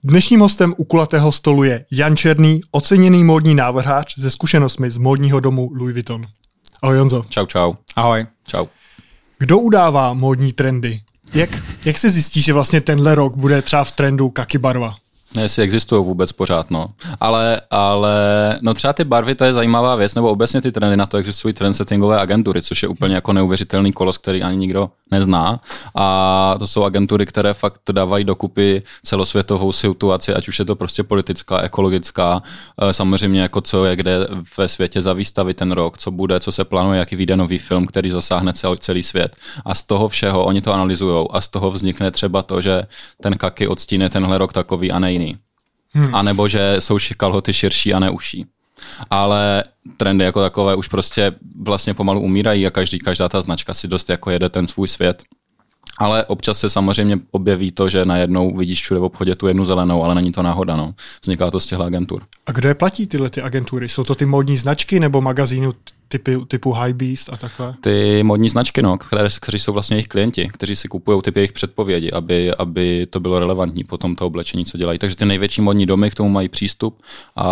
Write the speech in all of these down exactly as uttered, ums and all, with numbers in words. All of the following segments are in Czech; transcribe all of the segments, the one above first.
Dnešním hostem u kulatého stolu je Jan Černý, oceněný módní návrhář se zkušenostmi z módního domu Louis Vuitton. Ahoj Honzo. Čau, čau. Ahoj. Čau. Kdo udává módní trendy? Jak, jak se zjistí, že vlastně tenhle rok bude třeba v trendu kaki barva? Ne, jestli existují vůbec pořád, no. Ale, ale, no třeba ty barvy, to je zajímavá věc, nebo obecně ty trendy, na to existují trendsettingové agentury, což je úplně jako neuvěřitelný kolos, který ani nikdo nezná. A to jsou agentury, které fakt dávají dokupy celosvětovou situaci, ať už je to prostě politická, ekologická, samozřejmě jako co je kde ve světě za výstavy ten rok, co bude, co se plánuje, jaký vyjde nový film, který zasáhne celý, celý svět. A z toho všeho oni to analyzujou a z toho vznikne třeba to, že ten kaki odstíne tenhle rok takový a ne jiný. Hmm. A nebo že jsou kalhoty širší a ne uší. Ale trendy jako takové už prostě vlastně pomalu umírají a každý, každá ta značka si dost jako jede ten svůj svět. Ale občas se samozřejmě objeví to, že najednou vidíš všude v obchodě tu jednu zelenou, ale není to náhoda. No. Vzniká to z těchto agentur. A kdo je platí tyhle ty agentury? Jsou to ty módní značky nebo magazíny typy, typu Hypebeast a takhle? Ty módní značky, no, které, kteří jsou vlastně jejich klienti, kteří si kupují ty jejich předpovědi, aby, aby to bylo relevantní potom to oblečení, co dělají. Takže ty největší módní domy k tomu mají přístup a,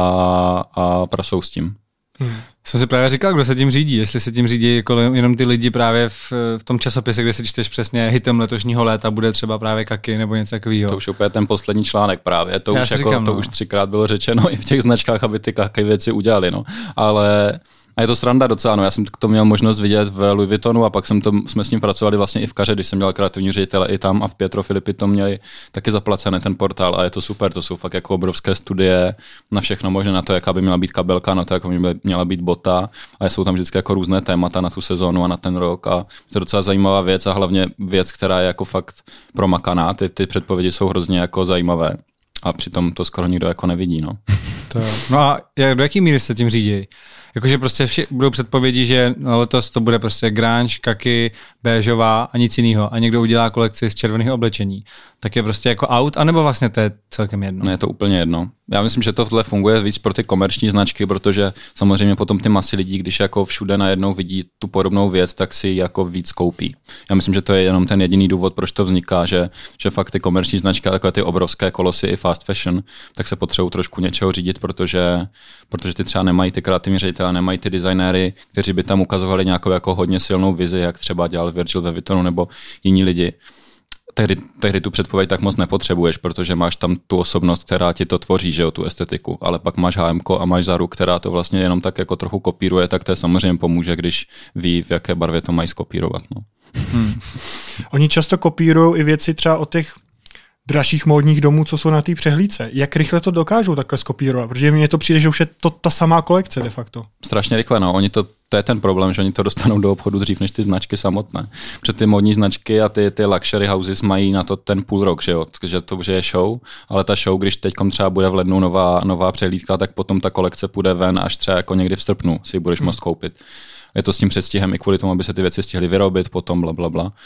a pracují s tím. Hmm. Jsem si právě říkal, kdo se tím řídí, jestli se tím řídí jako jenom ty lidi právě v, v tom časopise, kde si čteš přesně hitem letošního léta bude třeba právě kaki nebo něco takového. To už úplně ten poslední článek právě, to, už, jako, říkám, to no. už třikrát bylo řečeno i v těch značkách, aby ty kaki věci udělali, no. Ale a je to sranda docela, no. Já jsem to měl možnost vidět v Louis Vuittonu a pak jsem to, jsme s ním pracovali vlastně i v Kaře, když jsem dělal kreativní ředitele i tam a v Pietro Filippi to měli taky zaplacený ten portál a je to super, to jsou fakt jako obrovské studie na všechno možné, na to, jaká by měla být kabelka, na to, jaká by měla být bota a jsou tam vždycky jako různé témata na tu sezónu a na ten rok a to je docela zajímavá věc a hlavně věc, která je jako fakt promakaná, ty, ty předpovědi jsou hrozně jako zajímavé a přitom to skoro nikdo jako nevidí, no. To, no a jak, do jaký míry se tím řídí? Jakože prostě vši, budou předpovědi, že letos to bude prostě grunge, kaki, béžová a nic jiného a někdo udělá kolekci z červených oblečení. Tak je prostě jako out, anebo vlastně to je celkem jedno? Ne, je to úplně jedno. Já myslím, že tohle funguje víc pro ty komerční značky, protože samozřejmě potom ty masy lidí, když jako všude najednou vidí tu podobnou věc, tak si jako víc koupí. Já myslím, že to je jenom ten jediný důvod, proč to vzniká, že, že fakt ty komerční značky, takové ty obrovské kolosy i fast fashion, tak se potřebují trošku něčeho řídit, protože, protože ty třeba nemají ty kreativní ředitele, nemají ty designéry, kteří by tam ukazovali nějakou jako hodně silnou vizi, jak třeba dělal Virgil ve Vuittonu nebo jiní lidi. Tehdy, tehdy tu předpověď tak moc nepotřebuješ, protože máš tam tu osobnost, která ti to tvoří, že jo, tu estetiku, ale pak máš há emko a máš Zaru, která to vlastně jenom tak jako trochu kopíruje, tak to samozřejmě pomůže, když ví, v jaké barvě to mají skopírovat. No. Hmm. Oni často kopírují i věci třeba od těch dražších módních domů, co jsou na té přehlídce. Jak rychle to dokážou takhle skopírovat? Protože mně to přijde, že už je to ta samá kolekce de facto. Strašně rychle, no. Oni to, to je ten problém, že oni to dostanou do obchodu dřív než ty značky samotné. Protože ty módní značky a ty, ty luxury houses mají na to ten půl rok, že jo, že to že je show, ale ta show, když teď třeba bude v lednu nová, nová přehlídka, tak potom ta kolekce půjde ven až třeba jako někdy v srpnu si ji budeš hmm. moct koupit. Je to s tím předstihem i kvůli tomu, aby se ty věci stihly vyrobit, potom bla, bla, bla.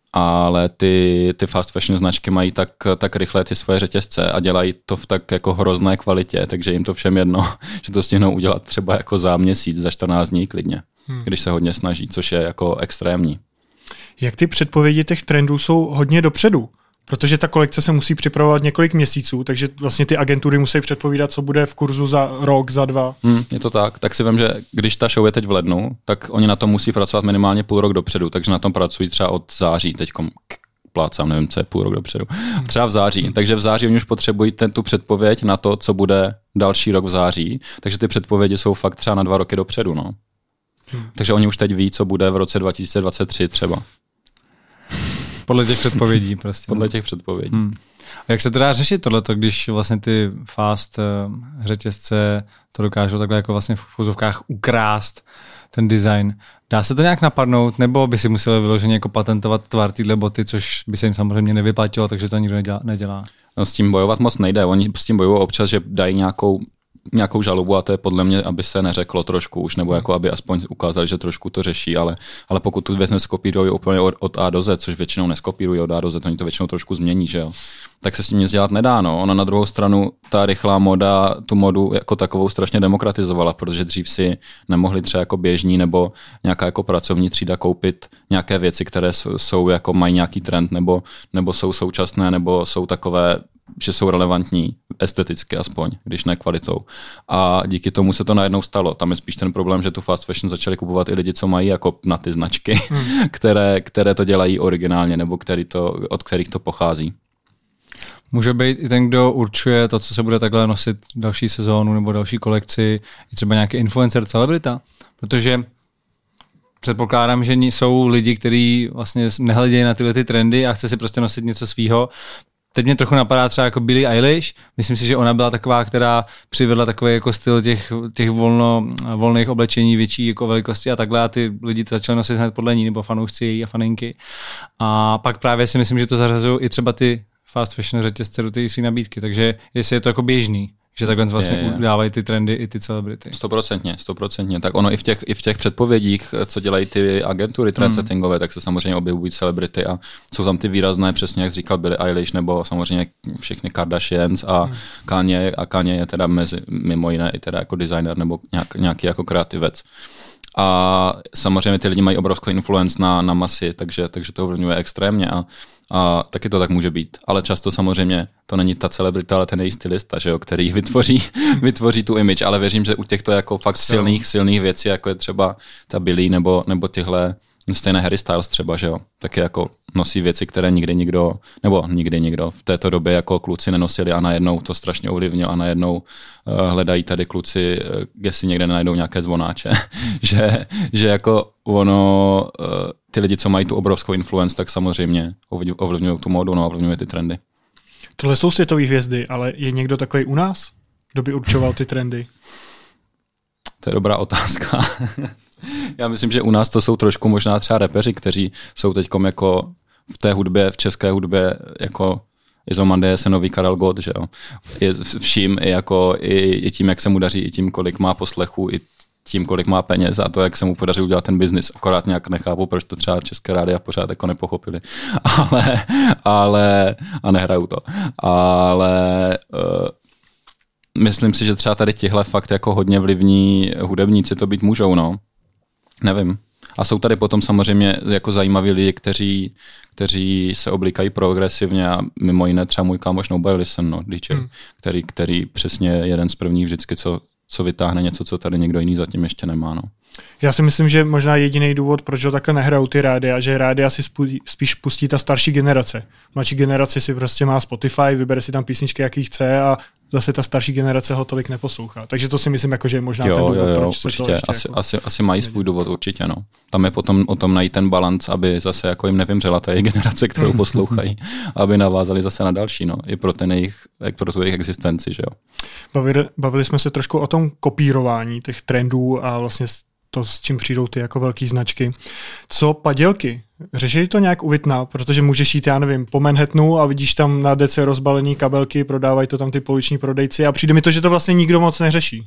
Ale ty, ty fast fashion značky mají tak, tak rychle ty svoje řetězce a dělají to v tak jako hrozné kvalitě, takže jim to všem jedno, že to stihnou udělat třeba jako za měsíc, za čtrnáct dní klidně, hmm. když se hodně snaží, což je jako extrémní. Jak ty předpovědi těch trendů jsou hodně dopředu? Protože ta kolekce se musí připravovat několik měsíců, takže vlastně ty agentury musí předpovídat, co bude v kurzu za rok, za dva. Hmm, je to tak. Tak si vím, že když ta show je teď v lednu, tak oni na tom musí pracovat minimálně půl rok dopředu, takže na tom pracují třeba od září, teďkom plácám, nevím, co je půl rok dopředu. Třeba v září, takže v září oni už potřebují ten, tu předpověď na to, co bude další rok v září, takže ty předpovědi jsou fakt třeba na dva roky dopředu. No. Hmm. Takže oni už teď ví, co bude v roce dva tisíce dvacet tři třeba. Podle těch předpovědí prostě. Podle těch předpovědí. Hmm. A jak se to dá řešit tohleto, když vlastně ty fast uh, řetězce to dokážou takhle jako vlastně v úzovkách ukrást ten design? Dá se to nějak napadnout, nebo by si museli vyloženě jako patentovat tvar téhle boty, což by se jim samozřejmě nevyplatilo, takže to nikdo nedělá? nedělá. No, s tím bojovat moc nejde. Oni s tím bojují občas, že dají nějakou nějakou žalobu a to je podle mě, aby se neřeklo trošku už, nebo jako aby aspoň ukázali, že trošku to řeší, ale, ale pokud tu věc neskopírují úplně od, od A do Z, což většinou neskopírují od A do Z, oni to většinou trošku změní, že jo, tak se s tím nic dělat nedá, no. Ona na druhou stranu, ta rychlá moda tu modu jako takovou strašně demokratizovala, protože dřív si nemohli třeba jako běžní nebo nějaká jako pracovní třída koupit nějaké věci, které jsou jako mají nějaký trend, nebo, nebo jsou současné, nebo jsou takové že jsou relevantní esteticky aspoň, když ne kvalitou. A díky tomu se to najednou stalo. Tam je spíš ten problém, že tu fast fashion začali kupovat i lidi, co mají jako na ty značky, hmm. které, které to dělají originálně nebo který to, od kterých to pochází. Může být i ten, kdo určuje to, co se bude takhle nosit další sezónu nebo další kolekci, i třeba nějaký influencer, celebrita, protože předpokládám, že jsou lidi, kteří vlastně nehledějí na tyhle ty trendy a chce si prostě nosit něco svýho. Teď mě trochu napadá třeba jako Billie Eilish. Myslím si, že ona byla taková, která přivedla takový jako styl těch, těch volno, volných oblečení, větší jako velikosti a takhle a ty lidi to začali nosit hned podle ní, nebo fanoušci její a faninky. A pak právě si myslím, že to zařazují i třeba ty fast fashion řetězce do té své nabídky, takže jestli je to jako běžný, že takhle vlastně je, je. udávají ty trendy i ty celebrity. Stoprocentně, stoprocentně. Tak ono i v těch, i v těch předpovědích, co dělají ty agentury trendsettingové, hmm. tak se samozřejmě objevují celebrity a jsou tam ty výrazné, přesně jak říkal Billie Eilish, nebo samozřejmě všechny Kardashians a hmm. Kanye, a Kanye je teda mezi, mimo jiné i teda jako designer nebo nějak, nějaký jako kreativec. A samozřejmě ty lidi mají obrovskou influence na, na masy, takže, takže to ovlivňuje extrémně a, a taky to tak může být. Ale často samozřejmě to není ta celebrita, ale ten její stylista, že jo, který vytvoří, vytvoří tu image. Ale věřím, že u těchto jako fakt silných, silných věcí, jako je třeba ta Billie nebo, nebo tyhle stejné Harry Styles třeba, že jo, taky jako nosí věci, které nikdy nikdo, nebo nikdy nikdo v této době jako kluci nenosili a najednou to strašně ovlivnil a najednou uh, hledají tady kluci, uh, jestli někde najdou nějaké zvonáče, že, že jako ono, uh, ty lidi, co mají tu obrovskou influence, tak samozřejmě ovlivňují tu módu, no, ovlivňují ty trendy. Tohle jsou světové hvězdy, ale je někdo takový u nás, kdo by určoval ty trendy? To je dobrá otázka. Já myslím, že u nás to jsou trošku možná třeba rapeři, kteří jsou teďkom jako v té hudbě, v české hudbě jako Izomandias je nový Karel Gott, že jo. Je vším i, jako, i, i tím, jak se mu daří, i tím, kolik má poslechu, i tím, kolik má peněz a to, jak se mu podaří udělat ten biznis. Akorát nějak nechápu, proč to třeba české rádia pořád jako nepochopili. Ale, ale, a nehrajou to. Ale uh, myslím si, že třeba tady tihle fakt jako hodně vlivní hudebníci to být můžou, no. Nevím. A jsou tady potom samozřejmě jako zajímaví lidi, kteří, kteří se oblíkají progresivně a mimo jiné třeba můj kámoš Nobel Listen, no, D J, hmm. který, který přesně jeden z prvních vždycky, co, co vytáhne něco, co tady někdo jiný zatím ještě nemá, no. Já si myslím, že možná jediný důvod, proč ho takhle nehrajou ty rádia, že rádia si spíš pustí ta starší generace. Mladší generace si prostě má Spotify, vybere si tam písničky, jaký chce a zase ta starší generace ho tolik neposlouchá. Takže to si myslím, jako, že je možná jo, ten důvod, jo, jo, proč určitě. se to ještě asi, jako... asi, asi mají svůj důvod, určitě. No. Tam je potom o tom najít ten balanc, aby zase jako jim nevymřela ta jejich generace, kterou poslouchají, aby navázali zase na další, no. I pro, ten jejich, pro tu jejich existenci. Že jo. Bavili, bavili jsme se trošku o tom kopírování těch trendů a vlastně to, s čím přijdou ty jako velký značky. Co padělky? Řeší to nějak u Vitna, protože můžeš jít, já nevím, po Manhattanu a vidíš tam na dece rozbalený kabelky, prodávají to tam ty pouliční prodejci a přijde mi to, že to vlastně nikdo moc neřeší.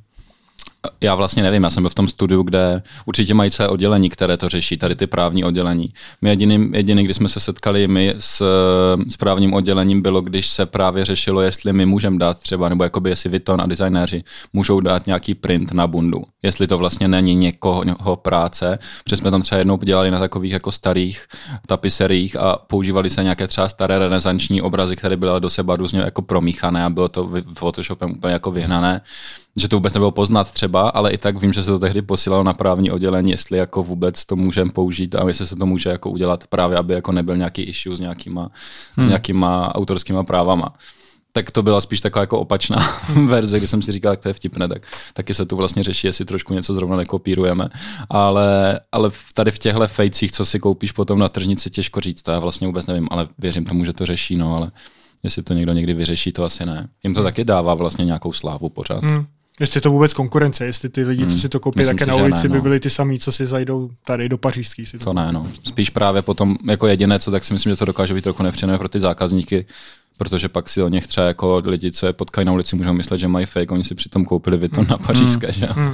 Já vlastně nevím, já jsem byl v tom studiu, kde určitě mají celé oddělení, které to řeší, tady ty právní oddělení. My jediný, jediný kdy jsme se setkali my s, s právním oddělením, bylo, když se právě řešilo, jestli my můžeme dát třeba, nebo jakoby jestli Vuitton a designéři můžou dát nějaký print na bundu. Jestli to vlastně není někoho práce, protože jsme tam třeba jednou dělali na takových jako starých tapiseriích a používali se nějaké třeba staré renesanční obrazy, které byly do sebe různě jako promíchané a bylo to Photoshopem úplně jako vyhnané, že to vůbec nebylo poznat třeba, ale i tak vím, že se to tehdy posílalo na právní oddělení, jestli jako vůbec to můžeme použít a jestli se to může jako udělat právě, aby jako nebyl nějaký issue s nějakýma, hmm. s nějakýma autorskýma právama. Tak to byla spíš taková jako opačná verze, kdy jsem si říkal, jak to je vtipné, tak taky se tu vlastně řeší, jestli trošku něco zrovna nekopírujeme. Ale, ale tady v těchto fejcích, co si koupíš potom na tržnici, těžko říct, to já vlastně vůbec nevím, ale věřím tomu, že to řeší, no, ale jestli to někdo někdy vyřeší, to asi ne. Jim to hmm. taky dává vlastně nějakou slávu pořád. Hmm. Jestli je to vůbec konkurence, jestli ty lidi, hmm. co si to koupí také na ulici, ne, no. by byli ty samý, co si zajdou tady do pařížský. Si to to ne, no. Spíš právě potom jako jediné, co tak si myslím, že to dokáže být trochu nepříjemné pro ty zákazníky, protože pak si o nich třeba jako lidi, co je potkají na ulici, můžou myslet, že mají fake, oni si přitom koupili Vuitton na pařížské, hmm. že hmm.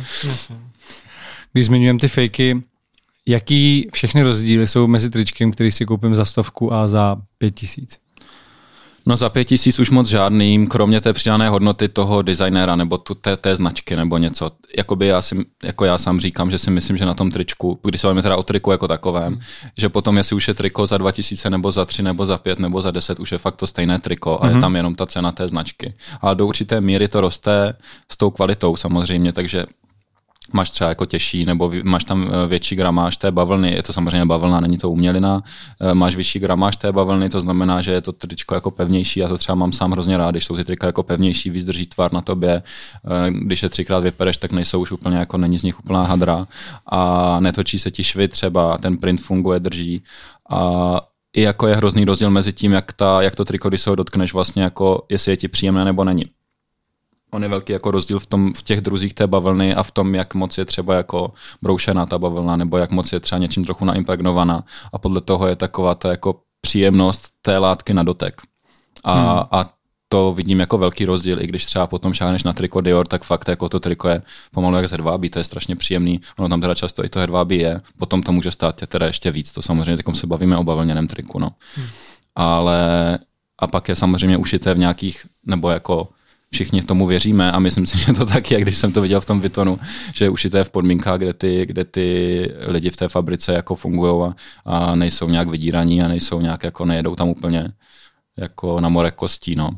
Když zmiňujeme ty fakey, jaký všechny rozdíly jsou mezi tričkem, který si koupím za stovku a za pět tisíc? No za pět tisíc už moc žádným, kromě té přidané hodnoty toho designéra nebo tu, té, té značky nebo něco. Jakoby já, si, jako já sám říkám, že si myslím, že na tom tričku, když se bavíme teda o triku jako takovém, hmm. že potom jestli už je triko za dva tisíce nebo za tři nebo za pět nebo za deset, už je fakt to stejné triko a hmm. je tam jenom ta cena té značky. Ale do určité míry to roste s tou kvalitou samozřejmě, takže máš třeba jako těžší, nebo máš tam větší gramáž té bavlny, je to samozřejmě bavlna, není to umělina, máš vyšší gramáž té bavlny, to znamená, že je to tričko jako pevnější, já to třeba mám sám hrozně rád, když jsou ty trika jako pevnější, víc drží tvar na tobě, když je třikrát vypereš, tak nejsou už úplně jako, není z nich úplná hadra a netočí se ti švy třeba, ten print funguje, drží a i jako je hrozný rozdíl mezi tím, jak, ta, jak to triko, když se ho dotkneš vlastně jako, jestli je ti příjemné nebo není. On je velký jako rozdíl v, tom, v těch druzích té bavlny a v tom, jak moc je třeba jako broušená ta bavlna, nebo jak moc je třeba něčím trochu naimpregnovaná. A podle toho je taková ta jako příjemnost té látky na dotek. A, hmm. a to vidím jako velký rozdíl, i když třeba potom šáhneš na triko Dior, tak fakt jako to triko je pomalu jak z hedvábí, to je strašně příjemný. Ono tam teda často i to hedvábí je, potom to může stát teda ještě víc, to samozřejmě takom se bavíme o bavlněném triku. No. Hmm. Ale a pak je samozřejmě ušité v nějakých, nebo jako všichni tomu věříme a myslím si, že to tak je, když jsem to viděl v tom Vuittonu, že je ušité v podmínkách, kde ty, kde ty lidi v té fabrice jako fungují a, a nejsou nějak vydíraní a nejsou nějak jako nejedou tam úplně jako na more kostí, no.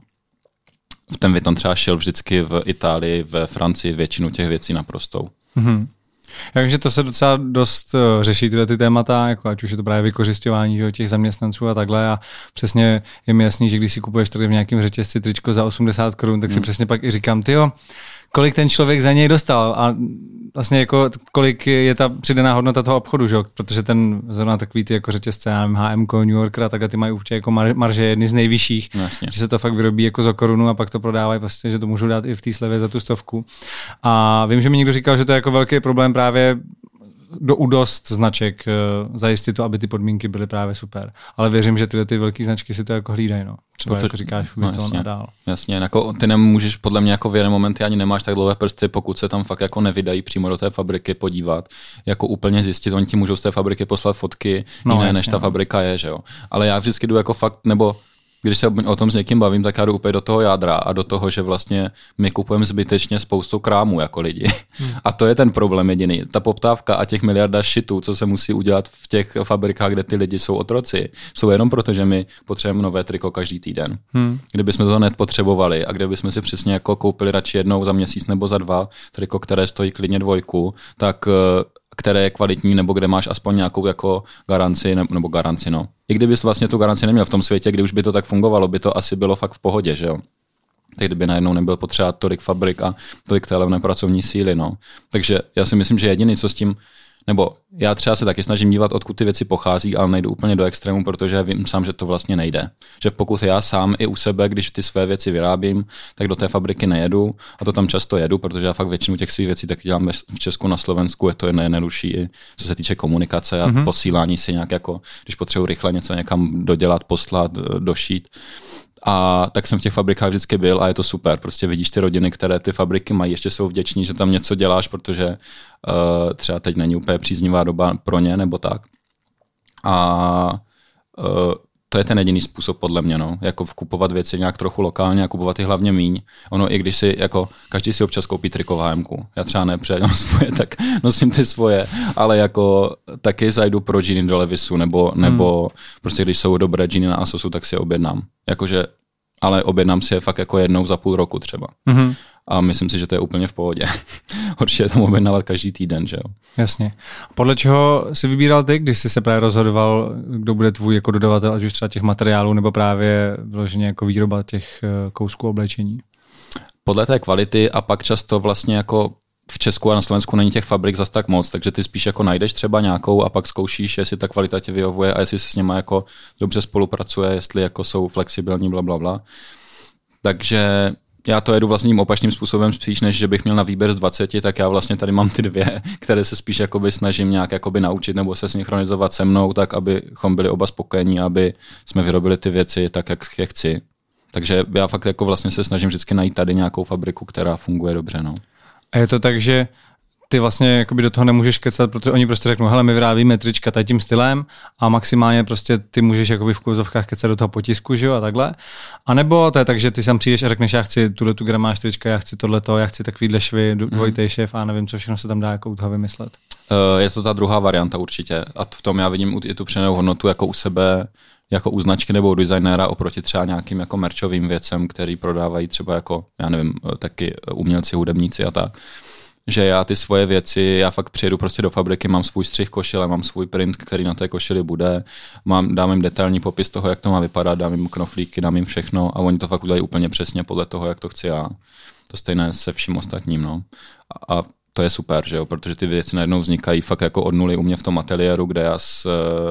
V ten Vuitton třeba šel vždycky v Itálii, ve Francii většinu těch věcí naprostou. Mm-hmm. Já vím, že to se docela dost uh, řeší tyhle ty témata, jako ať už je to právě vykořisťování těch zaměstnanců a takhle a přesně je mi jasný, že když si kupuješ tady v nějakém řetězci tričko za osmdesát korun, tak si hmm. přesně pak i říkám, tyjo, kolik ten člověk za něj dostal a vlastně jako kolik je ta přidaná hodnota toho obchodu, že? Protože ten zrovna takový ty jako řetězce, já nevím, H M K, New Yorker a takhle ty mají určitě jako marže jedny z nejvyšších, vlastně. Že se to fakt vyrobí jako za korunu a pak to prodávají, prostě, že to můžou dát i v té slevě za tu stovku. A vím, že mi někdo říkal, že to je jako velký problém právě do udost značek zajistit to, aby ty podmínky byly právě super. Ale věřím, že tyhle ty velké značky si to jako hlídají, no. Třeba Pofer, jako říkáš, no, jasně, a dál. Jasně, jako ty nemůžeš, podle mě jako v jeden moment ani nemáš tak dlouhé prsty, pokud se tam fakt jako nevydají přímo do té fabriky podívat, jako úplně zjistit, oni ti můžou z té fabriky poslat fotky no, jiné, jasně, než ta no. fabrika je, že jo. Ale já vždycky jdu jako fakt, nebo když se o tom s někým bavím, tak já jdu úplně do toho jádra a do toho, že vlastně my kupujeme zbytečně spoustu krámů jako lidi. Hmm. A to je ten problém jediný. Ta poptávka a těch miliarda shitů, co se musí udělat v těch fabrikách, kde ty lidi jsou otroci, jsou jenom proto, že my potřebujeme nové triko každý týden. Hmm. Kdybychom to nepotřebovali a kdybychom si přesně jako koupili radši jednou za měsíc nebo za dva triko, které stojí klidně dvojku, tak které je kvalitní, nebo kde máš aspoň nějakou jako garanci, nebo garanci, no. I kdybys vlastně tu garanci neměl v tom světě, kdy už by to tak fungovalo, by to asi bylo fakt v pohodě, že jo. Tak kdyby najednou nebyl potřeba tolik fabrik a tolik té levné pracovní síly, no. Takže já si myslím, že jediný, co s tím, nebo já třeba se taky snažím dívat, odkud ty věci pochází, ale nejdu úplně do extrému, protože vím sám, že to vlastně nejde. Že pokud já sám i u sebe, když ty své věci vyrábím, tak do té fabriky nejedu a to tam často jedu, protože já fakt většinu těch svých věcí taky dělám v Česku, na Slovensku, je to nejjednodušší i co se týče komunikace a mm-hmm. posílání si nějak jako, když potřebuji rychle něco někam dodělat, poslat, došít. A tak jsem v těch fabrikách vždycky byl a je to super. Prostě vidíš ty rodiny, které ty fabriky mají, ještě jsou vděční, že tam něco děláš, protože uh, třeba teď není úplně příznivá doba pro ně nebo tak. A uh, to je ten jediný způsob podle mě, no. Jako kupovat věci nějak trochu lokálně a kupovat je hlavně míň. Ono i když si, jako, každý si občas koupí triko v H M ku. Já třeba nepřejdám svoje, tak nosím ty svoje, ale jako taky zajdu pro džíny do Levisu, nebo, hmm. nebo prostě když jsou dobré džíny na Asosu, tak si je objednám. Jakože, ale objednám si je fakt jako jednou za půl roku třeba. Hmm. A myslím si, že to je úplně v pohodě. Horší je tam objednávat každý týden, že jo. Jasně. Podle čeho jsi vybíral ty, když jsi se právě rozhodoval, kdo bude tvůj jako dodavatel, ať už třeba těch materiálů, nebo právě vyloženě jako výroba těch kousků oblečení? Podle té kvality a pak často vlastně jako v Česku a na Slovensku není těch fabrik zas tak moc, takže ty spíš jako najdeš třeba nějakou a pak zkoušíš, jestli ta kvalita tě vyhovuje a jestli se s nima jako dobře spolupracuje, jestli jako jsou flexibilní, bla, bla, bla. Takže já to jedu vlastním opačným způsobem spíš, než že bych měl na výběr z dvaceti, tak já vlastně tady mám ty dvě, které se spíš jakoby snažím nějak jakoby naučit nebo se synchronizovat se mnou, tak abychom byli oba spokojení, aby jsme vyrobili ty věci tak, jak je chci. Takže já fakt jako vlastně se snažím vždycky najít tady nějakou fabriku, která funguje dobře. No. A je to tak, že ty vlastně jakoby do toho nemůžeš kecat, protože oni prostě řeknou, hele, my vyrábíme trička tady tím stylem a maximálně prostě ty můžeš jakoby v kůzovkách kecat do toho potisku, že jo, a takhle. A nebo to je tak, že ty sem přijdeš a řekneš, já chci tuhle tu gramáž trička, já chci tohleto, já chci takovýhle švy, dvojitej šéf a nevím, co všechno se tam dá jako u toho vymyslet. Je to ta druhá varianta určitě a v tom já vidím i tu přidanou hodnotu jako u sebe, jako u značky nebo u designéra oproti třeba nějakým jako merčovým věcem, který prodávají třeba jako, já nevím, taky umělci, hudebníci a tak. Že já ty svoje věci, já fakt přijedu prostě do fabriky, mám svůj střih košile, mám svůj print, který na té košili bude, mám, dám jim detailní popis toho, jak to má vypadat, dám jim knoflíky, dám jim všechno a oni to fakt udělají úplně přesně podle toho, jak to chci já. To stejné se vším ostatním, no. A, a to je super, že jo, protože ty věci najednou vznikají fakt jako od nuly u mě v tom ateliéru, kde já s,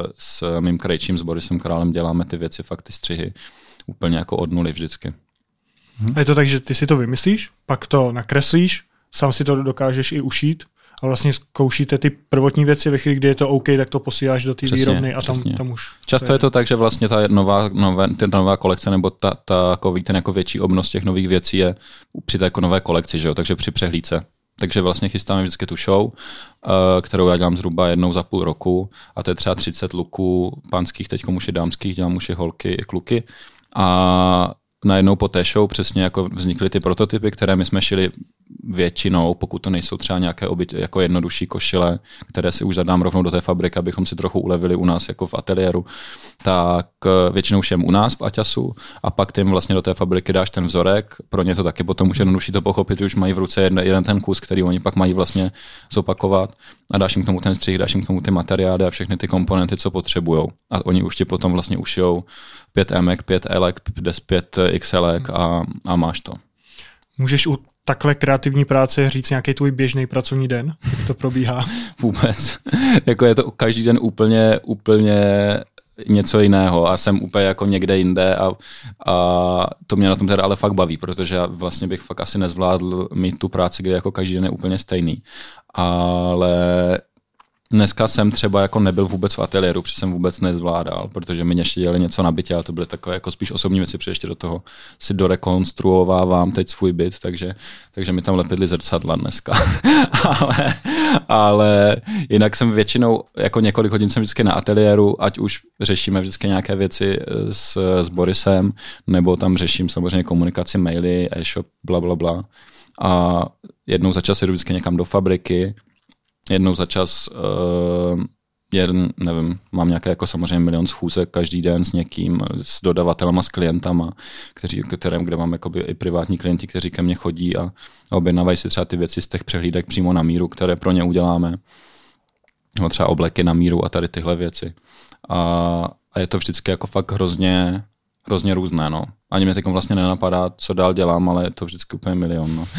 s mým krejčím, s Borisem Králem děláme ty věci, fakt ty střihy úplně jako od nuly vždycky. A je to tak, že ty si to vymyslíš, pak to nakreslíš, sám si to dokážeš i ušít a vlastně zkoušíte ty prvotní věci, ve chvíli, kdy je to OK, tak to posíláš do té výrobny a tam, tam už... Často je to tak, že vlastně ta nová, nové, ta nová kolekce nebo ta, ta, takový ten jako větší obnos těch nových věcí je při té jako nové kolekci, že jo? Takže při přehlídce. Takže vlastně chystáme vždycky tu show, kterou já dělám zhruba jednou za půl roku a to je třeba třicet luků pánských, teď už i dámských, dělám už i holky i kluky a najednou po té show přesně jako vznikly ty prototypy, které my jsme šili většinou, pokud to nejsou třeba nějaké obyt, jako jednodušší košile, které si už zadám rovnou do té fabriky, abychom si trochu ulevili u nás jako v ateliéru, tak většinou šem u nás v Aťasu a pak tím vlastně do té fabriky dáš ten vzorek, pro ně to taky potom už jednodušší to pochopit, že už mají v ruce jeden, jeden ten kus, který oni pak mají vlastně zopakovat a dáš jim k tomu ten střih, dáš jim k tomu ty materiály a všechny ty komponenty, co potřebujou. A oni už ti potom vlastně ušijou pět em, pět el, pět iks el a, a máš to. Můžeš u takhle kreativní práce říct nějaký tvůj běžný pracovní den? Jak to probíhá? Vůbec. Jako je to každý den úplně, úplně něco jiného a jsem úplně jako někde jinde a, a to mě na tom teda ale fakt baví, protože já vlastně bych fakt asi nezvládl mít tu práci, kde jako každý den je úplně stejný. Ale dneska jsem třeba jako nebyl vůbec v ateliéru, protože jsem vůbec nezvládal, protože mi ještě dělali něco na bytě, ale to byly takové jako spíš osobní věci, protože ještě do toho si dorekonstruovávám teď svůj byt, takže, takže mi tam lepidli zrcadla dneska. ale, ale jinak jsem většinou, jako několik hodin jsem vždycky na ateliéru, ať už řešíme vždycky nějaké věci s, s Borisem, nebo tam řeším samozřejmě komunikaci, maily, e-shop, bla, bla, bla. A jednou za čas jdu vždycky někam do fabriky, jednou za čas, uh, jeden, nevím, mám nějaké jako samozřejmě milion schůzek každý den s někým, s dodavatelama, s klientama, kteří, kterém, kde mám jakoby i privátní klienti, kteří ke mně chodí a, a objednávají si třeba ty věci z těch přehlídek přímo na míru, které pro ně uděláme. No třeba obleky na míru a tady tyhle věci. A, a je to vždycky jako fakt hrozně, hrozně různé, no. Ani mě teď vlastně nenapadá, co dál dělám, ale je to vždycky úplně milion, no.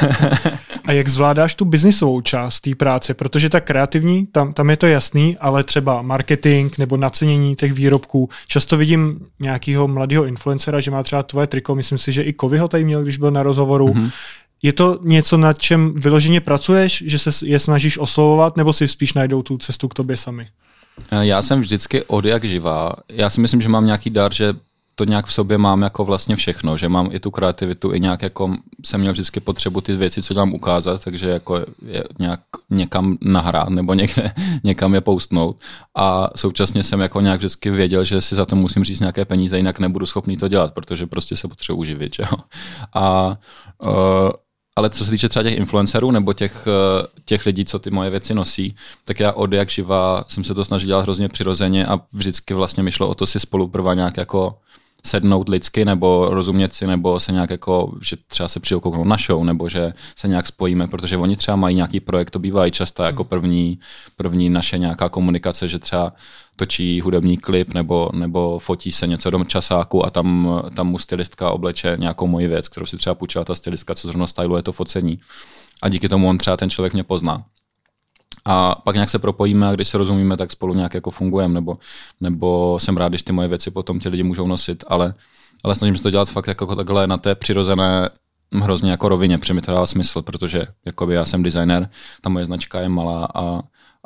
A jak zvládáš tu biznisovou část té práce? Protože ta kreativní, tam, tam je to jasný, ale třeba marketing nebo nacenění těch výrobků. Často vidím nějakého mladého influencera, že má třeba tvoje triko, myslím si, že i Kovy ho tady měl, když byl na rozhovoru. Mm-hmm. Je to něco, na čem vyloženě pracuješ, že se je snažíš oslovovat, nebo si spíš najdou tu cestu k tobě sami? Já jsem vždycky od jak živá. Já si myslím, že mám nějaký dar, že to nějak v sobě mám jako vlastně všechno, že mám i tu kreativitu, i nějak jako jsem měl vždycky potřebu ty věci, co dělám, ukázat, takže jako je nějak někam nahrát nebo někde, někam je postnout a současně jsem jako nějak vždycky věděl, že si za to musím říct nějaké peníze, jinak nebudu schopný to dělat, protože prostě se potřebuji uživit, že jo. A uh, ale co se týče třeba těch influencerů nebo těch, těch lidí, co ty moje věci nosí, tak já od jak živa jsem se to snažil dělat hrozně přirozeně a vždycky vlastně mi šlo o to si spolu prva nějak jako sednout lidsky nebo rozumět si, nebo se nějak jako, že třeba se přijou kouknout na show, nebo že se nějak spojíme, protože oni třeba mají nějaký projekt, to bývá i často jako první, první naše nějaká komunikace, že třeba točí hudební klip nebo, nebo fotí se něco do časáku a tam, tam mu stylistka obleče nějakou moji věc, kterou si třeba půjčila ta stylistka, co zrovna styluje to focení. A díky tomu on třeba ten člověk mě pozná. A pak nějak se propojíme a když se rozumíme, tak spolu nějak jako fungujeme, nebo, nebo jsem rád, když ty moje věci potom ti lidi můžou nosit, ale, ale snažím se to dělat fakt jako takhle na té přirozené hrozně jako rovině, protože mi to dává smysl, protože jakoby já jsem designer, ta moje značka je malá a,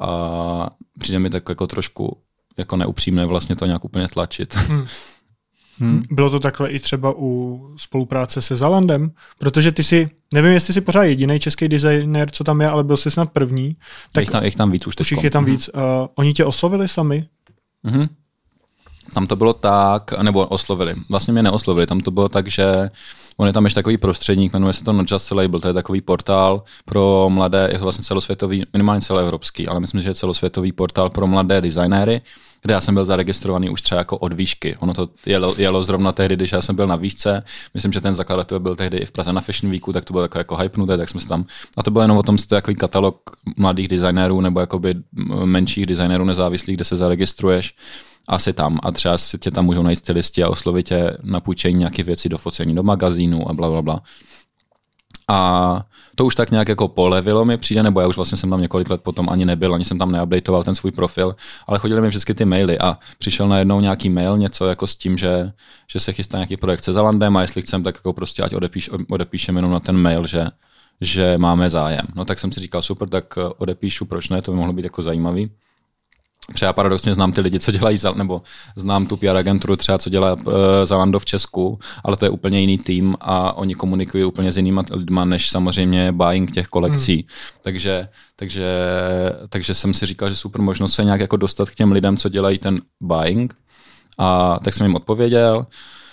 a přijde mi tak jako trošku jako neupřímné vlastně to nějak úplně tlačit. Hmm. Hmm. Bylo to takhle i třeba u spolupráce se Zalandem, protože ty si, nevím, jestli jsi pořád jediný český designér, co tam je, ale byl jsi snad první. Tak je tam, je tam víc už teďko. Už je tam hmm. víc. Uh, oni tě oslovili sami? Mhm. Tam to bylo tak, nebo oslovili. Vlastně mě neoslovili, tam to bylo tak, že on je tam ještě takový prostředník, jmenuje se to Not Just a Label, to je takový portál pro mladé, je to vlastně celosvětový, minimálně celoevropský, ale myslím, že je celosvětový portál pro mladé designéry, kde já jsem byl zaregistrovaný už třeba jako od výšky. Ono to jelo, jelo zrovna tehdy, když já jsem byl na výšce, myslím, že ten zakladatel byl tehdy i v Praze na Fashion Weeku, tak to bylo jako, jako hypnuté, tak jsme se tam, a to bylo jenom o tom, že to je takový katalog mladých designérů nebo jakoby menších designérů nezávislých, kde se zaregistruješ asi tam a třeba si tě tam můžou najít stylisti a oslovit tě na půjčení nějakých věcí do focení do magazínu a bla, bla, bla. A to už tak nějak jako polevilo mi přijde, nebo já už vlastně jsem tam několik let potom ani nebyl, ani jsem tam neupdateoval ten svůj profil, ale chodily mi vždycky ty maily a přišel najednou nějaký mail, něco jako s tím, že, že se chystá nějaký projekt se Zalandem a jestli chcem, tak jako prostě ať odepíš, odepíšem jenom na ten mail, že, že máme zájem. No tak jsem si říkal super, tak odepíšu, proč ne, to by mohlo být jako zajímavý. Třeba paradoxně znám ty lidi, co dělají, nebo znám tu P R agenturu třeba, co dělá uh, Zalando v Česku, ale to je úplně jiný tým a oni komunikují úplně s jinýma lidma, než samozřejmě buying těch kolekcí. Hmm. Takže, takže, takže jsem si říkal, že super možnost se nějak jako dostat k těm lidem, co dělají ten buying. A tak jsem jim odpověděl.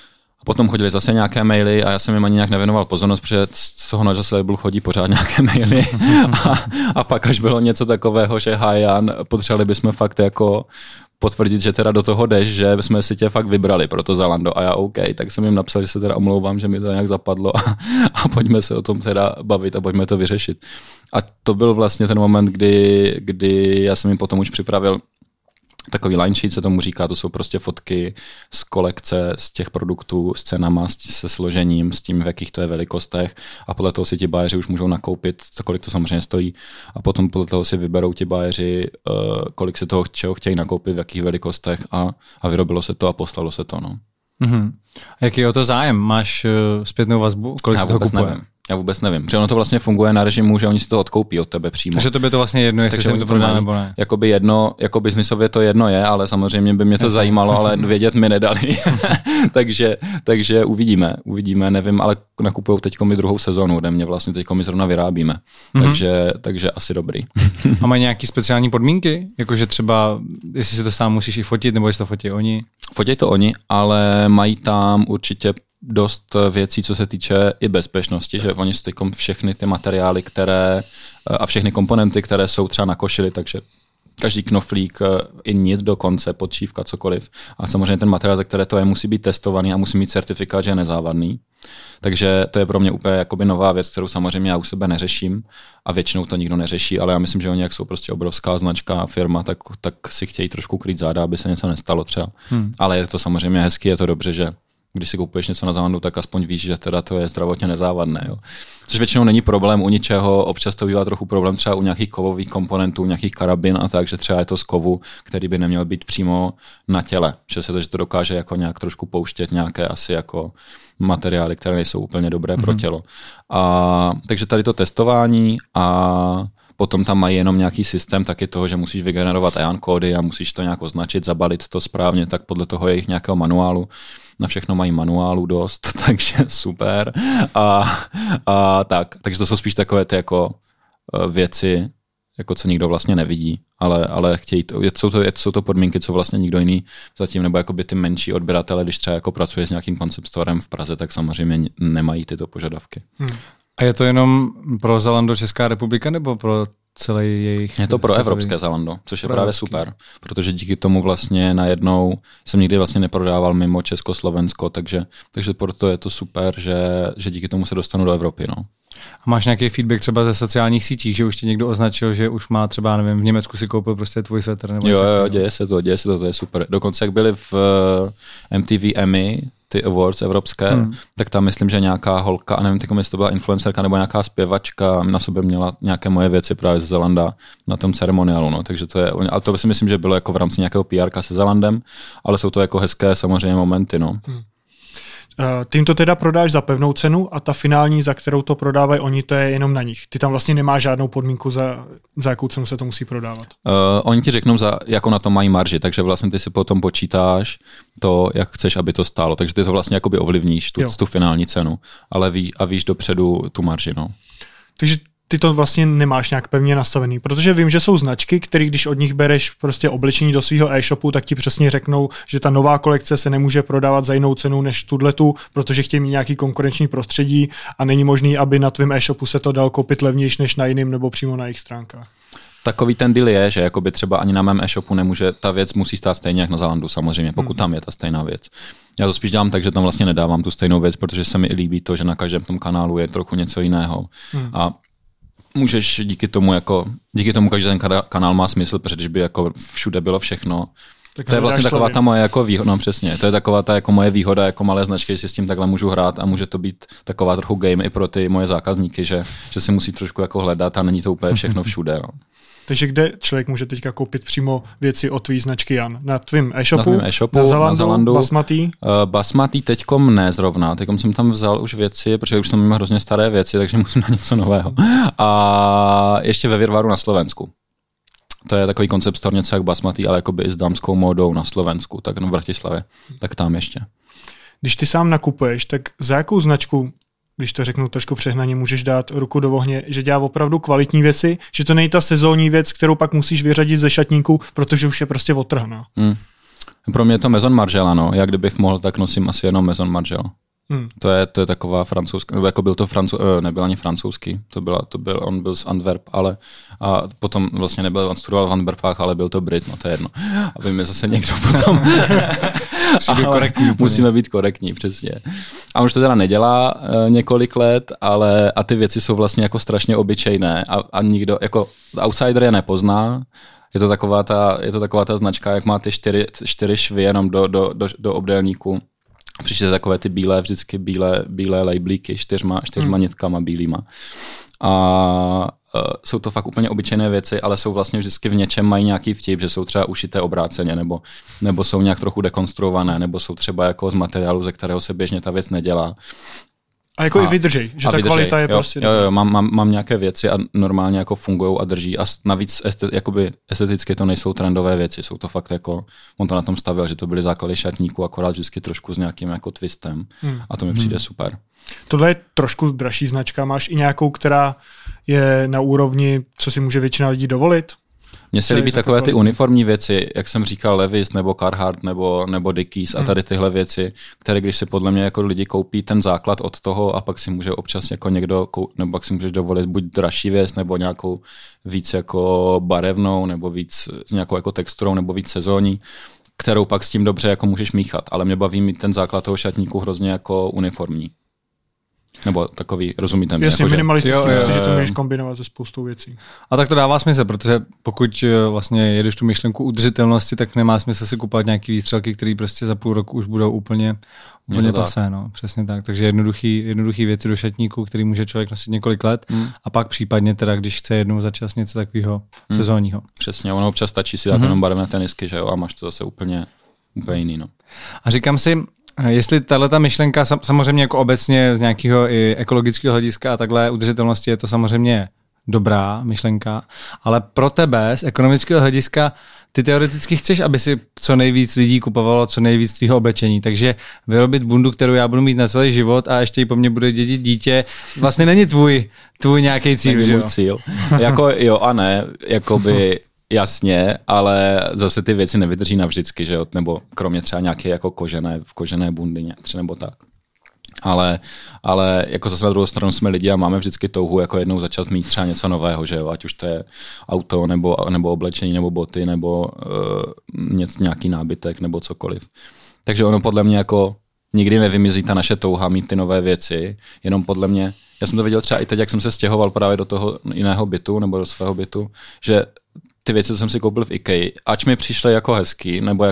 A potom chodili zase nějaké maily a já jsem jim ani nějak nevěnoval pozornost, protože z toho na Just Label chodí pořád nějaké maily. A, a pak až bylo něco takového, že hi Jan, potřebovali bychom fakt jako potvrdit, že teda do toho jdeš, že jsme si tě fakt vybrali pro to Zalando. A já OK, tak jsem jim napsal, že se teda omlouvám, že mi to nějak zapadlo a, a pojďme se o tom teda bavit a pojďme to vyřešit. A to byl vlastně ten moment, kdy, kdy já jsem jim potom už připravil takový line sheet se tomu říká, to jsou prostě fotky z kolekce, z těch produktů, s cenama, se složením, s tím, v jakých to je velikostech a podle toho si ti bájeři už můžou nakoupit, kolik to samozřejmě stojí a potom podle toho si vyberou ti bájeři, kolik se toho čeho chtějí nakoupit, v jakých velikostech a, a vyrobilo se to a poslalo se to. No. Mm-hmm. A jaký je o to zájem? Máš uh, zpětnou vazbu? Kolik se toho kupuje? Nevím. Já vůbec nevím, protože ono to vlastně funguje na režimu, že oni si to odkoupí od tebe přímo. Takže to by to vlastně jedno, jestli se jim to prodá nebo ne. Jakoby jedno, jako biznisově to jedno je, ale samozřejmě by mě to zajímalo, ale vědět mi nedali. takže, takže uvidíme, uvidíme, nevím, ale nakupujou teďko mi druhou sezonu, ode mě vlastně teďko my zrovna vyrábíme. Mm-hmm. Takže, takže asi dobrý. A mají nějaký speciální podmínky? Jakože třeba, jestli si to sám musíš i fotit, nebo jestli to fotí oni? Fotí to oni, ale mají tam určitě dost věcí, co se týče i bezpečnosti, že oni stykom všechny ty materiály, které a všechny komponenty, které jsou třeba na košili, takže každý knoflík, i nit dokonce, podšívka, cokoliv. A samozřejmě ten materiál, ze které to je, musí být testovaný a musí mít certifikát, že je nezávadný. Takže to je pro mě úplně jakoby nová věc, kterou samozřejmě já u sebe neřeším a většinou to nikdo neřeší, ale já myslím, že oni jak jsou prostě obrovská značka a firma, tak, tak si chtějí trošku krýt záda, aby se něco nestalo třeba. Hmm. Ale je to samozřejmě hezký, je to dobře, že když si kupuješ něco na Zalandu, tak aspoň víš, že teda to je zdravotně nezávadné. Jo. Což většinou není problém u ničeho, občas to bývá trochu problém třeba u nějakých kovových komponentů, nějakých karabin a tak, že třeba je to z kovu, který by neměl být přímo na těle. Že se to, že to dokáže jako nějak trošku pouštět nějaké asi jako materiály, které nejsou úplně dobré mm-hmm. pro tělo. A, takže tady to testování a potom tam mají jenom nějaký systém taky toho, že musíš vygenerovat E A N kódy a musíš to nějak označit, zabalit to správně, tak podle toho jejich nějakého manuálu. Na všechno mají manuálu dost, takže super. A, a tak, takže to jsou spíš takové ty jako věci, jako co nikdo vlastně nevidí, ale, ale chtějí to, jsou to, jsou to podmínky, co vlastně nikdo jiný zatím, nebo jakoby ty menší odběratele, když třeba jako pracuje s nějakým concept storem v Praze, tak samozřejmě nemají tyto požadavky. Hmm. A je to jenom pro Zalando Česká republika, nebo pro celý jejich... Je to pro evropské Zalando, což je pro právě evropský. Super, protože díky tomu vlastně najednou jsem nikdy vlastně neprodával mimo Česko, Slovensko, takže, takže proto je to super, že, že díky tomu se dostanu do Evropy. No. A máš nějaký feedback třeba ze sociálních sítích, že už ti někdo označil, že už má třeba, nevím, v Německu si koupil prostě tvůj sweater? Nebo jo, jo, děje se to, děje se to, to je super. Dokonce jak byli v M T V Emmy, ty awards evropské, hmm. tak tam myslím, že nějaká holka, a nevím, jestli to byla influencerka nebo nějaká zpěvačka, na sobě měla nějaké moje věci právě ze Zalanda na tom ceremoniálu, no, takže to je, ale to si myslím, že bylo jako v rámci nějakého P R ka se Zalandem, ale jsou to jako hezké samozřejmě momenty, no. Hmm. ty jim to teda prodáš za pevnou cenu a ta finální, za kterou to prodávají oni, to je jenom na nich. Ty tam vlastně nemáš žádnou podmínku, za, za jakou cenu se to musí prodávat. Uh, oni ti řeknou, za, jako na to mají marži, takže vlastně ty si potom počítáš to, jak chceš, aby to stálo. Takže ty to vlastně jakoby ovlivníš, tu, tu finální cenu, ale ví, a víš dopředu tu marži. No. Takže ty to vlastně nemáš nějak pevně nastavený, protože vím, že jsou značky, které když od nich bereš prostě oblečení do svého e-shopu, tak ti přesně řeknou, že ta nová kolekce se nemůže prodávat za jinou cenu než tuhletu, protože chtějí mít nějaký konkurenční prostředí a není možný, aby na tvém e-shopu se to dal koupit levnější než na jiným nebo přímo na jejich stránkách. Takový ten deal je, že jakoby třeba ani na mém e-shopu nemůže, ta věc musí stát stejně jak na Zalandu samozřejmě, pokud hmm. tam je ta stejná věc. Já to spíš dělám tak, že tam vlastně nedávám tu stejnou věc, protože se mi líbí to, že na každém tom kanálu je trochu něco jiného. Hmm. A můžeš díky tomu jako, díky tomu každý ten kanál má smysl, protože když by jako všude bylo všechno. Tak to je vlastně taková ta moje jako výhoda, no přesně, to je taková ta jako moje výhoda jako malé značky, že si s tím takhle můžu hrát a může to být taková trochu game i pro ty moje zákazníky, že, že si musí trošku jako hledat a není to úplně všechno všude. No. Takže kde člověk může teďka koupit přímo věci od tvý značky Jan? Na tvým e-shopu? Na tvým e-shopu, na Zalandu, na Zalandu. Basmati? Uh, Basmati teďkom ne zrovna, teďkom jsem tam vzal už věci, protože už jsem měl hrozně staré věci, takže musím na něco nového. A ještě ve Virvaru na Slovensku. To je takový koncept store něco jak Basmati, ale jakoby i s dámskou módou na Slovensku, tak no v Bratislavě, tak tam ještě. Když ty sám nakupuješ, tak za jakou značku, když to řeknu trošku přehnaně, můžeš dát ruku do ohně, že dělá opravdu kvalitní věci, že to není ta sezónní věc, kterou pak musíš vyřadit ze šatníku, protože už je prostě odtrhaná. Hmm. Pro mě je to Maison Margiela, ano. Já kdybych mohl, tak nosím asi jenom Maison Margiela. Hmm. To je to je taková francouzská, nebo jako byl to francou, nebyl ani francouzský, to byla, to byl, on byl z Antwerp, ale a potom vlastně nebyl, on studoval v Antwerpách, ale byl to Brit, no to je jedno. Aby mi zase někdo potom... Musíme, korektní, musíme být korektní, přesně. A už to teda nedělá e, několik let, ale a ty věci jsou vlastně jako strašně obyčejné a, a nikdo, jako outsider je nepozná. Je to taková ta, je to taková ta značka, jak má ty čtyři, čtyři švy jenom do, do, do, do obdélníku. Přišly takové ty bílé, vždycky bílé, bílé labelíky, čtyřma, čtyřma hmm. nitkama bílýma. A uh, jsou to fakt úplně obyčejné věci, ale jsou vlastně vždycky v něčem mají nějaký vtip, že jsou třeba ušité obráceně, nebo, nebo jsou nějak trochu dekonstruované, nebo jsou třeba jako z materiálu, ze kterého se běžně ta věc nedělá. A jako a, i vydržej, že ta vydržej, kvalita je jo, prostě... Jo, jo, mám, mám, mám nějaké věci a normálně jako fungujou a drží a navíc estet, jakoby esteticky to nejsou trendové věci, jsou to fakt jako, on to na tom stavil, že to byly základy šatníků, akorát vždycky trošku s nějakým jako twistem hmm. a to mi přijde hmm. super. Tohle je trošku dražší značka, máš i nějakou, která je na úrovni, co si může většina lidí dovolit? Mně se líbí takové ty uniformní věci, jak jsem říkal Levi's nebo Carhartt nebo, nebo Dickies a tady tyhle věci, které když si podle mě jako lidi koupí ten základ od toho a pak si může občas jako někdo, nebo pak si můžeš dovolit buď dražší věc nebo nějakou víc jako barevnou nebo víc s nějakou jako texturou nebo víc sezónní, kterou pak s tím dobře jako můžeš míchat, ale mě baví mít ten základ toho šatníku hrozně jako uniformní. Nebo takový, rozumíte mi? Jasně, jako, minimalistický, že, že to můžeš kombinovat se spoustou věcí. A tak to dává smysl, protože pokud vlastně jedeš tu myšlenku udržitelnosti, tak nemá smysl si kupovat nějaký výstřelky, které prostě za půl roku už budou úplně, úplně pasé. No, přesně tak. Takže jednoduchý, jednoduchý věci do šatníku, který může člověk nosit několik let hmm. a pak případně teda, když chce jednou za čas něco takového hmm. sezónního. Přesně, ono občas stačí si dát hmm. jenom barevné tenisky, že jo, a máš to zase úplně, úplně jiný. No. A říkám si, jestli tahleta myšlenka samozřejmě jako obecně z nějakého i ekologického hlediska a takhle udržitelnosti je to samozřejmě dobrá myšlenka, ale pro tebe z ekonomického hlediska ty teoreticky chceš, aby si co nejvíc lidí kupovalo co nejvíc tvýho oblečení, takže vyrobit bundu, kterou já budu mít na celý život a ještě ji po mně bude dědit dítě, vlastně není tvůj, tvůj nějaký cíl, není že můj cíl. Jako jo a ne, jakoby jasně, ale zase ty věci nevydrží navždycky, že jo? Nebo kromě třeba nějaké jako kožené, kožené bundy, třeba nebo tak. Ale, ale jako zase na druhou stranu jsme lidi a máme vždycky touhu jako jednou za čas mít třeba něco nového, že jo? Ať už to je auto, nebo, nebo oblečení, nebo boty, nebo uh, něco, nějaký nábytek, nebo cokoliv. Takže ono podle mě jako nikdy nevymizí ta naše touha mít ty nové věci, jenom podle mě, já jsem to viděl třeba i teď, jak jsem se stěhoval právě do toho jiného bytu, nebo do svého bytu, že ty věci, co jsem si koupil v IKEA, ač mi přišly jako hezký, nebo jako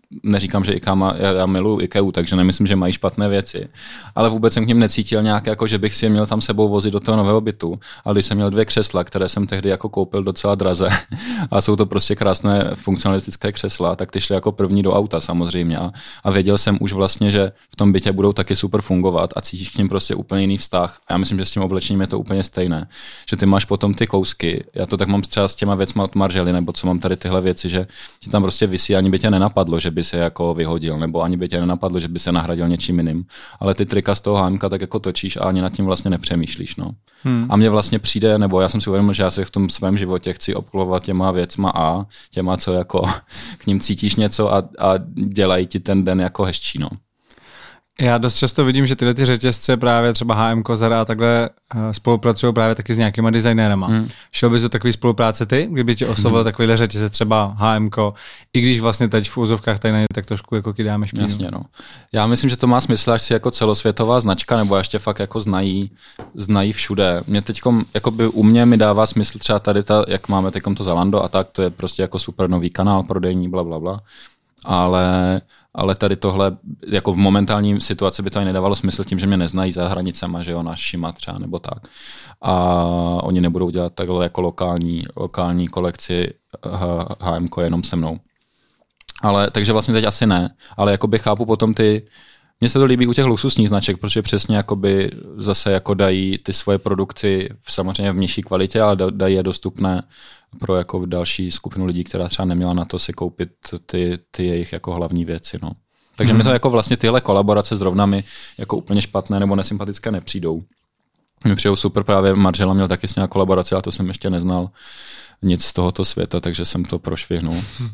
neříkám, že IKEA má, já, já miluju IKEA, takže nemyslím, že mají špatné věci, ale vůbec jsem k ním necítil nějak, jako že bych si je měl tam sebou vozit do toho nového bytu, ale když jsem měl dvě křesla, které jsem tehdy jako koupil docela draze a jsou to prostě krásné funkcionalistické křesla, tak ty šly jako první do auta samozřejmě a, a věděl jsem už vlastně, že v tom bytě budou taky super fungovat a cítíš k nim prostě úplně jiný vztah. A já myslím, že s tím oblečením je to úplně stejné, že ty máš potom ty kousky. Já to tak mám třeba s těma věcma od Maržely, nebo co mám tady tyhle věci, že ti tam prostě visí, ani by tě nenapadlo, že by se jako vyhodil, nebo ani by tě nenapadlo, že by se nahradil něčím jiným. Ale ty trika z toho H M K tak jako točíš a ani nad tím vlastně nepřemýšlíš. No. Hmm. A mně vlastně přijde, nebo já jsem si uvědomil, že já se v tom svém životě chci obklovat těma věcma a těma, co jako k ním cítíš něco a, a dělají ti ten den jako hezčí. No. Já dost často vidím, že tyhle ty řetězce právě třeba H M, Zara a takhle spolupracují právě taky s nějakýma designérama. Hmm. Šel bys do takové spolupráce ty, kdyby tě oslovil hmm. takovýhle řetězec třeba H M, i když vlastně teď v úzovkách tady na ně tak trošku jako kydáme špínu. Jasně, no. Já myslím, že to má smysl, až si jako celosvětová značka, nebo ještě fakt jako znají, znají všude. Mě teďkom, jako by u mě mi dává smysl třeba tady ta, jak máme teďkom to Zalando a tak, to je prostě jako super nový kanál prodejní, bla, bla, bla. Ale, ale tady tohle, jako v momentální situaci by to ani nedávalo smysl tím, že mě neznají za hranicema, že jo, na Shima třeba nebo tak. A oni nebudou dělat takhle jako lokální, lokální kolekci H M ko jenom se mnou. Ale, takže vlastně teď asi ne, ale jakoby chápu potom ty, mně se to líbí u těch luxusních značek, protože přesně jakoby zase jako dají ty svoje produkty v, samozřejmě v nižší kvalitě, ale dají je dostupné pro jako další skupinu lidí, která třeba neměla na to si koupit ty, ty jejich jako hlavní věci. No. Takže hmm. mi to jako vlastně tyhle kolaborace zrovna mi jako úplně špatné nebo nesympatické nepřijdou. Mi přijdou super, právě Maržela měl taky s nějakou kolaboraci, a to jsem ještě neznal nic z tohoto světa, takže jsem to prošvihnul.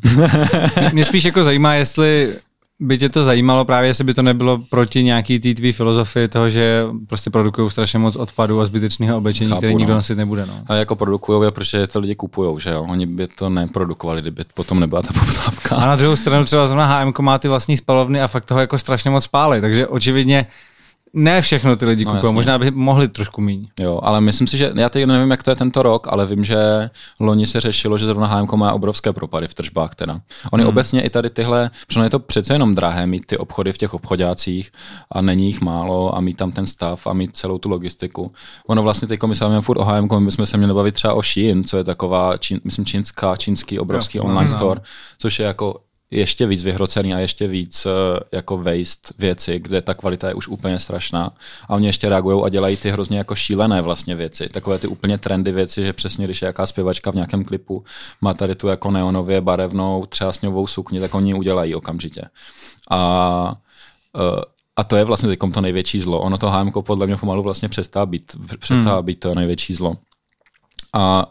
Mě spíš jako zajímá, jestli by tě to zajímalo právě, jestli by to nebylo proti nějaký té tvý filozofii toho, že prostě produkují strašně moc odpadů a zbytečného oblečení, Chápu, který nikdo no. nosit nebude. No. A jako produkují, protože to lidi kupujou, že jo? Oni by to neprodukovali, kdyby potom nebyla ta poptávka. A na druhou stranu třeba zrovna H M má ty vlastní spalovny a fakt toho jako strašně moc spálí, takže očividně ne všechno ty lidi no, kupují, možná by mohli trošku míň. Jo, ale myslím si, že já teď nevím, jak to je tento rok, ale vím, že loni se řešilo, že zrovna H M má obrovské propady v tržbách teda. Oni hmm. obecně i tady tyhle, protože je to přece jenom drahé mít ty obchody v těch obchodácích a není jich málo a mít tam ten stav a mít celou tu logistiku. Ono vlastně teď my se bavíme furt o H M, my bychom se měli bavit třeba o Shein, co je taková, čín, myslím, čínská, čínský obrovský jo, online store, což je jako ještě víc vyhrocený a ještě víc jako waste věci, kde ta kvalita je už úplně strašná. A oni ještě reagují a dělají ty hrozně jako šílené vlastně věci. Takové ty úplně trendy věci, že přesně když je jaká zpěvačka v nějakém klipu má tady tu jako neonově barevnou třásňovou sukni, tak oni ji udělají okamžitě. A A to je vlastně teďkom to největší zlo. Ono to H M podle mě pomalu vlastně přestává být, přestává být to největší zlo. A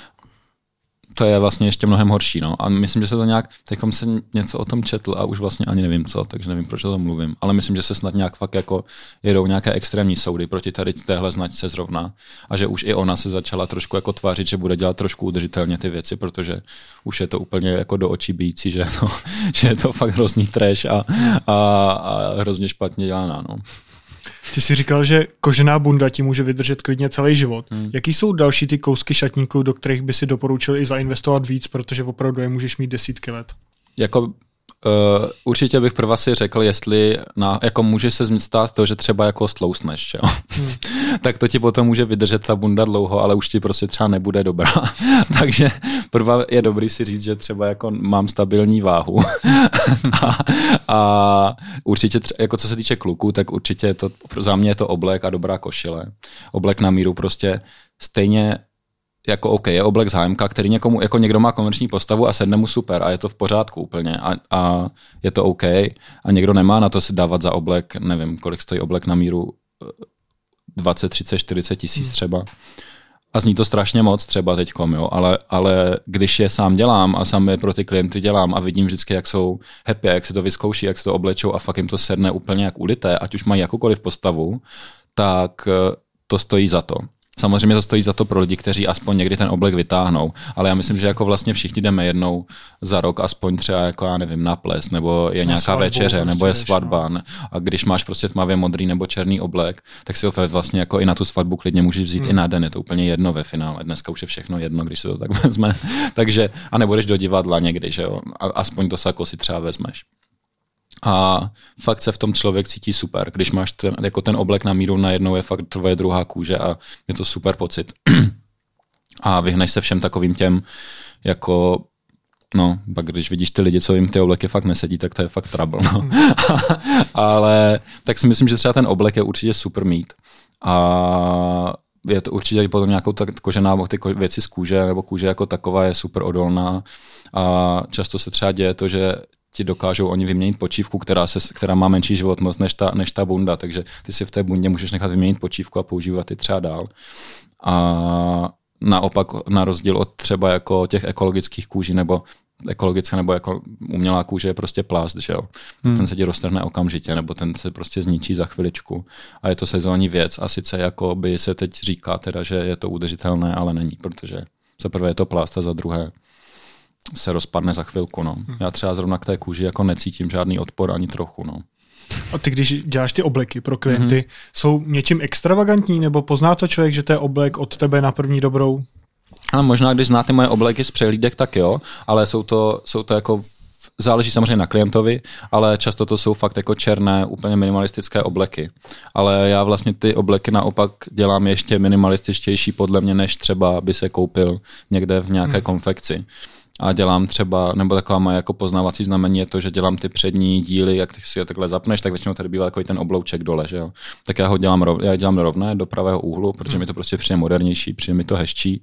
to je vlastně ještě mnohem horší. No. A myslím, že se to nějak, teďkom jsem něco o tom četl a už vlastně ani nevím co, takže nevím, proč o tom mluvím. Ale myslím, že se snad nějak fakt jako jedou nějaké extrémní soudy proti tady téhle značce zrovna. A že už i ona se začala trošku jako tvářit, že bude dělat trošku udržitelně ty věci, protože už je to úplně jako do očí bijící, že je to, že je to fakt hrozný trash a, a, a hrozně špatně dělaná. No. Ty jsi říkal, že kožená bunda ti může vydržet klidně celý život. Hmm. Jaký jsou další ty kousky šatníků, do kterých by si doporučil i zainvestovat víc, protože opravdu je můžeš mít desítky let? Jako Uh, určitě bych prva si řekl, jestli na, jako může se stát to, že třeba jako stlousneš, jo? Hmm. Tak to ti potom může vydržet ta bunda dlouho, ale už ti prostě třeba nebude dobrá. Takže prva je dobrý si říct, že třeba jako mám stabilní váhu. a, a určitě, tře- jako co se týče kluků, tak určitě je to, za mě je to oblek a dobrá košile. Oblek na míru prostě stejně jako OK, je oblek z H M, který někomu, jako někdo má komerční postavu a sedne mu super a je to v pořádku úplně a, a je to OK a někdo nemá na to si dávat za oblek, nevím, kolik stojí oblek na míru, dvacet, třicet, čtyřicet tisíc třeba. A zní to strašně moc třeba teďkom, jo, ale, ale když je sám dělám a sám je pro ty klienty dělám a vidím vždycky, jak jsou happy, jak si to vyzkouší, jak si to oblečou a fakt jim to sedne úplně jak ulité, ať už mají jakoukoliv postavu, tak to stojí za to. Samozřejmě to stojí za to pro lidi, kteří aspoň někdy ten oblek vytáhnou, ale já myslím, že jako vlastně všichni jdeme jednou za rok aspoň třeba jako já nevím na ples, nebo je na nějaká svatbu, večeře, prostě nebo je svatba no. A když máš prostě tmavě modrý nebo černý oblek, tak si ho vlastně jako i na tu svatbu klidně můžeš vzít hmm. i na den, je to úplně jedno ve finále, dneska už je všechno jedno, když se to tak vezme, takže a nebudeš do divadla někdy, že jo, a aspoň to sako si třeba vezmeš. A fakt se v tom člověk cítí super. Když máš ten, jako ten oblek na míru, najednou je fakt tvoje druhá kůže a je to super pocit. A vyhneš se všem takovým těm, jako, no, pak když vidíš ty lidi, co jim ty obleky fakt nesedí, tak to je fakt trouble. No. Ale tak si myslím, že třeba ten oblek je určitě super mít. A je to určitě potom nějakou tak kožená, ty věci z kůže, nebo kůže jako taková je super odolná. A často se třeba děje to, že ti dokážou oni vyměnit počívku, která, se, která má menší životnost než ta, než ta bunda, takže ty si v té bundě můžeš nechat vyměnit počívku a používat ji třeba dál. A naopak na rozdíl od třeba jako těch ekologických kůží nebo ekologická nebo jako umělá kůže je prostě plast, že jo. Hmm. Ten se ti roztrhne okamžitě, nebo ten se prostě zničí za chviličku. A je to sezónní věc a sice jako by se teď říká teda, že je to udržitelné, ale není, protože za prvé je to plast a za druhé se rozpadne za chvilku, no. Já třeba zrovna k té kůži jako necítím žádný odpor ani trochu, no. A ty, když děláš ty obleky pro klienty, mm-hmm. jsou něčím extravagantní, nebo pozná to člověk, že to je oblek od tebe na první dobrou? Ale možná, když znáte moje obleky z přehlídek, tak jo, ale jsou to, jsou to jako, záleží samozřejmě na klientovi, ale často to jsou fakt jako černé, úplně minimalistické obleky. Ale já vlastně ty obleky naopak dělám ještě minimalističtější podle mě, než třeba by se koupil někde v nějaké mm. konfekci. A dělám třeba, nebo taková moje jako poznávací znamení je to, že dělám ty přední díly, jak si je takhle zapneš, tak většinou tady bývá jako ten oblouček dole, že jo. Tak já ho dělám, rov, já dělám rovné do pravého úhlu, protože mi to prostě přijde modernější, přijde mi to hezčí.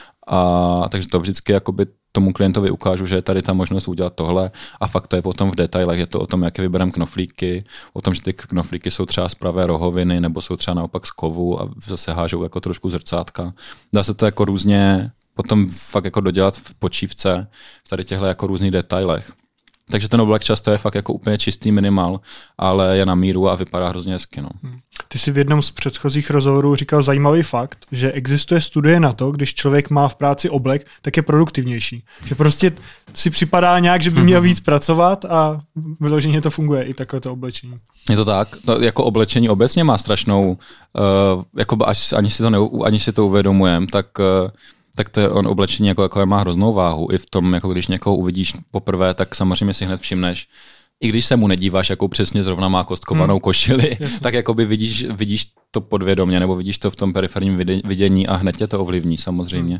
A takže to vždycky jakoby tomu klientovi ukážu, že je tady ta možnost udělat tohle a fakt to je potom v detailech, je to o tom, jak vybereme knoflíky, o tom, že ty knoflíky jsou třeba z pravé rohoviny nebo jsou třeba naopak z kovu a zase hážou jako trošku zrcátka. Dá se to jako různě potom fakt jako dodělat v počívce v tady těchto jako různých detailech. Takže ten oblek často je fakt jako úplně čistý minimál, ale je na míru a vypadá hrozně hezky. No. Ty jsi v jednom z předchozích rozhovorů říkal zajímavý fakt, že existuje studie na to, když člověk má v práci oblek, tak je produktivnější. Že prostě si připadá nějak, že by měl víc pracovat a vyloženě to funguje i takhle to oblečení. Je to tak, to jako oblečení obecně má strašnou, uh, jako až, ani, si to ne, ani si to uvědomujeme, tak uh, tak to je on oblečení jako, jako má hroznou váhu. I v tom, jako když někoho uvidíš poprvé, tak samozřejmě si hned všimneš, i když se mu nedíváš, jakou přesně zrovna má kostkovanou hmm. košili, Jasně. tak jakoby vidíš, vidíš to podvědomě, nebo vidíš to v tom periferním vidění a hned tě to ovlivní samozřejmě. Hmm.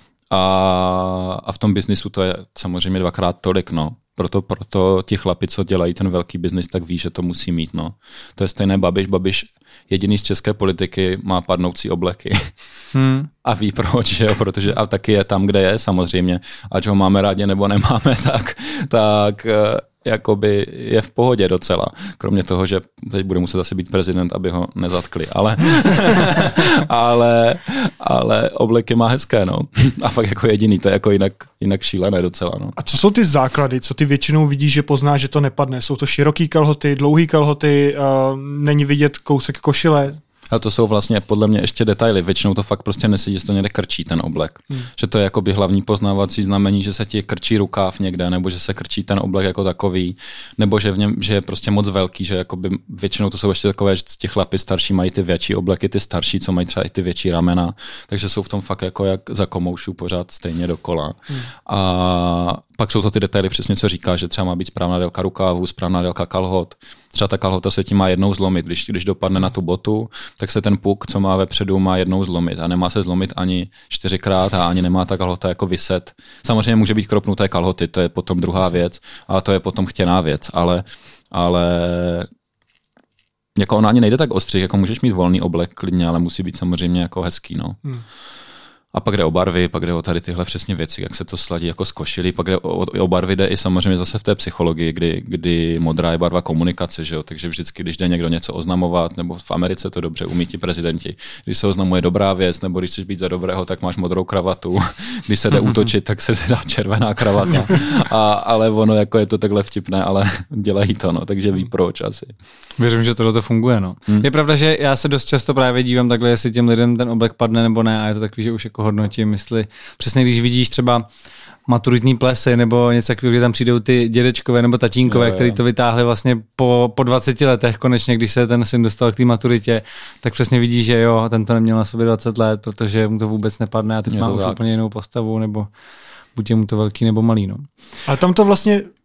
A, a v tom biznisu to je samozřejmě dvakrát tolik, no. Proto, proto ti chlapi, co dělají ten velký biznis, tak ví, že to musí mít, no. To je stejné Babiš. Babiš jediný z české politiky má padnoucí obleky. Hmm. A ví proč, že jo? Protože a taky je tam, kde je samozřejmě. Ať ho máme rádi nebo nemáme, tak, tak jakoby je v pohodě docela. Kromě toho, že teď bude muset asi být prezident, aby ho nezatkli. Ale, ale, ale obleky má hezké, no. A fakt jako jediný, to je jako jinak, jinak šílené docela, no. A co jsou ty základy, co ty většinou vidíš, že poznáš, že to nepadne? Jsou to široký kalhoty, dlouhý kalhoty, uh, není vidět kousek košile? A to jsou vlastně podle mě ještě detaily. Většinou to fakt prostě nesedí, že to někde krčí ten oblek. Hmm. Že to je jakoby hlavní poznávací znamení, že se ti krčí rukáv někde, nebo že se krčí ten oblek jako takový, nebo že v něm, že je prostě moc velký, že jakoby většinou to jsou ještě takové, že ti chlapi starší mají ty větší obleky, ty starší, co mají třeba i ty větší ramena, takže jsou v tom fakt jako jak za komoušů pořád stejně dokola. Hmm. A pak jsou to ty detaily přesně, co říká, že třeba má být správná délka rukávu, správná délka kalhot. Třeba ta kalhota se tím má jednou zlomit. Když, když dopadne na tu botu, tak se ten puk, co má vepředu, má jednou zlomit. A nemá se zlomit ani čtyřikrát a ani nemá ta kalhota jako vyset. Samozřejmě může být kropnuté kalhoty, to je potom druhá věc, ale to je potom chtěná věc. Ale, ale jako ona ani nejde tak ostřih, jako můžeš mít volný oblek klidně, ale musí být samozřejmě jako hezký. No. Hmm. A pak jde o barvy, pak jde o tady tyhle přesně věci, jak se to sladí jako s košilí, pak jde o, o barvy, jde i samozřejmě zase v té psychologii, kdy, kdy modrá je barva komunikace, že jo? Takže vždycky, když jde někdo něco oznamovat, nebo v Americe to dobře umí ti prezidenti, když se oznamuje dobrá věc, nebo když chceš být za dobrého, tak máš modrou kravatu, když se jde útočit, tak se dá červená kravata, a, ale ono jako je to takhle vtipné, ale dělají to, no, takže ví proč asi. Věřím, že tohle to funguje, no. Hmm. Je pravda, že já se dost často právě dívám takhle, jestli těm lidem ten oblek padne nebo ne, a je to takový, že už jako hodnotím, jestli přesně když vidíš třeba maturitní plesy nebo něco takového, kdy tam přijdou ty dědečkové nebo tatínkové, kteří to vytáhli vlastně po, po dvaceti letech konečně, když se ten syn dostal k té maturitě, tak přesně vidíš, že jo, ten to neměl na sobě dvacet let, protože mu to vůbec nepadne a teď má už tak úplně jinou postavu, nebo buď je mu to velký nebo malý. No. Ale tam to vlastně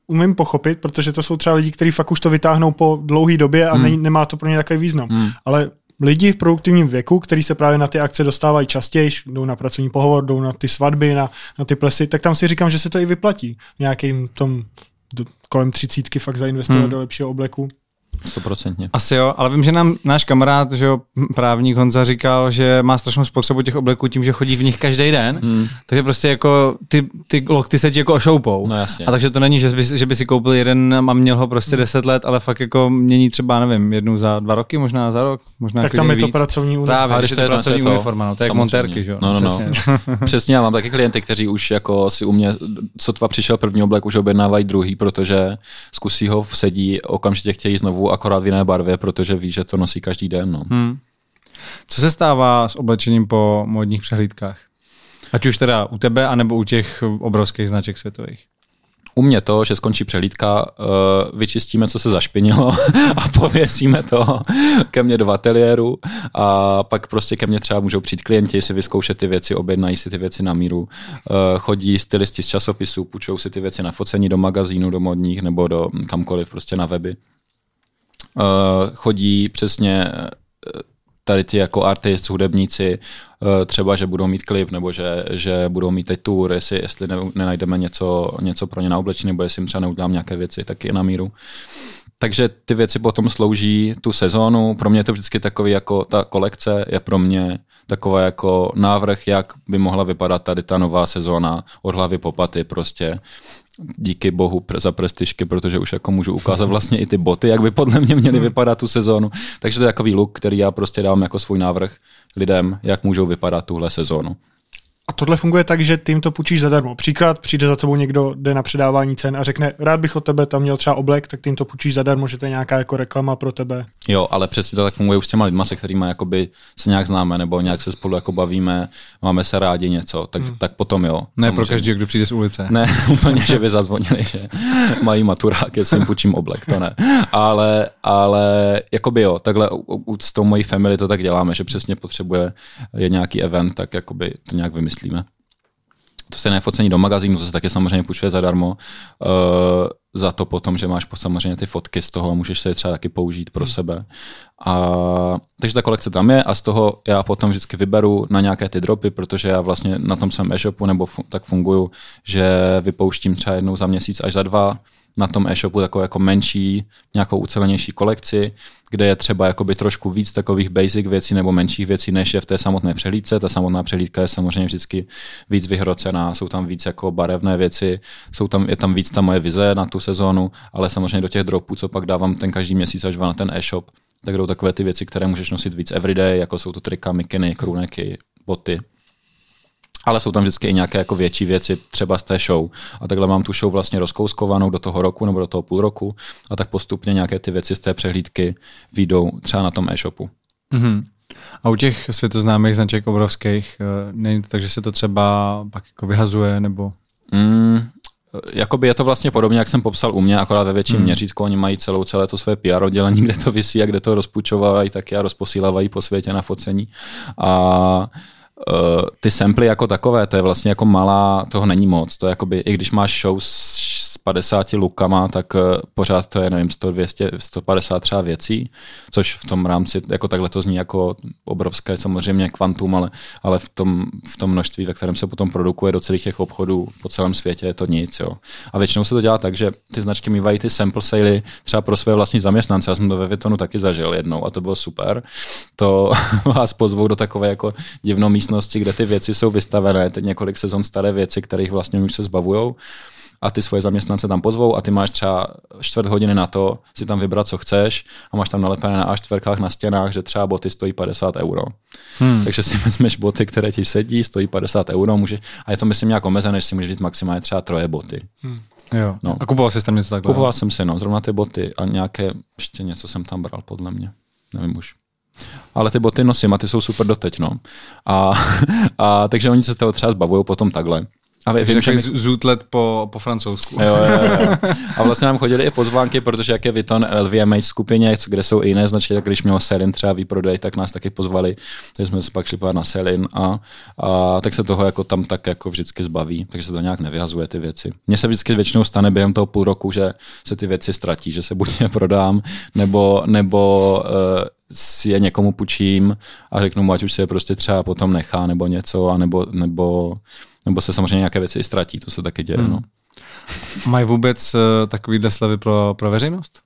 umím pochopit, protože to jsou třeba lidi, kteří fakt už to vytáhnou po dlouhé době a hmm. ne, nemá to pro ně takový význam. Hmm. Ale lidi v produktivním věku, kteří se právě na ty akce dostávají častěji, jdou na pracovní pohovor, jdou na ty svatby, na, na ty plesy, tak tam si říkám, že se to i vyplatí. V nějakým tom do, kolem třicítky fakt zainvestovat hmm. do lepšího obleku. Stoprocentně. Asi jo, ale vím, že nám náš kamarád, že jo, právník Honza říkal, že má strašnou spotřebu těch obleků tím, že chodí v nich každý den, hmm. takže prostě jako ty, ty lokty se ti jako ošoupou. No jasně. A takže to není, že by, že by si koupil jeden a měl ho prostě deset let, ale fakt jako mění třeba, nevím, jednou za dva roky, možná za rok, možná tak tam je víc. to pracovní uniforma. Právě, když to je pracovní uniforma, no, to je jak montérky, že jo. No, no, no. Přesně, já mám taky klienty, kteří už jako si u mě, sotva přišel první oblek, už objednávají druhý, protože zkusí ho, vsedí, okamžitě chtějí znovu, akorát v jiné barvě, protože ví, že to nosí každý den. No. Hmm. Co se stává s oblečením po módních přehlídkách? Ať už teda u tebe, anebo u těch obrovských značek světových. U mě to, že skončí přehlídka, vyčistíme, co se zašpinilo a pověsíme to ke mně do ateliéru a pak prostě ke mně třeba můžou přijít klienti, si vyzkoušet ty věci, objednají si ty věci na míru, chodí stylisti z časopisů, půjčou si ty věci na focení do magazínů, do modních nebo do kamkoliv, prostě na weby. Chodí přesně tady ty jako artisti, hudebníci, třeba, že budou mít klip, nebo že, že budou mít teď tour, jestli, jestli nenajdeme něco, něco pro ně na oblečení, nebo jestli jim třeba neudělám nějaké věci, taky na míru. Takže ty věci potom slouží tu sezónu. Pro mě je to vždycky takový, jako ta kolekce je pro mě taková jako návrh, jak by mohla vypadat tady ta nová sezóna od hlavy po paty prostě. Díky bohu za prestižky, protože už jako můžu ukázat vlastně i ty boty, jak by podle mě měly vypadat tu sezónu. Takže to je takový look, který já prostě dám jako svůj návrh lidem, jak můžou vypadat tuhle sezónu. A tohle funguje tak, že ty jim to půjčíš zadarmo. Příklad, přijde za tebou někdo, jde na předávání cen a řekne, rád bych od tebe tam měl třeba oblek, tak ty jim to půjčíš zadarmo, že to je nějaká jako reklama pro tebe. Jo, ale přesně to tak funguje už s těma lidma, se kterými jakoby se nějak známe, nebo nějak se spolu jako bavíme, máme se rádi něco, tak, hmm. tak potom jo. Ne samozřejmě. Pro každý, kdo přijde z ulice. Ne, úplně, že by zazvonili, že mají maturák, jestli jim půjčím oblek, to ne. Ale, ale jakoby jo, takhle u, u, s tou mojí family to tak děláme, že přesně potřebuje je nějaký event, tak jakoby to nějak vymyslíme. To se nefocení do magazínu, to se taky samozřejmě půjčuje zadarmo. Uh, za to potom, že máš samozřejmě ty fotky z toho, můžeš se je třeba taky použít pro sebe. A, takže ta kolekce tam je a z toho já potom vždycky vyberu na nějaké ty dropy, protože já vlastně na tom svém e-shopu nebo fu- tak funguju, že vypouštím třeba jednou za měsíc až za dva na tom e-shopu takovou jako menší, nějakou ucelenější kolekci, kde je třeba jakoby trošku víc takových basic věcí nebo menších věcí, než je v té samotné přehlídce. Ta samotná přehlídka je samozřejmě vždycky víc vyhrocená, jsou tam víc jako barevné věci, jsou tam, je tam víc ta moje vize na tu sezónu, ale samozřejmě do těch dropů, co pak dávám ten každý měsíc až dva na ten e-shop, tak jdou takové ty věci, které můžeš nosit víc everyday, jako jsou to trika, mikiny, krůneky, boty. Ale jsou tam vždycky i nějaké jako větší věci, třeba z té show. A takhle mám tu show vlastně rozkouskovanou do toho roku nebo do toho půl roku a tak postupně nějaké ty věci z té přehlídky vyjdou třeba na tom e-shopu. Mm-hmm. A u těch světoznámých značek obrovských, není to tak, že se to třeba pak jako vyhazuje nebo... Mm, jakoby je to vlastně podobně, jak jsem popsal u mě, akorát ve větším hmm. měřítku. Oni mají celou celé to své P R oddělení, kde to visí a kde to rozpůjčovávají taky a rozposílávají po světě na focení. A Uh, ty samply jako takové, to je vlastně jako malá, toho není moc, to je jakoby, i když máš show s, s padesáti lookama, tak uh, pořád to je, nevím, sto, dvě stě, sto padesát třeba věcí, což v tom rámci, jako takhle to zní jako obrovské samozřejmě kvantum, ale, ale v, tom, v tom množství, ve kterém se potom produkuje do celých těch obchodů po celém světě, je to nic, jo. A většinou se to dělá tak, že ty značky mývají ty sample sale třeba pro své vlastní zaměstnance, já jsem to ve Vuittonu taky zažil jednou a to bylo super, to vás pozvou do takové jako divnou místnosti, kde ty věci jsou vystavené, teď několik sezon staré věci, kterých vlastně už se zbavujou a ty svoje zaměstnance tam pozvou a ty máš třeba čtvrt hodiny na to si tam vybrat, co chceš a máš tam nalepené na á čtyřkách na stěnách, že třeba boty stojí padesát euro. Hmm. Takže si vezmeš boty, které ti sedí, stojí padesát euro, může, a je to myslím nějak omezené, že si můžeš říct maximálně třeba troje boty. Hmm. Jo. No. A kupoval jsi tam něco takové? Kupoval jsem si, no, zrovna ty boty a nějaké, ještě něco jsem tam bral podle mě, nevím už. Ale ty boty nosím a ty jsou super doteď, no. A, a takže oni se z toho třeba zbavují potom takhle. A vím, Takže že my... zútlet po, po francouzsku. Jo, jo, jo. A vlastně nám chodili i pozvánky, protože jak je Vuitton L V M H skupině, kde jsou i jiné značky, tak když měl Celine třeba výprodej, tak nás taky pozvali, takže jsme se pak šli pát na Celine a, a tak se toho jako tam tak jako vždycky zbaví, takže se to nějak nevyhazuje ty věci. Mně se vždycky většinou stane během toho půl roku, že se ty věci ztratí, že se buď je prodám, nebo, nebo uh, si je někomu půjčím a řeknu mu, ať už si je prostě třeba potom nechá nebo něco, a nebo, nebo nebo se samozřejmě nějaké věci ztratí, to se taky děje. Hmm. No. Mají vůbec uh, takovýhle slevy pro, pro veřejnost?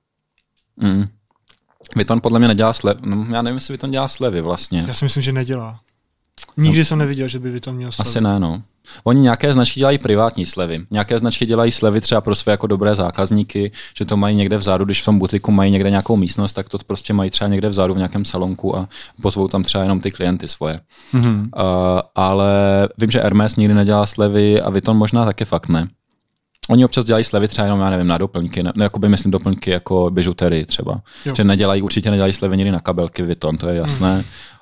Mm. Vuitton podle mě nedělá slevy. No, já nevím, jestli Vuitton dělá slevy vlastně. Já si myslím, že nedělá. Nikdy no. jsem neviděl, že by Vuitton měl slevy. Asi ne, no. Oni nějaké značky dělají privátní slevy. Nějaké značky dělají slevy třeba pro své jako dobré zákazníky, že to mají někde vzadu, když v tom butiku mají někde nějakou místnost, tak to prostě mají třeba někde vzadu v nějakém salonku a pozvou tam třeba jenom ty klienty svoje. Mm-hmm. Uh, ale vím, že Hermès nikdy nedělá slevy a Vuitton možná taky fakt ne. Oni občas dělají slevy třeba jenom, já nevím, na doplňky, ne, jakoby myslím doplňky jako bižuterii třeba. Jo. Že nedělají, určitě nedělají slevy nikdy na kabelky Vuitton, to je jasné. Mm.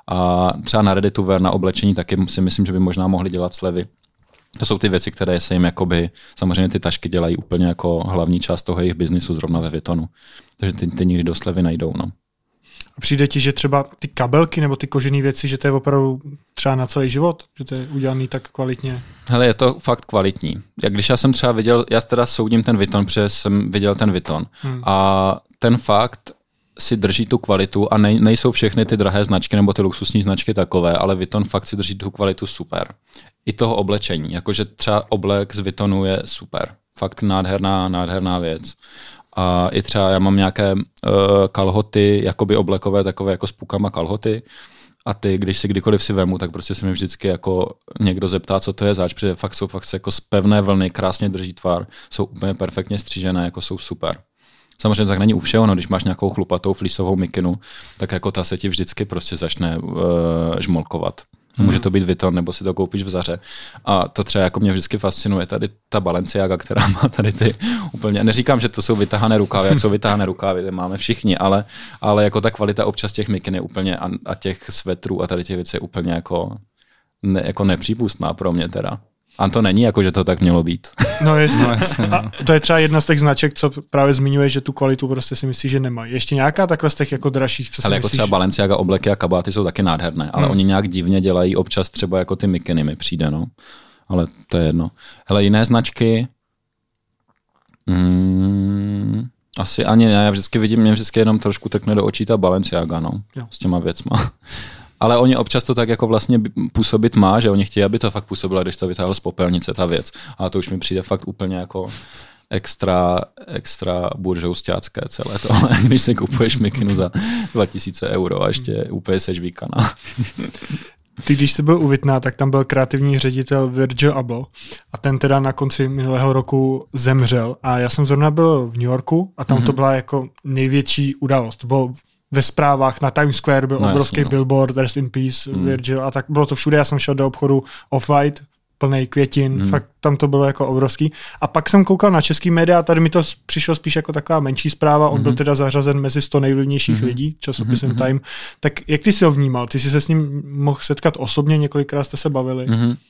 A třeba na ready to wear, na oblečení taky si myslím, že by možná mohli dělat slevy. To jsou ty věci, které se jim jakoby, samozřejmě ty tašky dělají úplně jako hlavní část toho jejich biznisu zrovna ve Vuittonu. Takže ty, ty nikdy do slevy nejdou, no. A přijde ti, že třeba ty kabelky nebo ty kožené věci, že to je opravdu třeba na celý život? Že to je udělaný tak kvalitně? Hele, je to fakt kvalitní. Jak když já jsem třeba viděl, já teda soudím ten Vuitton, protože jsem viděl ten Vuitton. Hmm. A ten fakt si drží tu kvalitu a nej, nejsou všechny ty drahé značky nebo ty luxusní značky takové, ale Vuitton fakt si drží tu kvalitu super. I toho oblečení, jakože třeba oblek z Vuittonu je super. Fakt nádherná, nádherná věc. A i třeba já mám nějaké uh, kalhoty, jakoby oblekové, takové jako s pukama kalhoty. A ty, když si kdykoliv si vemu, tak prostě se mi vždycky jako někdo zeptá, co to je zač, protože fakt jsou fakt jako z pevné vlny, krásně drží tvar, jsou úplně perfektně střížené, jako jsou super. Samozřejmě tak není u všeho, no, když máš nějakou chlupatou flísovou mikinu, tak jako ta se ti vždycky prostě začne uh, žmolkovat. Hmm. Může to být Vuitton, nebo si to koupíš v Zaře. A to třeba jako mě vždycky fascinuje, tady ta Balenciaga, která má tady ty úplně, neříkám, že to jsou vytahané rukávy, jak jsou vytahané rukávy, máme všichni, ale, ale jako ta kvalita občas těch mikin je úplně a, a těch svetrů a tady těch věcí je úplně jako, ne, jako nepřípustná pro mě teda. A to není jako, že to tak mělo být. No jasně. A to je třeba jedna z těch značek, co právě zmiňuje, že tu kvalitu prostě si myslí, že nemají. Ještě nějaká takhle z těch jako dražších, co si ale jako myslíš? Třeba Balenciaga obleky a kabáty jsou taky nádherné, ale hmm. oni nějak divně dělají občas třeba jako ty mikiny mi přijde, no. Ale to je jedno. Hele, jiné značky... Hmm, asi ani ne, já vždycky vidím, mě vždycky jenom trošku trkne do očí ta Balenciaga, no. Jo. S těma věcma. Ale oni občas to tak jako vlastně působit má, že oni chtějí, aby to fakt působilo, když to vytáhl z popelnice ta věc. A to už mi přijde fakt úplně jako extra, extra buržousťácké celé tohle, když si kupuješ mikinu za dva tisíce euro a ještě úplně seš výkaná. Ty, když jsi byl u Vuittona, tak tam byl kreativní ředitel Virgil Abloh a ten teda na konci minulého roku zemřel. A já jsem zrovna byl v New Yorku a tam mm-hmm. to byla jako největší událost. To bylo ve zprávách na Times Square byl no, obrovský jasný, no. billboard, Rest in Peace, mm. Virgil a tak bylo to všude. Já jsem šel do obchodu Off-White, plnej květin, mm. fakt tam to bylo jako obrovský. A pak jsem koukal na český média a tady mi to přišlo spíš jako taková menší zpráva. On mm. byl teda zařazen mezi sto nejvlivnějších mm. lidí, časopisem mm. Time. Tak jak ty jsi ho vnímal? Ty jsi se s ním mohl setkat osobně, několikrát jste se bavili? Mm. Uh,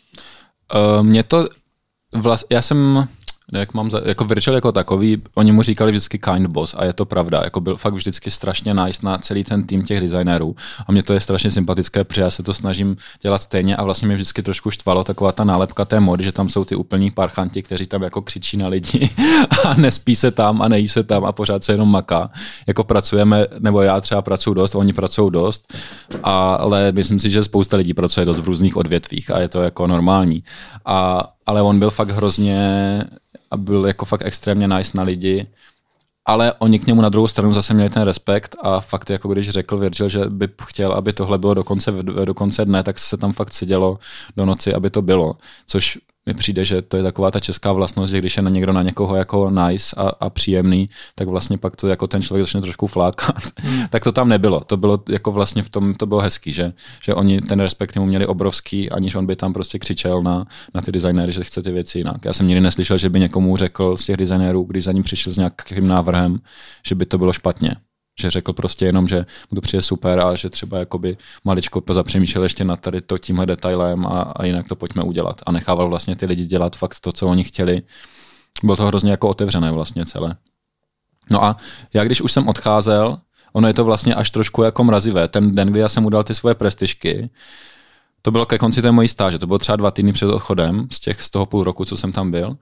mě to vlast... Já jsem... Jak mám za, jako Virgil jako takový, oni mu říkali vždycky kind boss a je to pravda, jako byl fakt vždycky strašně nice na celý ten tým těch designérů a mě to je strašně sympatické, protože já se to snažím dělat stejně a vlastně mě vždycky trošku štvalo taková ta nálepka té mody, že tam jsou ty úplní parchanti, kteří tam jako křičí na lidi a nespí se tam a nejí se tam a pořád se jenom maká. Jako pracujeme, nebo já třeba pracuju dost, oni pracují dost, ale myslím si, že spousta lidí pracuje dost v různých odvětvích a je to jako normální. A, ale on byl fakt hrozně a byl jako fakt extrémně nice na lidi, ale oni k němu na druhou stranu zase měli ten respekt a fakt jako když řekl Virgil, že by chtěl, aby tohle bylo do konce, do konce dne, tak se tam fakt sedělo do noci, aby to bylo, což mi přijde, že to je taková ta česká vlastnost, že když je na někdo na někoho jako nice a, a příjemný, tak vlastně pak to jako ten člověk začne trošku flákat. Hmm. Tak to tam nebylo. To bylo jako vlastně v tom, to bylo hezký, že, že oni ten respekt mu měli obrovský, aniž on by tam prostě křičel na, na ty designéry, že chce ty věci jinak. Já jsem nikdy neslyšel, že by někomu řekl z těch designérů, když za ním přišel s nějakým návrhem, že by to bylo špatně. Že řekl prostě jenom, že mu to přijde super a že třeba jakoby maličko pozapřemýšlel ještě nad tady to tímhle detailem a, a jinak to pojďme udělat. A nechával vlastně ty lidi dělat fakt to, co oni chtěli. Bylo to hrozně jako otevřené vlastně celé. No a já když už jsem odcházel, ono je to vlastně až trošku jako mrazivé. Ten den, kdy já jsem mu dal ty svoje prestižky, to bylo ke konci té mojí stáže, to bylo třeba dva týdny před odchodem z, těch, z toho půl roku, co jsem tam byl.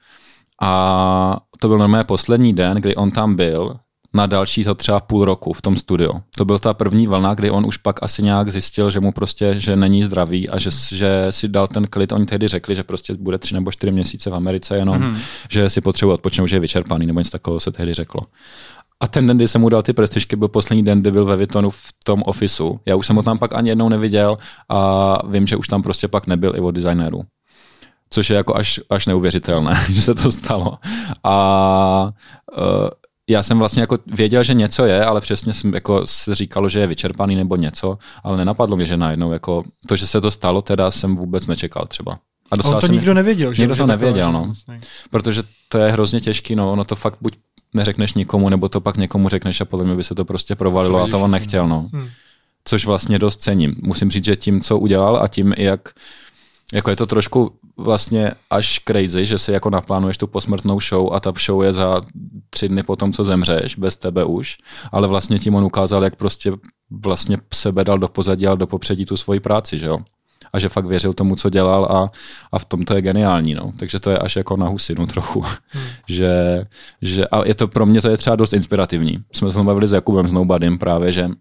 A to byl normálně poslední den, kdy on tam byl, na další to třeba půl roku v tom studiu. To byl ta první vlna, kdy on už pak asi nějak zjistil, že mu prostě, že není zdravý a že, že si dal ten klid. Oni tehdy řekli, že prostě bude tři nebo čtyři měsíce v Americe jenom, mm-hmm. že si potřebuje odpočinout, že je vyčerpaný, nebo něco takového se tehdy řeklo. A ten den, kdy jsem mu dal ty prestižky, byl poslední den, kdy byl ve Vuittonu v tom ofisu. Já už jsem ho tam pak ani jednou neviděl a vím, že už tam prostě pak nebyl i od designéru. Což je jako až, až neuvěřitelné, že se to stalo. A uh, já jsem vlastně jako věděl, že něco je, ale přesně jsem jako se říkalo, že je vyčerpaný nebo něco, ale nenapadlo mě, že najednou jako to, že se to stalo, teda jsem vůbec nečekal třeba. A on to jsem, nikdo nevěděl, že? Nikdo to nevěděl, no. Vlastně. Protože to je hrozně těžký, no, ono to fakt buď neřekneš nikomu, nebo to pak někomu řekneš a podle mě by se to prostě provalilo to a to on nechtěl, no. Hmm. Což vlastně dost cením. Musím říct, že tím, co udělal a tím, jak jako je to trošku vlastně až crazy, že si jako naplánuješ tu posmrtnou show a ta show je za tři dny potom, co zemřeš, bez tebe už, ale vlastně tím on ukázal, jak prostě vlastně sebe dal do pozadí, ale do popředí tu svoji práci, že jo. A že fakt věřil tomu, co dělal a, a v tom to je geniální, no. Takže to je až jako na husinu trochu. Hmm. že, že, a je to pro mě to je třeba dost inspirativní. Jsme se bavili s Jakubem, s Nobodym právě, že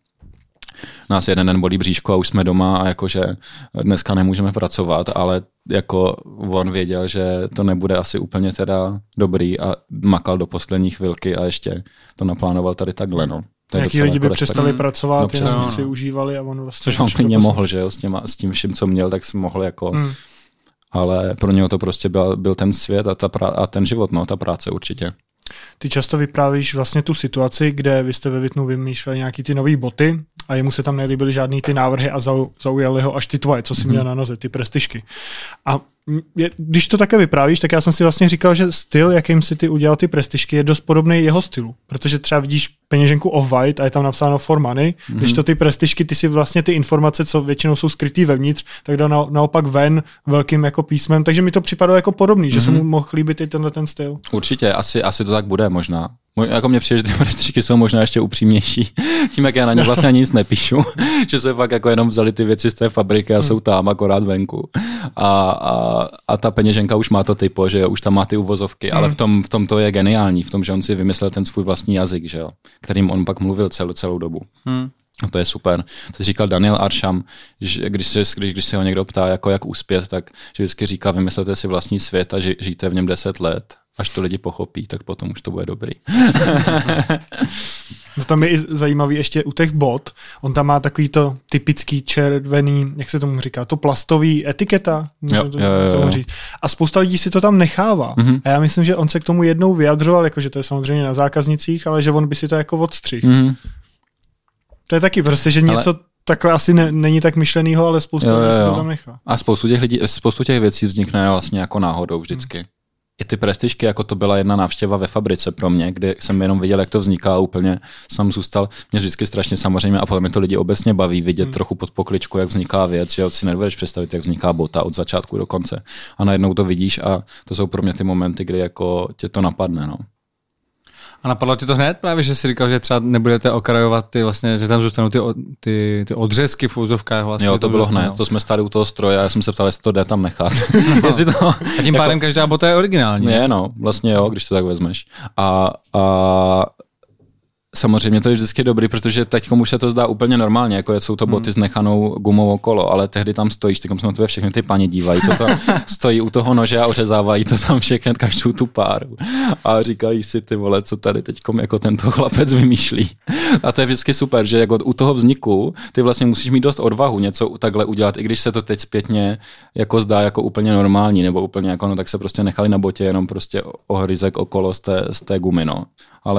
nás jeden den bolí bříško a už jsme doma a jakože dneska nemůžeme pracovat, ale jako on věděl, že to nebude asi úplně teda dobrý a makal do poslední chvilky a ještě to naplánoval tady takhle, no. Jaký lidi by jako přestali respekt. pracovat, no, jenom no. si užívali a on vlastně... Což on klidně mohl, že jo, s, těma, s tím vším, co měl, tak si mohl jako... Hmm. Ale pro něho to prostě byl, byl ten svět a, ta prá- a ten život, no, ta práce určitě. Ty často vyprávíš vlastně tu situaci, kde vy jste ve Vuittonu vymýšleli nějaký ty nový boty a jemu se tam nelíbily žádný ty návrhy a zaujaly ho až ty tvoje, co jsi měl na noze, ty prestižky. A je, když to také vyprávíš, tak já jsem si vlastně říkal, že styl, jakým si ty udělal ty prestižky, je dost podobný jeho stylu, protože třeba vidíš peněženku Off-White a je tam napsáno for money, mm-hmm. když to ty prestižky, ty si vlastně ty informace, co většinou jsou skrytý vevnitř, tak dá na, naopak ven velkým jako písmem, takže mi to připadalo jako podobný, mm-hmm. že se mu mohl líbit i tenhle ten styl. Určitě, asi, asi to tak bude možná. Jako mě přijde, že ty prestižky jsou možná ještě upřímnější, tím, jak já na ně vlastně ani nic nepíšu, že se fakt jako jenom vzali ty věci z té fabriky a jsou tam akorát venku. A, a, a ta peněženka už má to typo, že už tam má ty uvozovky, ale v tom, v tom to je geniální, v tom, že on si vymyslel ten svůj vlastní jazyk, že jo, kterým on pak mluvil celou, celou dobu. Hmm. A to je super. To říkal Daniel Arsham, že když se, když, když se ho někdo ptá, jako jak uspět, tak že vždycky říká, vymyslete si vlastní svět a ži, žijte v něm deset let. Až to lidi pochopí, tak potom už to bude dobrý. No tam je i zajímavý ještě u těch bot. On tam má takový to typický červený, jak se tomu říká, to plastový etiketa. Jo, to, jo, jo, jo. říct. A spousta lidí si to tam nechává. Mm-hmm. A já myslím, že on se k tomu jednou vyjadřoval, jakože to je samozřejmě na zákaznicích, ale že on by si to jako odstřihl. Mm-hmm. To je taky prostě, že něco ale... takhle asi ne, není tak myšlenýho, ale spousta lidí si to tam nechá. A spoustu těch lidí, spoustu těch věcí vznikne vlastně jako náhodou vždycky. Mm. I ty prestižky, jako to byla jedna návštěva ve fabrice pro mě, kde jsem jenom viděl, jak to vzniká a úplně jsem zůstal. Mě vždycky strašně samozřejmě a potom mě to lidi obecně baví vidět hmm. trochu pod pokličku, jak vzniká věc, že si nedovedeš představit, jak vzniká bota od začátku do konce. A najednou to vidíš a to jsou pro mě ty momenty, kdy jako tě to napadne. No. A napadlo ti to hned právě, že jsi říkal, že třeba nebudete okrajovat ty vlastně, že tam zůstanou ty, ty, ty odřezky v úzovkách vlastně. Jo, to, to bylo hned, no. To jsme stáli u toho stroje a já jsem se ptal, jestli to jde tam nechat. No. jestli to, a tím pádem jako, každá bota je originální. Ne, no, vlastně jo, když to tak vezmeš. A, a samozřejmě to je vždycky dobrý, protože teď už se to zdá úplně normálně, jako jsou to boty hmm. s nechanou gumou okolo, ale tehdy tam stojíš, teď se na tebe všechny ty paní dívají, co to stojí u toho nože a ořezávají to tam všechny, každou tu páru. A říkají si, ty vole, co tady teďkom jako tento chlapec vymýšlí. A to je vždycky super, že jako u toho vzniku ty vlastně musíš mít dost odvahu něco takhle udělat, i když se to teď zpětně jako zdá jako úplně normální, nebo úplně jako, no tak se prostě nechali na botě jenom prostě ohryzek okolo z té, z té gumy, no. Ale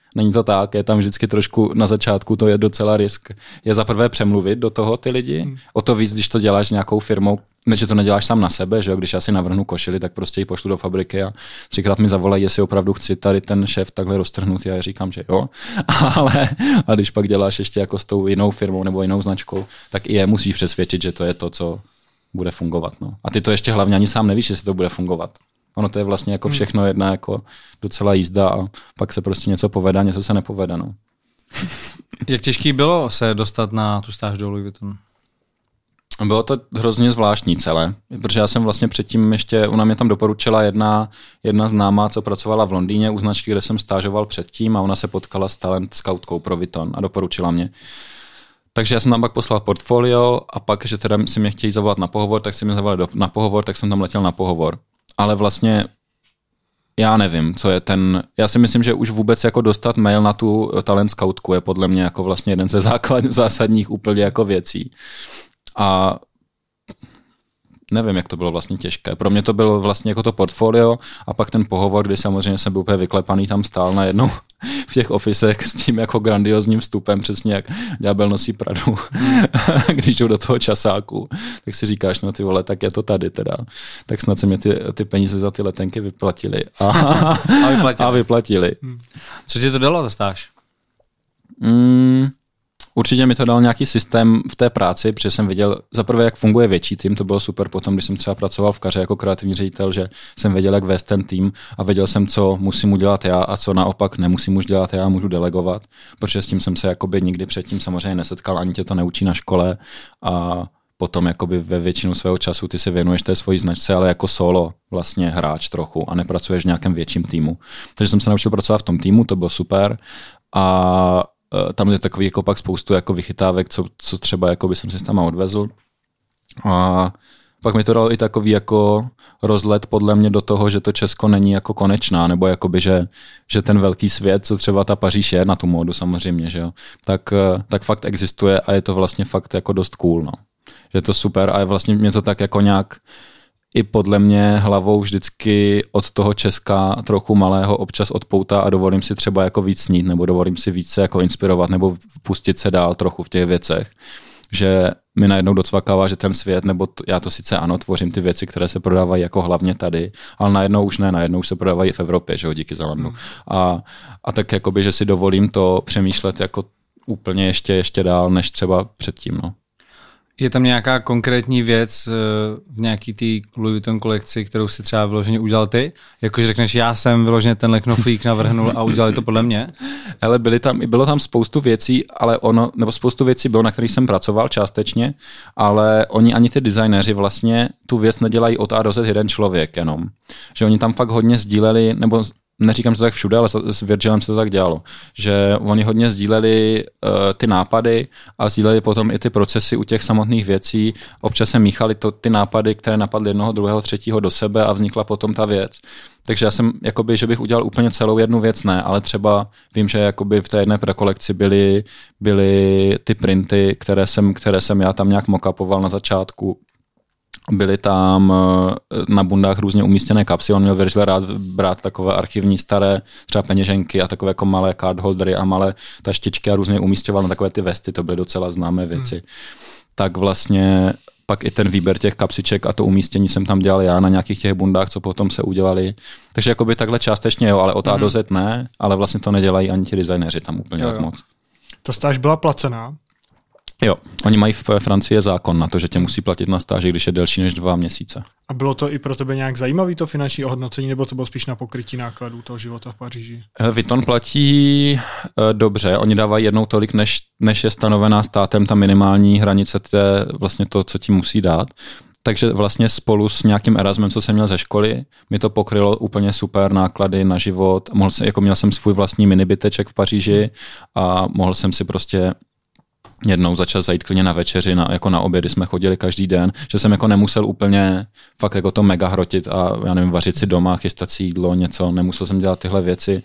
Není to tak, je tam vždycky trošku na začátku, to je docela risk. Je za prvé přemluvit do toho ty lidi, hmm. o to víc, když to děláš s nějakou firmou, že to neděláš sám na sebe, že jo? Když já si navrhnu košili, tak prostě ji pošlu do fabriky a třikrát mi zavolají, jestli opravdu chci tady ten šéf takhle roztrhnout, já říkám, že jo, ale a když pak děláš ještě jako s tou jinou firmou nebo jinou značkou, tak i je musíš přesvědčit, že to je to, co bude fungovat. No. A ty to ještě hlavně ani sám nevíš, jestli to bude fungovat. Ono to je vlastně jako všechno jedna jako docela jízda a pak se prostě něco povede a něco se nepovede. No. Jak těžký bylo se dostat na tu stáž do Louis Vuitton? Bylo to hrozně zvláštní celé, protože já jsem vlastně předtím ještě, ona mě tam doporučila jedna, jedna známá, co pracovala v Londýně u značky, kde jsem stážoval předtím a ona se potkala s talent scoutkou pro Vuitton a doporučila mě. Takže já jsem tam pak poslal portfolio a pak, že teda si mě chtějí zavolat na pohovor, tak si mě zavolali do, na pohovor, tak jsem tam letěl na pohovor. Ale vlastně já nevím, co je ten, já si myslím, že už vůbec jako dostat mail na tu talent scoutku je podle mě jako vlastně jeden ze základ, zásadních úplně jako věcí. A nevím, jak to bylo vlastně těžké. Pro mě to bylo vlastně jako to portfolio a pak ten pohovor, kdy samozřejmě jsem byl úplně vyklepaný, tam stál najednou v těch ofisech s tím jako grandiozním vstupem, přesně jak ďábel nosí Pradu, když jdou do toho časáku, tak si říkáš, no ty vole, tak je to tady teda. Tak snad se mě ty, ty peníze za ty letenky vyplatili. A, a vyplatili. A vyplatili. Co ti to dalo za stáž? Mm, Určitě mi to dal nějaký systém v té práci, protože jsem viděl zaprvé, jak funguje větší tým, to bylo super potom, když jsem třeba pracoval v Kaře jako kreativní ředitel, že jsem věděl, jak vést ten tým a věděl jsem, co musím udělat já a co naopak nemusím už dělat já, můžu delegovat, protože s tím jsem se jakoby nikdy předtím samozřejmě nesetkal, ani tě to neučí na škole a potom jakoby ve většinu svého času ty se věnuješ té svojí značce, ale jako solo vlastně hráč trochu a nepracuješ v nějakém větším týmu. Takže jsem se naučil pracovat v tom týmu, to bylo super a tam je takový jako pak spoustu jako vychytávek, co, co třeba jako by jsem si tam odvezl. A pak mi to dalo i takový jako rozlet podle mě do toho, že to Česko není jako konečná, nebo jakoby, že, že ten velký svět, co třeba ta Paříž je na tu módu samozřejmě, že jo, tak, tak fakt existuje a je to vlastně fakt jako dost cool, no. Že je to super a je vlastně mě to tak jako nějak i podle mě hlavou vždycky od toho Česka trochu malého občas odpoutá a dovolím si třeba jako víc snít, nebo dovolím si více jako inspirovat, nebo pustit se dál trochu v těch věcech. Že mi najednou docvakává, že ten svět, nebo t- já to sice ano, tvořím ty věci, které se prodávají jako hlavně tady, ale najednou už ne, najednou už se prodávají v Evropě, že jo, díky Zalandu. Hmm. A, a tak jakoby, že si dovolím to přemýšlet jako úplně ještě, ještě dál, než třeba předtím, no. Je tam nějaká konkrétní věc v nějaký té Louis Vuitton kolekci, kterou si třeba vyloženě udělal ty? Jakože řekneš, já jsem vyloženě tenhle knoflík navrhnul a udělali to podle mě? Ale byly tam, bylo tam spoustu věcí, ale ono, nebo spoustu věcí bylo, na kterých jsem pracoval částečně, ale oni ani ty designéři vlastně tu věc nedělají od A do Z jeden člověk jenom. Že oni tam fakt hodně sdíleli, nebo neříkám, že to tak všude, ale s Virgilem se to tak dělalo, že oni hodně sdíleli uh, ty nápady a sdíleli potom i ty procesy u těch samotných věcí. Občas se míchali to, ty nápady, které napadly jednoho, druhého, třetího do sebe a vznikla potom ta věc. Takže já jsem, jakoby, že bych udělal úplně celou jednu věc, ne, ale třeba vím, že jakoby v té jedné prekolekci byly, byly ty printy, které jsem, které jsem já tam nějak mockupoval na začátku. Byly tam na bundách různě umístěné kapsy, on měl Virgil rád brát takové archivní staré třeba peněženky a takové jako malé cardholdery a malé taštičky a různě umístěval na takové ty vesty, to byly docela známé věci. Hmm. Tak vlastně pak i ten výběr těch kapsiček a to umístění jsem tam dělal já na nějakých těch bundách, co potom se udělali. Takže jakoby takhle částečně jo, ale od A hmm. do Z ne, ale vlastně to nedělají ani ti designéři tam úplně jo, tak moc. Ta stáž byla placená? Jo, oni mají v Francii zákon na to, že tě musí platit na stáži, když je delší než dva měsíce. A bylo to i pro tebe nějak zajímavý to finanční ohodnocení, nebo to bylo spíš na pokrytí nákladů toho života v Paříži? Vuitton platí dobře, oni dávají jednou tolik, než, než je stanovená státem ta minimální hranice, to je vlastně to, co ti musí dát. Takže vlastně spolu s nějakým Erasmem, co jsem měl ze školy, mi to pokrylo úplně super náklady na život. Mohl jsem, jako měl jsem svůj vlastní minibyteček v Paříži a mohl jsem si prostě jednou za čas zajít klidně na večeři, na, jako na obědy jsme chodili každý den, že jsem jako nemusel úplně fakt jako to mega hrotit a já nevím, vařit si doma, chystat si jídlo, něco, nemusel jsem dělat tyhle věci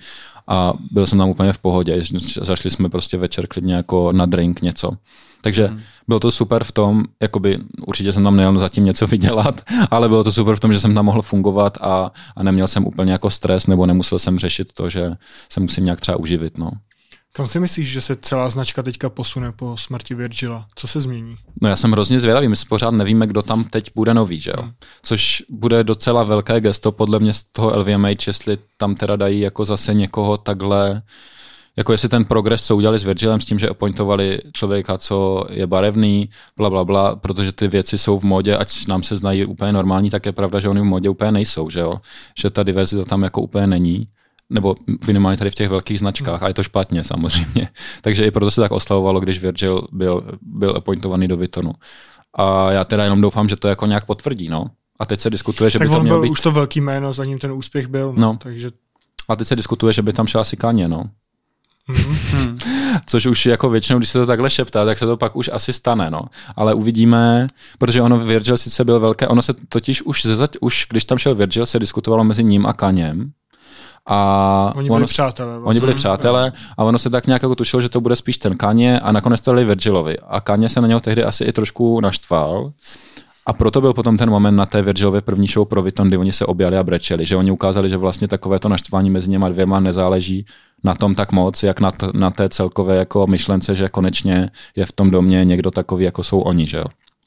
a byl jsem tam úplně v pohodě. Zašli jsme prostě večer klidně jako na drink něco. Takže hmm. bylo to super v tom, jakoby určitě jsem tam nejel zatím něco vydělat, ale bylo to super v tom, že jsem tam mohl fungovat a, a neměl jsem úplně jako stres, nebo nemusel jsem řešit to, že se musím nějak třeba uživit. No. Kam si myslíš, že se celá značka teďka posune po smrti Virgila? Co se změní? No já jsem hrozně zvědavý, my pořád nevíme, kdo tam teď bude nový, že jo? Hmm. Což bude docela velké gesto podle mě z toho L V M H, jestli tam teda dají jako zase někoho takhle, jako jestli ten progres, co udělali s Virgilem s tím, že appointovali člověka, co je barevný, bla, bla, bla, protože ty věci jsou v modě, ať nám se znají úplně normální, tak je pravda, že oni v modě úplně nejsou, že jo? Že ta diverzita tam jako úplně není. Nebo minimálně tady v těch velkých značkách, a je to špatně samozřejmě. Takže i proto se tak oslavovalo, když Virgil byl, byl appointovaný do Vuittonu. A já teda jenom doufám, že to jako nějak potvrdí, no. A teď se diskutuje, že tak by to mělo být... už to velký jméno, za ním ten úspěch byl. No, no. Takže... A teď se diskutuje, že by tam šel asi Kanye, no. Mm-hmm. Což už jako většinou, když se to takhle šeptá, tak se to pak už asi stane, no. Ale uvidíme, protože ono Virgil sice byl velké, ono se totiž už, ze, už když tam šel Virgil, se diskutovalo mezi ním a Kanyem. A oni byli ono, přátelé. Vlastně. Oni byli přátelé a ono se tak nějak jako tušilo, že to bude spíš ten Kanye a nakonec to dali Virgilovi. A Kanye se na něho tehdy asi i trošku naštval. A proto byl potom ten moment na té Virgilově první show pro Vuitton, kdy oni se objali a brečeli, že oni ukázali, že vlastně takové to naštvání mezi něma dvěma nezáleží na tom tak moc, jak na, t- na té celkové jako myšlence, že konečně je v tom domě někdo takový, jako jsou oni, že jo.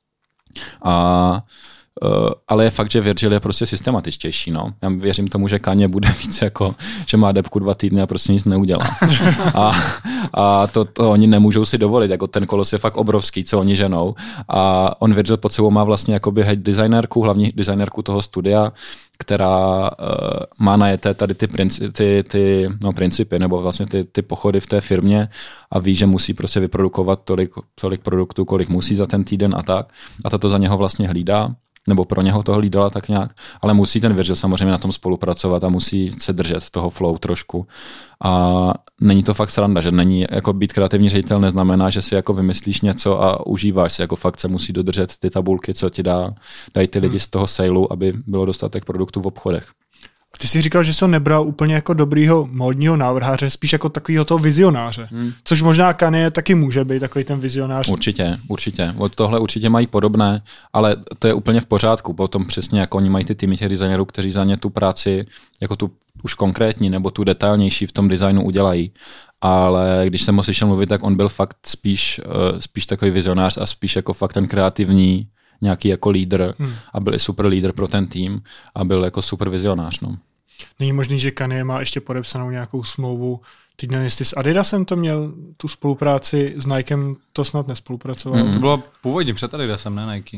A Uh, ale je fakt, že Virgil je prostě systematičtější, no. Já věřím tomu, že Kanye bude víc jako, že má depku dva týdny a prostě nic neudělá. A, a to, to oni nemůžou si dovolit, jako ten kolos je fakt obrovský, co oni ženou. A on Virgil pod sebou má vlastně jakoby head designérku, hlavní designérku toho studia, která uh, má najeté tady ty, princi- ty, ty no, principy, nebo vlastně ty, ty pochody v té firmě a ví, že musí prostě vyprodukovat tolik, tolik produktů, kolik musí za ten týden a tak. A tato za něho vlastně hlídá, nebo pro něho to hlídala tak nějak, ale musí ten Virgil samozřejmě na tom spolupracovat a musí se držet toho flow trošku. A není to fakt sranda, že není, jako být kreativní ředitel neznamená, že si jako vymyslíš něco a užíváš si, jako fakt se musí dodržet ty tabulky, co ti dá, dají ty lidi z toho sailu, aby bylo dostatek produktů v obchodech. Ty jsi říkal, že jsi ho nebral úplně jako dobrýho módního návrháře, spíš jako takovýho toho vizionáře. Hmm. Což možná Kanye taky může být takový ten vizionář. Určitě, určitě. Od tohle určitě mají podobné, ale to je úplně v pořádku. Potom přesně jako oni mají ty týmy těch designérů, kteří za ně tu práci, jako tu už konkrétní nebo tu detailnější v tom designu udělají. Ale když jsem ho slyšel mluvit, tak on byl fakt spíš, spíš takový vizionář a spíš jako fakt ten kreativní nějaký jako lídr hmm. a byl i super lídr pro ten tým a byl jako super vizionář. No. Není možný, že Kanye má ještě podepsanou nějakou smlouvu. Teď nevím, jestli s Adidasem to měl tu spolupráci, s Nikem to snad nespolupracoval. Hmm. To bylo původně před Adidasem, ne Nike?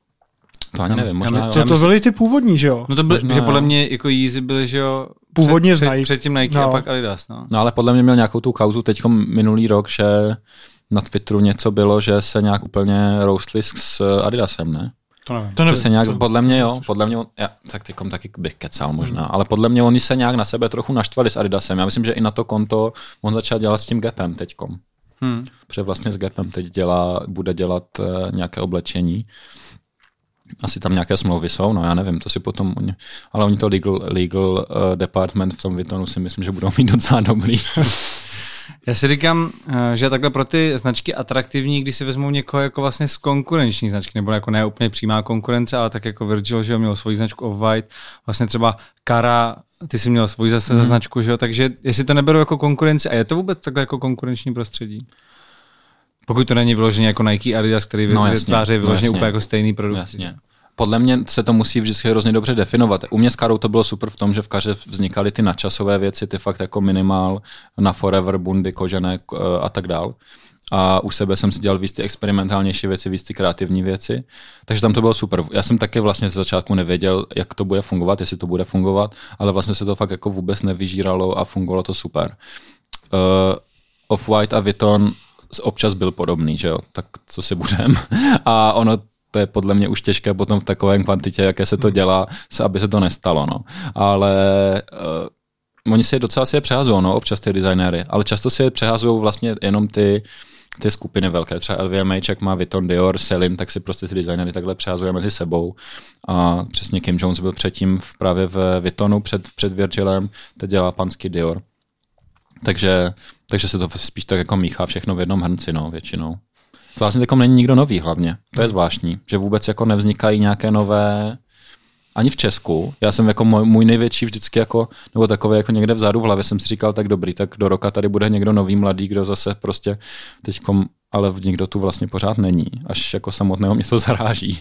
To ani nevím, možná. To, to byly ty původní, že jo? No to byly, že podle mě jako Yeezy byly, že jo, původně před, z Nike. Předtím Nike no. A pak Adidas, no. No ale podle mě měl nějakou tu kauzu teďkom minulý rok, že na Twitteru něco bylo, že se nějak úplně roustli s Adidasem, ne? To nevím. To nevím. Se nějak, to, podle mě jo, podle mě, já, tak tykom taky bych kecal možná, hmm. ale podle mě oni se nějak na sebe trochu naštvali s Adidasem. Já myslím, že i na to konto on začal dělat s tím Gapem teďkom. Hmm. Protože vlastně s Gapem teď dělá, bude dělat uh, nějaké oblečení. Asi tam nějaké smlouvy jsou, no já nevím, to si potom, oni, ale oni to legal, legal uh, department v tom Vuittonu si myslím, že budou mít docela dobrý. Já si říkám, že takhle pro ty značky atraktivní, když si vezmou někoho jako vlastně z konkurenční značky, nebo jako ne úplně přímá konkurence, ale tak jako Virgil, že jo, měl svoji značku Off-White, vlastně třeba Kara, ty si měl svoji zase mm. značku, že jo, takže jestli to neberu jako konkurenci, a je to vůbec takhle jako konkurenční prostředí? Pokud to není vyloženě jako Nike, Adidas, který no, vytváří vyloženě no, úplně jako stejný produkt. Jasně. Podle mě se to musí vždycky hrozně dobře definovat. U mě s Karou to bylo super v tom, že v Kaře vznikaly ty nadčasové věci, ty fakt jako minimál na forever, bundy, kožené a tak dál. A u sebe jsem si dělal víc ty experimentálnější věci, víc ty kreativní věci. Takže tam to bylo super. Já jsem taky vlastně z začátku nevěděl, jak to bude fungovat, jestli to bude fungovat, ale vlastně se to fakt jako vůbec nevyžíralo a fungovalo to super. Uh, Off-White a Vuitton občas byl podobný, že jo, tak co si budem. A ono to je podle mě už těžké potom v takovém kvantitě, jaké se to dělá, aby se to nestalo, no. Ale uh, oni si je docela si je přehazují, no, občas ty designéry, ale často si je přehazují vlastně jenom ty, ty skupiny velké, třeba L V M H, jak má Vuitton, Dior, Celine, tak si prostě ty designéry takhle přehazují mezi sebou. A přesně Kim Jones byl předtím v, právě v Vuittonu před, před Virgilem, teď dělá panský Dior. Takže, takže se to spíš tak jako míchá všechno v jednom hrnci, no, většinou. To vlastně takom není nikdo nový hlavně. To je zvláštní, že vůbec jako nevznikají nějaké nové, ani v Česku. Já jsem jako můj, můj největší vždycky jako, nebo takové jako někde vzadu v hlavě jsem si říkal, tak dobrý, tak do roka tady bude někdo nový mladý, kdo zase prostě teďkom, ale nikdo tu vlastně pořád není. Až jako samotného mě to zaráží.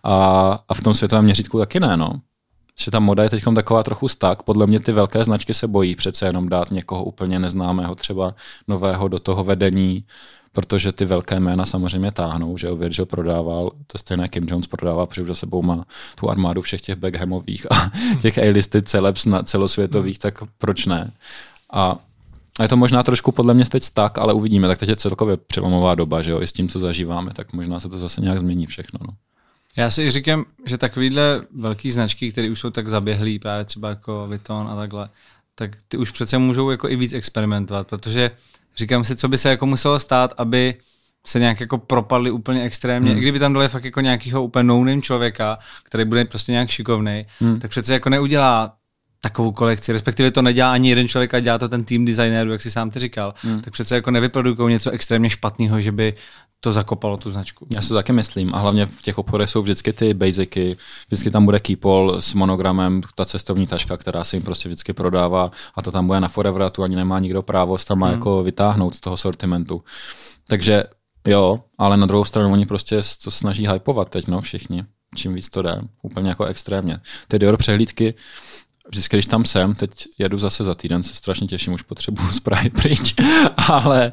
A, a v tom světovém měřítku taky ne, no. Že ta moda je teďkom taková trochu stak. Podle mě ty velké značky se bojí přece jenom dát někoho úplně neznámého, třeba nového do toho vedení, protože ty velké jména samozřejmě táhnou, že Virgil prodával, to stejné Kim Jones prodává, protože už za sebou má tu armádu všech těch Beckhamových a těch A-listy celebs na celosvětových, tak proč ne? A A je to možná trošku podle mě teď tak, ale uvidíme. Tak teď je celkově přelomová doba, že jo, i s tím, co zažíváme, tak možná se to zase nějak změní všechno. No. Já si říkám, že takovýhle velký značky, které už jsou tak zaběhlý, právě třeba jako Vuitton a takhle, tak ty už přece můžou jako i víc experimentovat, protože říkám si, co by se jako muselo stát, aby se nějak jako propadli úplně extrémně. Hmm. I kdyby tam dali fakt jako nějakýho úplně no-name člověka, který bude prostě nějak šikovnej, hmm. tak přece jako neudělá takovou kolekci, respektive to nedělá ani jeden člověk a dělá to ten tým designérů, jak si sám ty říkal, hmm. tak přece jako nevyprodukují něco extrémně špatného, že by to zakopalo tu značku. Já si to taky myslím a hlavně v těch obchodech jsou vždycky ty basicy, vždycky tam bude Keepall s monogramem, ta cestovní taška, která se jim prostě vždycky prodává a to tam bude na forever a tu ani nemá nikdo právo tam má hmm. jako vytáhnout z toho sortimentu. Takže jo, ale na druhou stranu oni prostě to snaží hypovat teď, no všichni, čím víc to jde, úplně jako extrémně. Ty Dior přehlídky, vždycky, když tam jsem, teď jedu zase za týden, se strašně těším, už potřebuju z Prahy pryč, ale,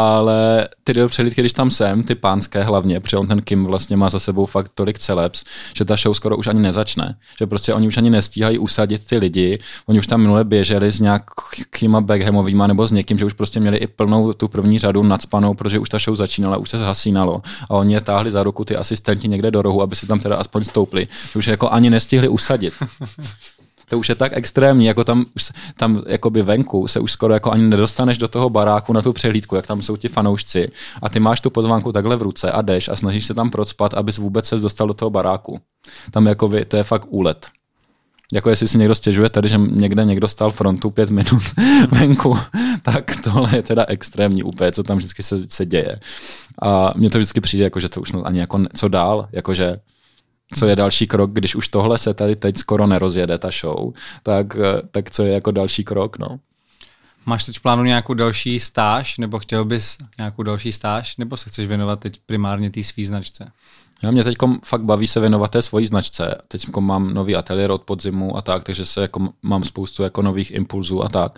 ale ty Dior přehlídky, když tam jsem, ty pánské hlavně, protože on ten Kim vlastně má za sebou fakt tolik celebs, že ta show skoro už ani nezačne, že prostě oni už ani nestíhají usadit ty lidi, oni už tam minule běželi s nějakýma Beckhamovýma nebo s někým, že už prostě měli i plnou tu první řadu nacpanou, protože už ta show začínala, už se zhasínalo a oni je táhli za ruku ty asistenti někde do rohu, aby si tam teda aspoň stoupli, že už jako ani nestihli usadit. To už je tak extrémní, jako tam, tam jakoby venku se už skoro jako ani nedostaneš do toho baráku na tu přehlídku, jak tam jsou ti fanoušci a ty máš tu pozvánku takhle v ruce a jdeš a snažíš se tam procpat, abys vůbec se dostal do toho baráku. Tam jakoby, to je fakt úlet. Jako jestli si někdo stěžuje tady, že někde někdo stál frontu pět minut venku, tak tohle je teda extrémní úplně, co tam vždycky se, se děje. A mně to vždycky přijde, jako, že to už ani jako co dál, jakože co je další krok, když už tohle se tady teď skoro nerozjede, ta show, tak, tak co je jako další krok, no. Máš teď v plánu nějakou další stáž, nebo chtěl bys nějakou další stáž, nebo se chceš věnovat teď primárně té svý značce? Já mě teď fakt baví se věnovat té svojí značce. Teď mám nový ateliér od podzimu a tak, takže se jako mám spoustu jako nových impulzů a tak.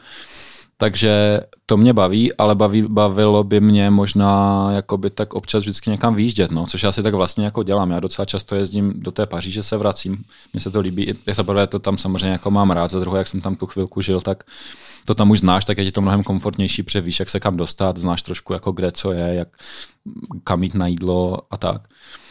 Takže to mě baví, ale baví, bavilo by mě možná jakoby tak občas vždycky někam výjíždět, no, což já si tak vlastně jako dělám. Já docela často jezdím do té Paříže, se vracím, mně se to líbí, jak za prvé to tam samozřejmě jako mám rád, za druhé, jak jsem tam tu chvilku žil, tak to tam už znáš, tak je ti to mnohem komfortnější, protože víš, jak se kam dostat, znáš trošku jako kde co je, jak kam jít na jídlo a tak.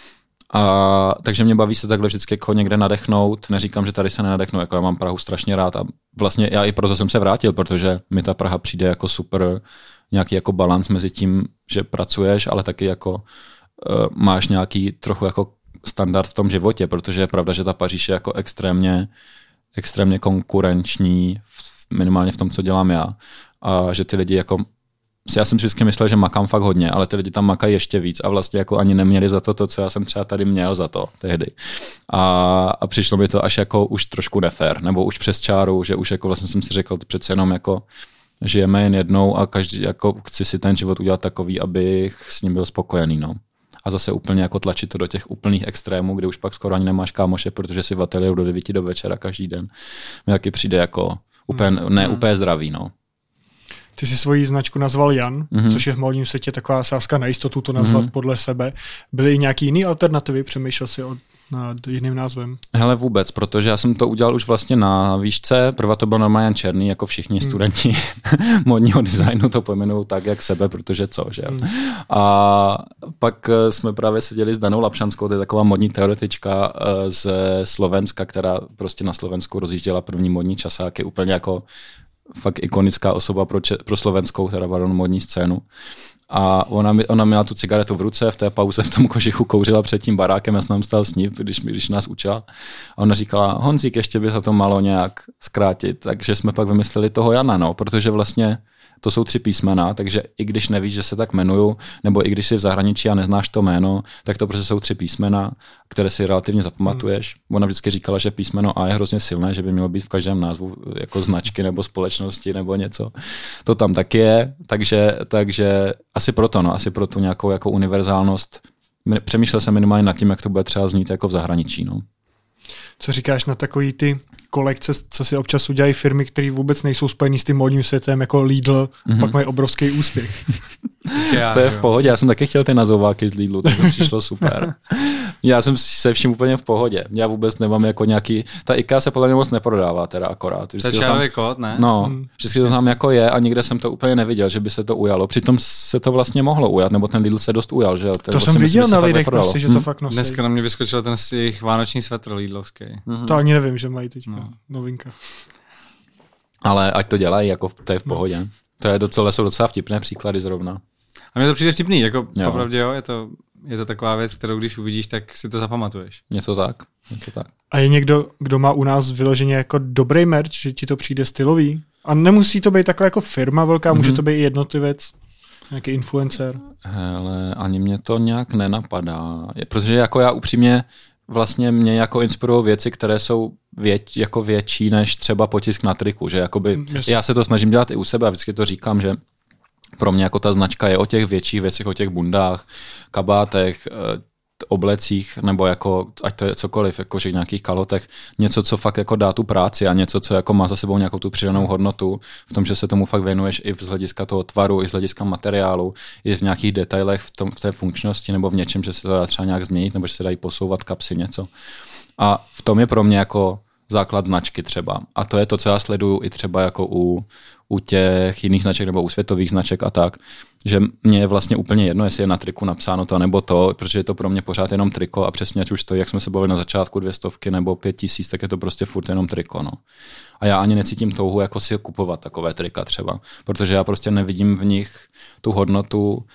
A, takže mě baví se takhle vždycky jako někde nadechnout. Neříkám, že tady se nenadechnu, jako já mám Prahu strašně rád a vlastně já i proto jsem se vrátil, protože mi ta Praha přijde jako super nějaký jako balans mezi tím, že pracuješ, ale taky jako uh, máš nějaký trochu jako standard v tom životě, protože je pravda, že ta Paříž je jako extrémně, extrémně konkurenční, minimálně v tom, co dělám já. A že ty lidi jako já jsem si vždycky myslel, že makám fakt hodně, ale ty lidi tam makají ještě víc a vlastně jako ani neměli za to to, co já jsem třeba tady měl za to tehdy. A, a přišlo mi to až jako už trošku nefér, nebo už přes čáru, že už jako vlastně jsem si řekl, přece jenom jako žijeme jen jednou a každý jako chci si ten život udělat takový, abych s ním byl spokojený, no. A zase úplně jako tlačit to do těch úplných extrémů, kde už pak skoro ani nemáš kámoše, protože si v ateliéru do devíti do večera každý den. Mi taky přijde jako úplně, ne úplně zdravý, no. Ty jsi svoji značku nazval Jan, mm-hmm. což je v módním světě taková sázka na jistotu to nazvat mm-hmm. podle sebe. Byly i nějaký jiný alternativy? Přemýšlel jsi o, nad jiným názvem? Hele vůbec, protože já jsem to udělal už vlastně na výšce. Prva to byl normálně Jan Černý, jako všichni mm. studenti módního designu to pojmenují tak, jak sebe, protože co, že mm. A pak jsme právě seděli s Danou Lapšanskou, to je taková módní teoretička ze Slovenska, která prostě na Slovensku rozjížděla první módní časáky, úplně jako fakt ikonická osoba pro, če- pro slovenskou, teda pardon, modní scénu. A ona, ona měla tu cigaretu v ruce, v té pauze v tom kožichu kouřila před tím barákem, já jsem tam stál s ní, když, když nás učila. A ona říkala, Honzík, ještě by se to malo nějak zkrátit. Takže jsme pak vymysleli toho Jana, no, protože vlastně to jsou tři písmena, takže i když nevíš, že se tak jmenuju, nebo i když jsi v zahraničí a neznáš to jméno, tak to prostě jsou tři písmena, které si relativně zapamatuješ. Hmm. Ona vždycky říkala, že písmeno A je hrozně silné, že by mělo být v každém názvu jako značky nebo společnosti nebo něco. To tam taky je, takže, takže asi proto, no, asi pro tu nějakou jako univerzálnost. Přemýšlel jsem minimálně nad tím, jak to bude třeba znít jako v zahraničí. No. Co říkáš na takový ty kolekce, co si občas udělají firmy, které vůbec nejsou spojený s tím módním světem, jako Lidl, mm-hmm. pak mají obrovský úspěch. Já, to je v pohodě, já jsem taky chtěl ty nazováky z Lidlu, to přišlo super. Já jsem se vším úplně v pohodě. Já vůbec nemám jako nějaký, ta IKEA se podle mě moc neprodává teda akorát. Vždycky to je kód, ne? No, hmm. vždycky to tam jako je a nikde jsem to úplně neviděl, že by se to ujalo. Přitom se to vlastně mohlo ujat, nebo ten Lidl se dost ujal, že jo? To jsem viděl na lidech prostě, že to hmm. fakt nosí. Dneska na mě vyskočil ten jejich vánoční svetr Lidlovský. Hmm. To ani nevím, že mají teďka no. novinka. Ale ať to dělají, jako to je v pohodě. No. To je docela, jsou docela vtipné příklady zrovna. A mně to přijde vtipný, jako jo. Popravdě jo, je to, je to taková věc, kterou když uvidíš, tak si to zapamatuješ. Je to tak, je to tak. A je někdo, kdo má u nás vyloženě jako dobrý merch, že ti to přijde stylový? A nemusí to být takhle jako firma velká, mm-hmm. může to být i jednotlivec, nějaký influencer. Hele, ani mě to nějak nenapadá, je, protože jako já upřímně vlastně mě jako inspirují věci, které jsou věť, jako větší než třeba potisk na triku, že jakoby, já se to snažím dělat i u sebe a vždycky to říkám, že pro mě jako ta značka je o těch větších věcech, o těch bundách, kabátech, oblecích, nebo jako, ať to je cokoliv, jako že nějakých kalotech, něco, co fakt jako dá tu práci a něco, co jako má za sebou nějakou tu přidanou hodnotu v tom, že se tomu fakt věnuješ i z hlediska toho tvaru, i z hlediska materiálu, i v nějakých detailech v, tom, v té funkčnosti, nebo v něčem, že se to dá třeba nějak změnit, nebo že se dají posouvat kapsy, něco. A v tom je pro mě jako základ značky třeba. A to je to, co já sleduju i třeba jako u, u těch jiných značek nebo u světových značek a tak, že mě je vlastně úplně jedno, jestli je na triku napsáno to nebo to, protože je to pro mě pořád jenom triko a přesně ať už to, jak jsme se bavili na začátku, dvě stovky nebo pět tisíc, tak je to prostě furt jenom triko. No. A já ani necítím touhu jako si kupovat takové trika třeba, protože já prostě nevidím v nich tu hodnotu.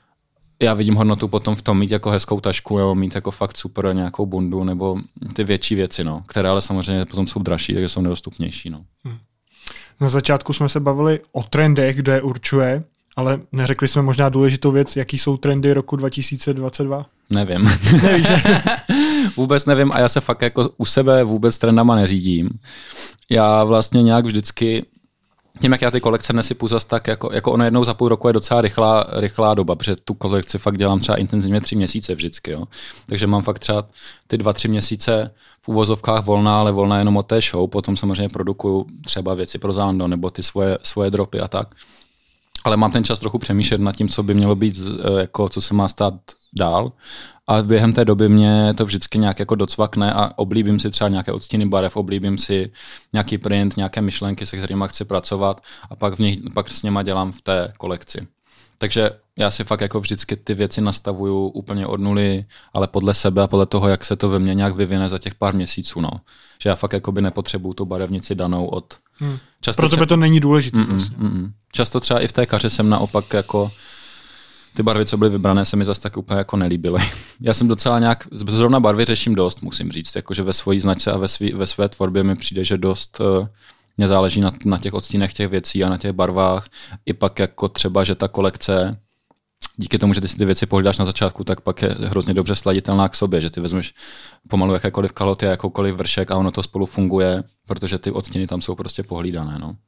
Já vidím hodnotu potom v tom mít jako hezkou tašku nebo mít jako fakt super nějakou bundu nebo ty větší věci, no, které ale samozřejmě potom jsou dražší, takže jsou nedostupnější. No. Hmm. Na začátku jsme se bavili o trendech, kdo je určuje, ale neřekli jsme možná důležitou věc, jaký jsou trendy roku dva tisíce dvacet dva? Nevím. Nevíš, že? Vůbec nevím a já se fakt jako u sebe vůbec trendama neřídím. Já vlastně nějak vždycky tím, jak já ty kolekce nesypu zas tak, jako, jako ono jednou za půl roku je docela rychlá, rychlá doba, protože tu kolekci fakt dělám třeba intenzivně tři měsíce vždycky, jo. Takže mám fakt třeba ty dva, tři měsíce v uvozovkách volná, ale volná jenom od té show, potom samozřejmě produkuju třeba věci pro Zalando nebo ty svoje, svoje dropy a tak. Ale mám ten čas trochu přemýšlet nad tím, co by mělo být, jako, co se má stát dál. A během té doby mě to vždycky nějak jako docvakne a oblíbím si třeba nějaké odstíny barev, oblíbím si nějaký print, nějaké myšlenky, se kterými chci pracovat a pak, v nich, pak s něma dělám v té kolekci. Takže já si fakt jako vždycky ty věci nastavuju úplně od nuly, ale podle sebe a podle toho, jak se to ve mně nějak vyvine za těch pár měsíců. No. Že já fakt jako by nepotřebuju tu barevnici danou od... Hmm. Pro tebe to není důležité. Mm-mm, vlastně. mm-mm. Často třeba i v té kaře jsem naopak jako... Ty barvy, co byly vybrané, se mi zase tak úplně jako nelíbily. Já jsem docela nějak, zrovna barvy řeším dost, musím říct, jakože ve svojí značce a ve, svý, ve své tvorbě mi přijde, že dost uh, mě záleží na, na těch odstínech těch věcí a na těch barvách. I pak jako třeba, že ta kolekce, díky tomu, že ty si ty věci pohlídáš na začátku, tak pak je hrozně dobře sladitelná k sobě, že ty vezmeš pomalu jakékoliv kaloty a jakoukoliv vršek a ono to spolu funguje, protože ty odstíny tam jsou prostě pohlídané, no.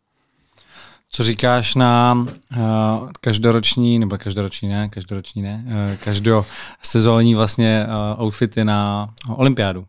Co říkáš na uh, každoroční, nebo každoroční ne, každoroční ne, uh, každosezónní vlastně uh, outfity na olympiádu?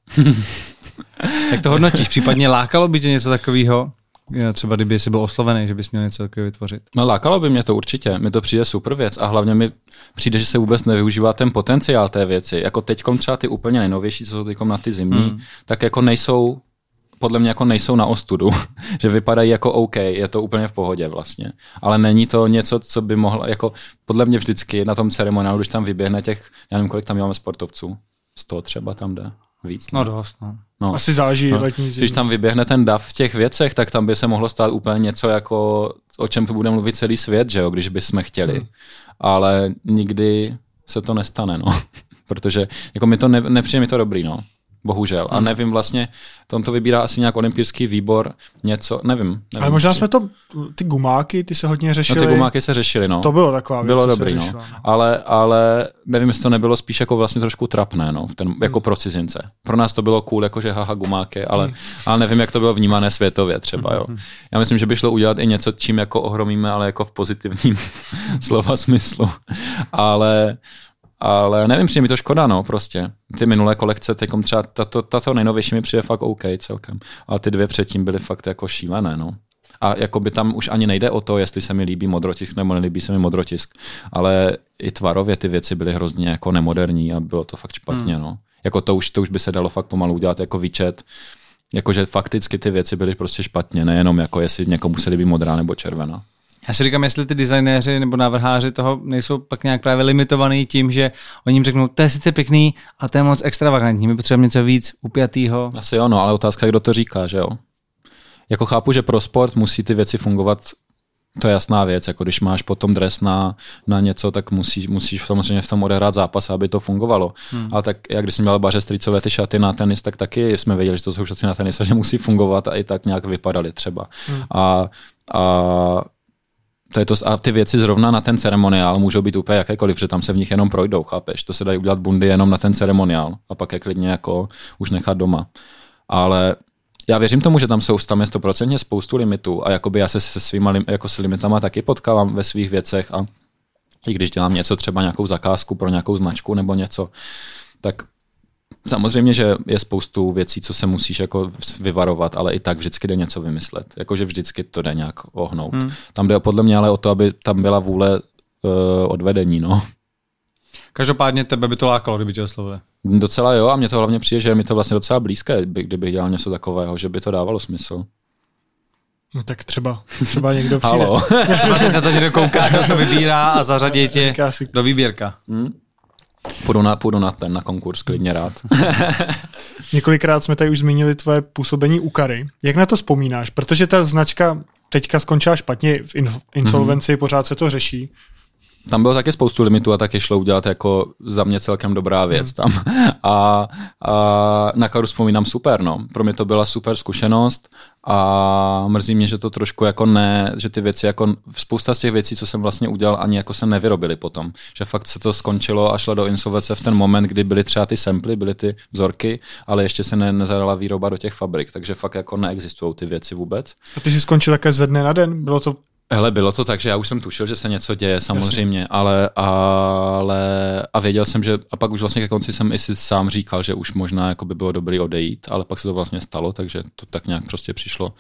Jak to hodnotíš? Případně lákalo by tě něco takového? Třeba kdyby jsi byl oslovený, že bys měl něco takového vytvořit. No lákalo by mě to určitě, mi to přijde super věc a hlavně mi přijde, že se vůbec nevyužívá ten potenciál té věci. Jako teďkom třeba ty úplně nejnovější, co jsou teďkom na ty zimní, hmm. tak jako nejsou podle mě jako nejsou na ostudu, že vypadají jako OK, je to úplně v pohodě vlastně. Ale není to něco, co by mohlo, jako podle mě vždycky na tom ceremoniálu, když tam vyběhne těch, já nevím, kolik tam máme sportovců, sto třeba tam jde, víc. Ne? No dost, no. no. Asi záleží no. letní Když tam vyběhne ten dav v těch věcech, tak tam by se mohlo stát úplně něco jako, o čem bude mluvit celý svět, že jo, když bychom chtěli. Hmm. Ale nikdy se to nestane, no. Protože jako mi to ne, nepřijde mi to dobrý, no. Bohužel. A nevím vlastně, tom to vybírá asi nějak olympijský výbor, něco, nevím. nevím Ale možná jsme to, ty gumáky, ty se hodně řešily. No ty gumáky se řešily, no. To bylo taková věc, bylo co dobrý, se řešila, no. no. Ale, ale nevím, jestli to nebylo spíš jako vlastně trošku trapné, no, v ten, jako hmm. pro cizince. Pro nás to bylo cool, jakože haha gumáky, ale, hmm. ale nevím, jak to bylo vnímané světově třeba, jo. Já myslím, že by šlo udělat i něco, čím jako ohromíme, ale jako v pozitivním slova smyslu. Ale Ale nevím, přijde mi to škoda, no, prostě. Ty minulé kolekce, teďkom třeba tato, tato nejnovější mi přijde fakt OK celkem. Ale ty dvě předtím byly fakt jako šílené, no. A jako by tam už ani nejde o to, jestli se mi líbí modrotisk nebo nelíbí se mi modrotisk. Ale i tvarově ty věci byly hrozně jako nemoderní a bylo to fakt špatně, hmm. no. Jako to už, to už by se dalo fakt pomalu udělat jako výčet. Jakože fakticky ty věci byly prostě špatně, nejenom jako jestli někomu se líbí modrá nebo červená. Já si říkám, jestli ty designéři nebo návrháři toho nejsou pak nějak právě limitovaný tím, že oni jim řeknou, to je sice pěkný, a to je moc extravagantní, my potřebujeme něco víc upjatýho. Asi jo, no, ale otázka je, kdo to říká, že jo. Jako chápu, že pro sport musí ty věci fungovat, to je jasná věc, jako když máš potom dres na, na něco, tak musíš, musíš samozřejmě v tom odehrát zápas, aby to fungovalo. Hmm. Ale tak jak když jsem měl Baře strýcové ty šaty na tenis, tak taky jsme věděli, že to jsou šaty na tenis a že musí fungovat a i tak nějak vypadaly třeba. Hmm. A, a To je to, a ty věci zrovna na ten ceremoniál můžou být úplně jakékoliv, protože tam se v nich jenom projdou, chápeš? To se dají udělat bundy jenom na ten ceremoniál a pak je klidně jako už nechat doma. Ale já věřím tomu, že tam jsou tam je stoprocentně spoustu limitů a jakoby já se se svýma jako s limitama taky potkávám ve svých věcech a i když dělám něco, třeba nějakou zakázku pro nějakou značku nebo něco, tak samozřejmě, že je spoustu věcí, co se musíš jako vyvarovat, ale i tak vždycky jde něco vymyslet. Jakože vždycky to jde nějak ohnout. Hmm. Tam jde podle mě ale o to, aby tam byla vůle uh, odvedení, no. Každopádně tebe by to lákalo, kdyby tě oslovili. Docela jo, a mně to hlavně přijde, že je mi to vlastně docela blízké, kdybych dělal něco takového, že by to dávalo smysl. No tak třeba, třeba někdo přijde. Halo. Třeba teď na to někdo kouká, kdo to vybírá a zařadí tě do výběrka. Hmm? Půjdu na, půjdu na ten, na konkurs, klidně rád. Několikrát jsme tady už zmínili tvoje působení u Kary. Jak na to vzpomínáš? Protože ta značka teďka skončila špatně v insolvenci, mm-hmm. pořád se to řeší. Tam bylo taky spoustu limitů a taky šlo udělat jako za mě celkem dobrá věc mm. tam. A, a na Karu vzpomínám super, no. Pro mě to byla super zkušenost a mrzí mě, že to trošku jako ne, že ty věci jako, spousta z těch věcí, co jsem vlastně udělal, ani jako se nevyrobily potom. Že fakt se to skončilo a šlo do insolvence v ten moment, kdy byly třeba ty samply, byly ty vzorky, ale ještě se ne, nezadala výroba do těch fabrik, takže fakt jako neexistují ty věci vůbec. A ty jsi skončil také ze dne na den? Bylo to Hele, bylo to tak, že já už jsem tušil, že se něco děje samozřejmě, ale, ale a věděl jsem, že a pak už vlastně ke konci jsem i si sám říkal, že už možná jako by bylo dobrý odejít, ale pak se to vlastně stalo, takže to tak nějak prostě přišlo.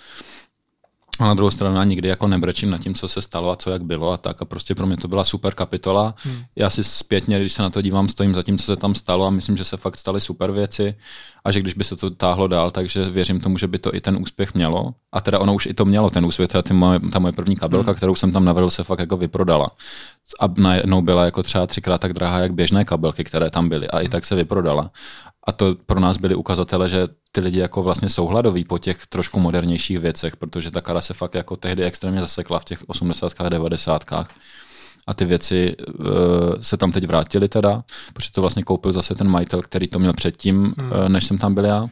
A na druhou stranu já nikdy jako nebrečím nad tím, co se stalo a co jak bylo a tak a prostě pro mě to byla super kapitola. Hmm. Já si zpětně, když se na to dívám, stojím za tím, co se tam stalo a myslím, že se fakt staly super věci a že když by se to táhlo dál, takže věřím tomu, že by to i ten úspěch mělo. A teda ono už i to mělo ten úspěch, teda ty moje, ta moje první kabelka, hmm. kterou jsem tam navrhl, se fakt jako vyprodala. A najednou byla jako třeba třikrát tak drahá, jak běžné kabelky, které tam byly a hmm. i tak se vyprodala. A to pro nás byly ukazatele, že ty lidi jako vlastně jsou hladoví po těch trošku modernějších věcech, protože ta Kara se fakt jako tehdy extrémně zasekla v těch osmdesátkách, devadesátkách. A ty věci uh, se tam teď vrátily teda, protože to vlastně koupil zase ten majitel, který to měl předtím, hmm. uh, než jsem tam byl já.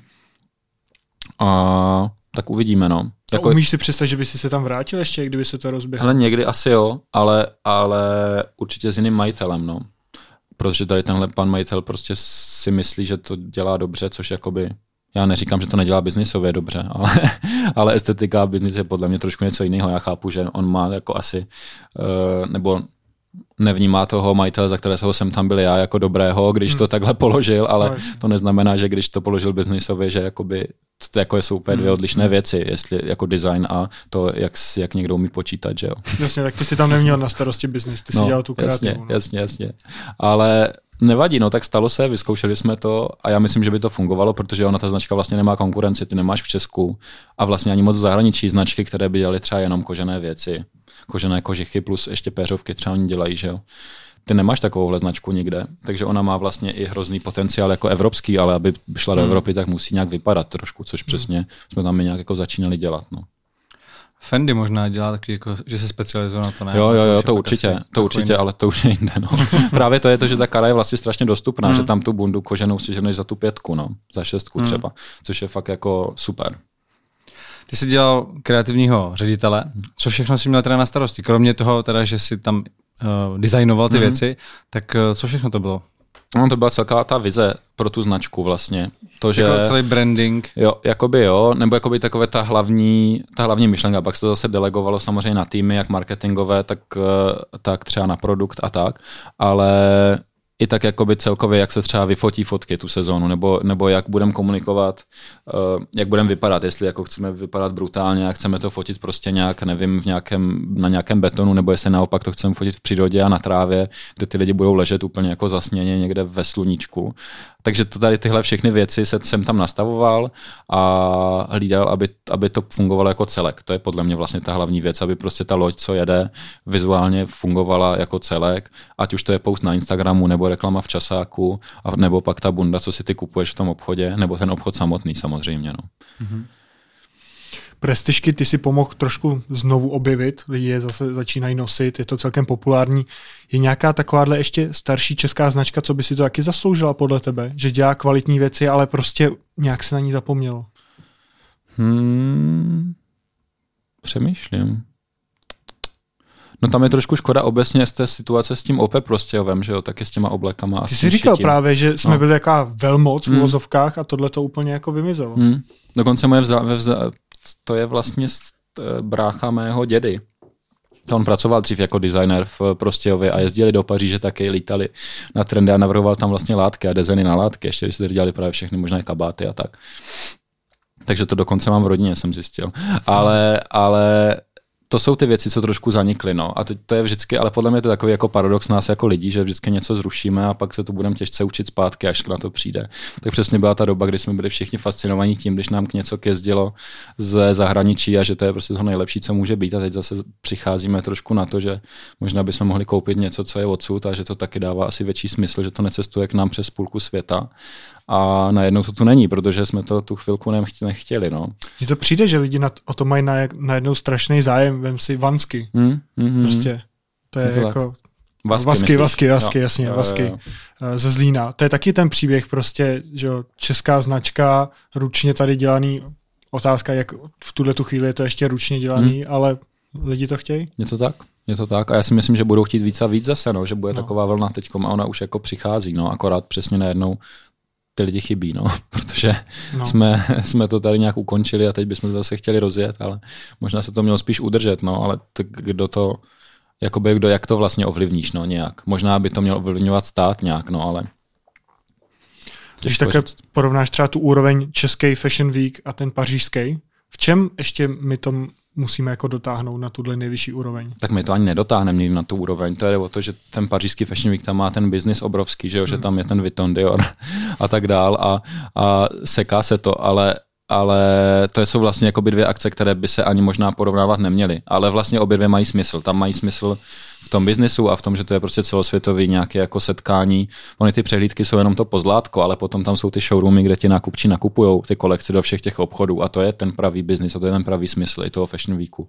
A tak uvidíme, no. Jako... Umíš si představit, že by si se tam vrátil ještě, kdyby se to rozběhlo? Ale někdy asi jo, ale, ale určitě s jiným majitelem, no. Protože tady tenhle pan majitel prostě si myslí, že to dělá dobře, což jakoby, já neříkám, že to nedělá biznisově dobře, ale, ale estetika a biznis je podle mě trošku něco jiného. Já chápu, že on má jako asi, uh, nebo nevnímá toho majitele, za kterého jsem tam byl já jako dobrého, když hmm. to takhle položil, ale no, to neznamená, že když to položil biznisově, že jakoby to jako jsou úplně dvě odlišné věci, jestli jako design a to, jak, jak někdo umí počítat, že jo. Jasně, tak ty si tam neměl na starosti biznis, ty si no, dělal tu kreativu. Jasně, no. jasně, jasně. Ale nevadí, no tak stalo se, vyzkoušeli jsme to a já myslím, že by to fungovalo, protože ona ta značka vlastně nemá konkurenci, ty nemáš v Česku a vlastně ani moc v zahraničí značky, které by dělaly třeba jenom kožené věci, kožené kožichy plus ještě péřovky třeba oni dělají, že jo. Ty nemáš takovouhle značku nikde, takže ona má vlastně i hrozný potenciál jako evropský, ale aby šla do hmm. Evropy, tak musí nějak vypadat trošku, což přesně jsme tam my nějak jako začínali dělat, no. Fendi možná dělá taky, jako, že se specializuje na to. Ne? Jo, jo, jo, to určitě, asi, to určitě, jiný. Ale to už je jinde. No. Právě to je to, že ta kara je vlastně strašně dostupná, hmm. že tam tu bundu koženou si ženeš za tu pětku, no, za šestku hmm. třeba, což je fakt jako super. Ty jsi dělal kreativního ředitele, co všechno jsi měl teda na starosti? Kromě toho, teda, že jsi tam uh, designoval ty hmm. věci, tak uh, co všechno to bylo? No, to byla celá ta vize pro tu značku vlastně. To, že, jako celý branding. Jo, jakoby jo, nebo jakoby takové ta hlavní, ta hlavní myšlenka. Pak se to zase delegovalo samozřejmě na týmy, jak marketingové, tak, tak třeba na produkt a tak, ale i tak jakoby celkově, jak se třeba vyfotí fotky tu sezónu, nebo, nebo jak budeme komunikovat, uh, jak budeme vypadat, jestli jako chceme vypadat brutálně a chceme to fotit prostě nějak, nevím, v nějakém, na nějakém betonu, nebo jestli naopak to chceme fotit v přírodě a na trávě, kde ty lidi budou ležet úplně jako zasněně někde ve sluníčku. Takže to tady tyhle všechny věci se, jsem tam nastavoval a hlídal, aby, aby to fungovalo jako celek. To je podle mě vlastně ta hlavní věc, aby prostě ta loď, co jede, vizuálně fungovala jako celek, ať už to je post na Instagramu, nebo reklama v časáku, a nebo pak ta bunda, co si ty kupuješ v tom obchodě, nebo ten obchod samotný samozřejmě. No. Mm-hmm. Prestižky ty si pomohl trošku znovu objevit, lidi je zase začínají nosit, je to celkem populární. Je nějaká takováhle ještě starší česká značka, co by si to taky zasloužila podle tebe? Že dělá kvalitní věci, ale prostě nějak se na ní zapomnělo. Hmm, přemýšlím. No tam je trošku škoda obecně z té situace s tím O P Prostějovem, že jo, taky s těma oblekama. Ty jsi říkal šitím. Právě, že jsme no. byli jaká velmoc v hmm. uvozovkách a tohle to úplně jako vymizelo. Hmm. Dokonce moje vza, vza, to je vlastně brácha mého dědy. On pracoval dřív jako designer v Prostějově a jezdili do Paříže, taky lítali na trendy a navrhoval tam vlastně látky a designy na látky. Ještě když se dělali právě všechny možné kabáty a tak. Takže to dokonce mám v rodině, jsem zjistil. Ale, ale to jsou ty věci, co trošku zanikly. No. A teď to je vždycky, ale podle mě to je takový jako paradox nás jako lidí, že vždycky něco zrušíme a pak se to budeme těžce učit zpátky, až na to přijde. Tak přesně byla ta doba, kdy jsme byli všichni fascinovaní tím, když nám k něco jezdilo ze zahraničí a že to je prostě to nejlepší, co může být. A teď zase přicházíme trošku na to, že možná bychom mohli koupit něco, co je odsud a že to taky dává asi větší smysl, že to necestuje k nám přes půlku světa. A najednou to tu není, protože jsme to tu chvilku nechtěli. No. Mně to přijde, že lidi na, o to mají najednou strašný zájem. Vem si Vansky. Hmm, hmm, prostě. To je, je to jako... Vasky, vasky, vasky, vasky, jo. jasně, jo, Vasky. Jo, jo. Ze Zlína. To je taky ten příběh prostě, že česká značka, ručně tady dělaný. Otázka, jak v tuhle tu chvíli je to ještě ručně dělaný, hmm. ale lidi to chtějí? Je to tak. Je to tak a já si myslím, že budou chtít víc a víc zase, no, že bude no. taková vlna teďkom a ona už jako přichází, no, akorát přesně najednou ty lidi chybí, no, protože no. Jsme, jsme to tady nějak ukončili a teď bychom to zase chtěli rozjet, ale možná se to mělo spíš udržet, no, ale tak kdo to, jakoby kdo, jak to vlastně ovlivníš, no, nějak. Možná by to mělo ovlivňovat stát nějak, no, ale... Když takhle porovnáš třeba tu úroveň český Fashion Week a ten pařížský, v čem ještě my to musíme jako dotáhnout na tuhle nejvyšší úroveň? Tak my to ani nedotáhneme nikdy na tu úroveň. To je o to, že ten pařížský Fashion Week tam má ten biznis obrovský, že, jo? Hmm. že tam je ten Vuitton, Dior a tak dál a, a seká se to, ale ale to jsou vlastně jako by dvě akce, které by se ani možná porovnávat neměly. Ale vlastně obě dvě mají smysl. Tam mají smysl v tom biznisu a v tom, že to je prostě celosvětový nějaké jako setkání. Ony ty přehlídky jsou jenom to pozlátko, ale potom tam jsou ty showroomy, kde ti nákupčí nakupujou ty kolekce do všech těch obchodů a to je ten pravý biznis a to je ten pravý smysl i toho Fashion Weeku.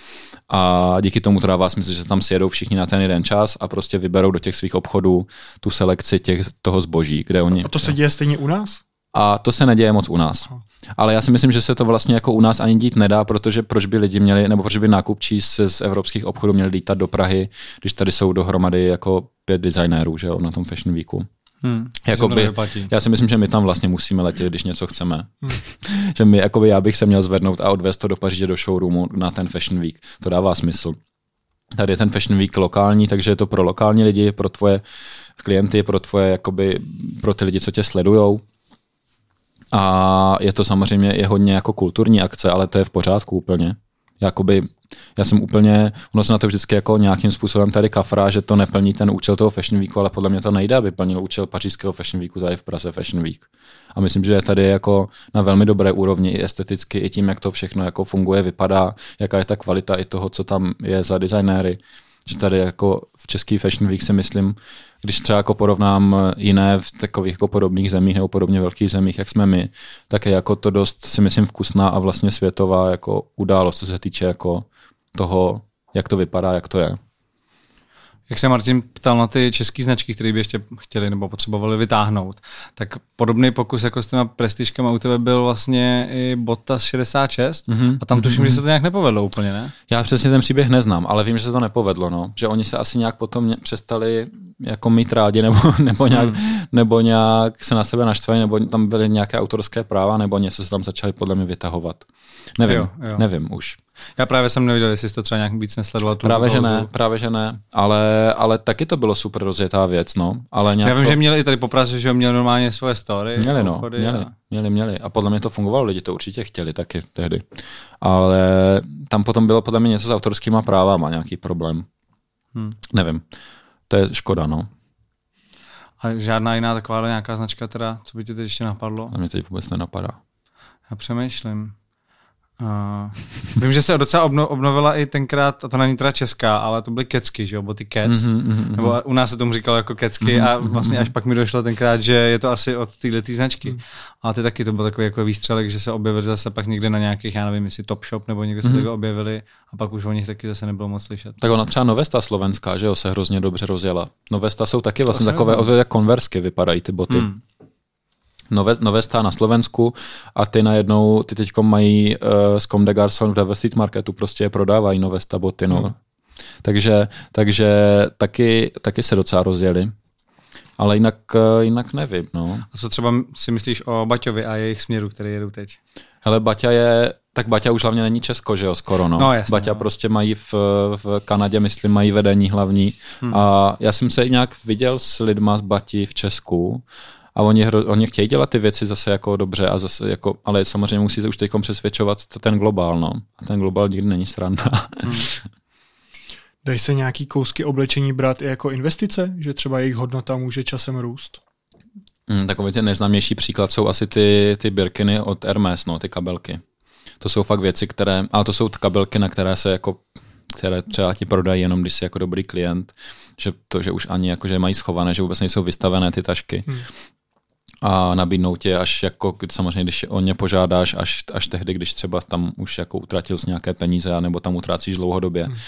A díky tomu to dává smysl, že tam sjedou všichni na ten jeden čas a prostě vyberou do těch svých obchodů tu selekci těch, toho zboží, kde oni... A to se děje stejně u nás? A to se neděje moc u nás. Ale já si myslím, že se to vlastně jako u nás ani dít nedá, protože proč by lidi měli, nebo proč by nákupčí se z evropských obchodů měli lítat do Prahy, když tady jsou dohromady jako pět designérů, že jo, na tom Fashion Weeku. Hmm, jakoby, já si myslím, že my tam vlastně musíme letět, když něco chceme. Hmm. že my, jakoby já bych se měl zvednout a odvést to do Paříže do showroomu na ten Fashion Week. To dává smysl. Tady je ten Fashion Week lokální, takže je to pro lokální lidi, pro tvoje klienty, pro tvoje, jakoby, pro ty lidi, co tě sledujou. A je to samozřejmě je hodně jako kulturní akce, ale to je v pořádku úplně. Jakoby, já jsem úplně, ono se na to vždycky jako nějakým způsobem tady kafrá, že to neplní ten účel toho Fashion Weeku, ale podle mě to nejde, aby plnil účel pařížského Fashion Weeku tady v Praze Fashion Week. A myslím, že je tady jako na velmi dobré úrovni i esteticky, i tím, jak to všechno jako funguje, vypadá, jaká je ta kvalita i toho, co tam je za designéry. Že tady jako v český Fashion Week si myslím, když třeba jako porovnám jiné v takových jako podobných zemích nebo podobně velkých zemích, jak jsme my, tak je jako to dost, si myslím, vkusná a vlastně světová jako událost, co se týče jako toho, jak to vypadá, jak to je. Jak se Martin ptal na ty české značky, které by ještě chtěli nebo potřebovali vytáhnout, tak podobný pokus jako s těma prestižkama u tebe byl vlastně i Bottas šedesát šest mm-hmm. a tam tuším, mm-hmm. že se to nějak nepovedlo úplně, ne? Já přesně ten příběh neznám, ale vím, že se to nepovedlo, no. Že oni se asi nějak potom přestali jako mít rádi nebo, nebo, nějak, mm. nebo nějak se na sebe naštvali, nebo tam byly nějaké autorské práva, nebo něco se tam začali podle mě vytahovat. Nevím, jo, jo. nevím už. Já právě jsem neviděl, jestli jsi to třeba nějak víc nesledoval. Tu právě, pauzu. že ne, právě, že ne, ale, ale taky to bylo super rozjetá věc, no. Ale Já vím, to... že měli i tady po Praze, že měli normálně svoje story. Měli, no, měli, a... měli, měli. A podle mě to fungovalo, lidi to určitě chtěli taky tehdy. Ale tam potom bylo podle mě něco s autorskýma právama, nějaký problém. Hmm. Nevím, to je škoda, no. A žádná jiná taková nějaká značka teda, co by ti teď ještě napadlo? A mě teď vůbec nenapadá. Já přemýšlím. Uh, vím, že se docela obno, obnovila i tenkrát, a to není teda česká, ale to byly kecky, že jo, bo ty Cats, mm-hmm, mm-hmm. nebo u nás se tomu říkalo jako kecky mm-hmm, a vlastně až pak mi došlo tenkrát, že je to asi od této značky. Mm. A ty taky to byl takový jako výstřelek, že se objevili zase pak někde na nějakých, já nevím, jestli Topshop nebo někde se mm-hmm. takové objevili a pak už o nich taky zase nebylo moc slyšet. Tak ona třeba Novesta slovenská, že jo, se hrozně dobře rozjela. Novesta jsou taky vlastně takové, neznám. Jak konversky vypadají ty boty. Mm. Nové, Novesta na Slovensku a ty najednou, ty teďko mají uh, s Comme des Garçons v Devil Street Marketu, prostě je prodávají Novesta boty, no. Hmm. Takže, takže taky, taky se docela rozjeli. Ale jinak, uh, jinak nevím, no. A co třeba si myslíš o Baťovi a jejich směru, který jedou teď? Hele, Baťa je, tak Baťa už hlavně není Česko, že jo, skoro, no. no jasně, Baťa no. prostě mají v, v Kanadě, myslím, mají vedení hlavní. Hmm. A já jsem se nějak viděl s lidma z Bati v Česku, a oni, oni chtějí dělat ty věci zase jako dobře, a zase jako, ale samozřejmě musí se už teď přesvědčovat ten globál, no. A ten globál nikdy není sranda. Hmm. Dají se nějaký kousky oblečení brát i jako investice? Že třeba jejich hodnota může časem růst? Hmm, takový ten nejznámější příklad jsou asi ty, ty Birkiny od Hermes, no, ty kabelky. To jsou fakt věci, které, ale to jsou kabelky, na které se jako které třeba ti prodají jenom, když jsi jako dobrý klient, že to, že už ani jako, že mají schované, že vůbec nejsou vystavené ty tašky. Hmm. A nabídnou tě až jako, samozřejmě, když o ně požádáš, až, až tehdy, když třeba tam už jako utratil z nějaké peníze, nebo tam utrácíš dlouhodobě. Hmm.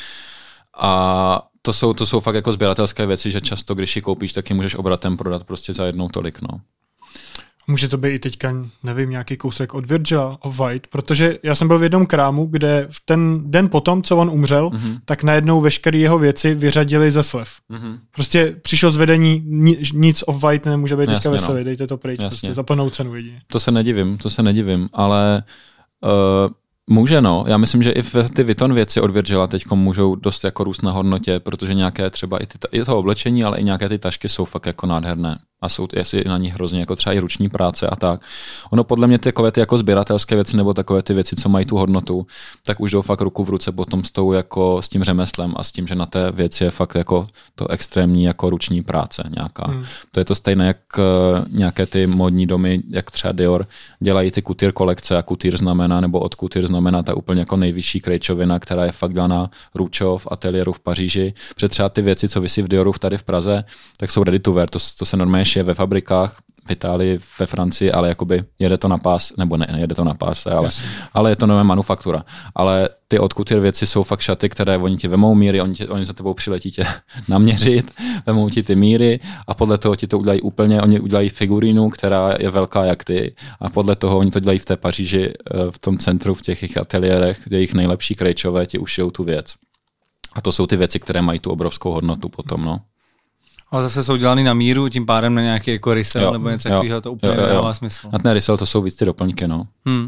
A to jsou, to jsou fakt jako sběratelské věci, že často, když ji koupíš, tak ji můžeš obratem prodat prostě za jednou tolik, no. Může to být i teďka, nevím, nějaký kousek od Virgila, of White, protože já jsem byl v jednom krámu, kde v ten den potom, co on umřel, mm-hmm. tak najednou veškeré jeho věci vyřadili ze slev. Mm-hmm. Prostě přišlo zvedení, nic of White nemůže být teďka ve slevě, no. Dejte to pryč, Jasně. prostě za plnou cenu jedině. To se nedivím, to se nedivím, ale uh, může, no. Já myslím, že i v ty Vuitton věci od Virgila teďko můžou dost jako růst na hodnotě, protože nějaké třeba i, ty, i to oblečení, ale i nějaké ty tašky jsou fakt jako nádherné. A jsou jestli na nich hrozně jako třeba i ruční práce a tak. Ono podle mě takové ty jako sběratelské věci nebo takové ty věci, co mají tu hodnotu, tak už jdou fakt ruku v ruce potom s tou jako s tím řemeslem a s tím, že na té věci je fakt jako to extrémní jako ruční práce nějaká. Hmm. To je to stejné, jak uh, nějaké ty modní domy, jak třeba Dior, dělají ty couture kolekce a couture znamená, nebo od couture znamená ta úplně jako nejvyšší krejčovina, která je fakt daná Ručo v ateliéru v Paříži. Protože třeba ty věci, co visí v Dioru tady v Praze, tak jsou ready to wear, to, to se normálně je ve fabrikách v Itálii, ve Francii, ale jakoby jede to na pás, nebo ne, nejede to na pás, ale, ale je to nová manufaktura. Ale ty od couture věci jsou fakt šaty, které oni ti vemou míry, oni, tě, oni za tebou přiletí tě naměřit, vemou ti ty míry a podle toho ti to udělají úplně, oni udělají figurínu, která je velká jak ty a podle toho oni to dělají v té Paříži, v tom centru, v těch jejich ateliérech, kde jejich nejlepší krejčové ti ušijou tu věc. A to jsou ty věci, které mají tu obrovskou hodnotu potom, no. Ale zase jsou dělaný na míru, tím pádem na nějaký jako resell, nebo něco takového, to úplně nedává smysl. Na ten resell to jsou víc ty doplňky, no. Hmm.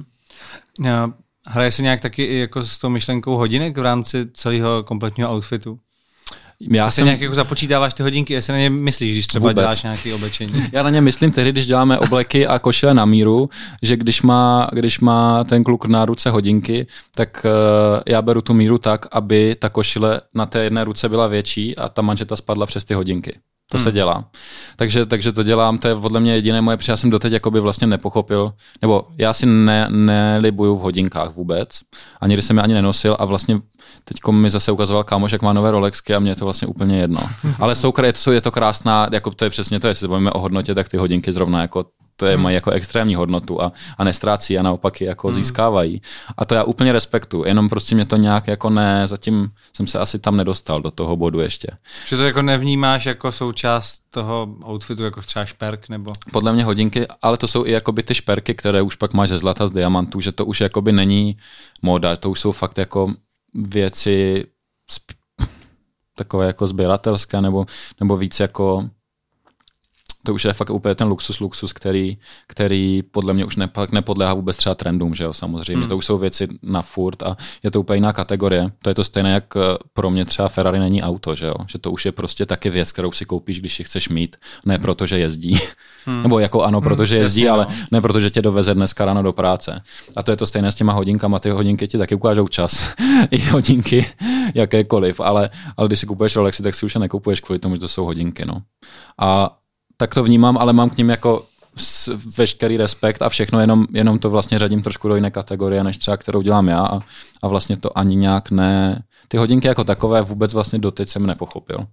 Hraje se nějak taky i jako s tou myšlenkou hodinek v rámci celého kompletního outfitu? Já jsem... nějak jako započítáváš ty hodinky, jestli na ně myslíš, když třeba Vůbec. děláš nějaké oblečení? Já na ně myslím tehdy, když děláme obleky a košile na míru, že když má, když má ten kluk na ruce hodinky, tak uh, já beru tu míru tak, aby ta košile na té jedné ruce byla větší a ta manžeta spadla přes ty hodinky. To hmm. se dělá. Takže, takže to dělám, to je podle mě jediné moje, protože já jsem doteď jakoby vlastně nepochopil, nebo já si ne, nelibuju v hodinkách vůbec, a nikdy jsem je ani nenosil a vlastně teďko mi zase ukazoval kámoš, jak má nové Rolexky a mě je to vlastně úplně jedno. Ale jsou, jsou, je to krásná, jako to je přesně to, jestli se bavíme o hodnotě, tak ty hodinky zrovna jako to je, mají jako extrémní hodnotu a, a nestrácí a naopak je jako hmm. získávají. A to já úplně respektuju, jenom prostě mě to nějak jako ne, zatím jsem se asi tam nedostal do toho bodu ještě. Že to jako nevnímáš jako součást toho outfitu, jako třeba šperk nebo? Podle mě hodinky, ale to jsou i jakoby ty šperky, které už pak máš ze zlata, z diamantů, že to už jakoby není móda, to už jsou fakt jako věci sp- takové jako sběratelské nebo, nebo víc jako to už je fakt úplně ten luxus, luxus, který, který podle mě už nepak nepodléhá vůbec třeba trendům, že jo, samozřejmě. Hmm. To už jsou věci na furt a je to úplně jiná kategorie. To je to stejné, jak pro mě třeba Ferrari není auto, že jo, že to už je prostě taky věc, kterou si koupíš, když ji chceš mít, ne proto, že jezdí. Hmm. Nebo jako ano, protože jezdí, hmm, ale ne protože tě doveze dneska ráno do práce. A to je to stejné s těma hodinkama, ty hodinky ti taky ukážou čas. I hodinky jakékoliv, ale, ale když si kupuješ Rolexy, tak si už je nekupuješ kvůli tomu, že to jsou hodinky, no. A tak to vnímám, ale mám k nim jako veškerý respekt a všechno, jenom, jenom to vlastně řadím trošku do jiné kategorie, než třeba kterou dělám já a, a vlastně to ani nějak ne... Ty hodinky jako takové vůbec vlastně doteď jsem nepochopil.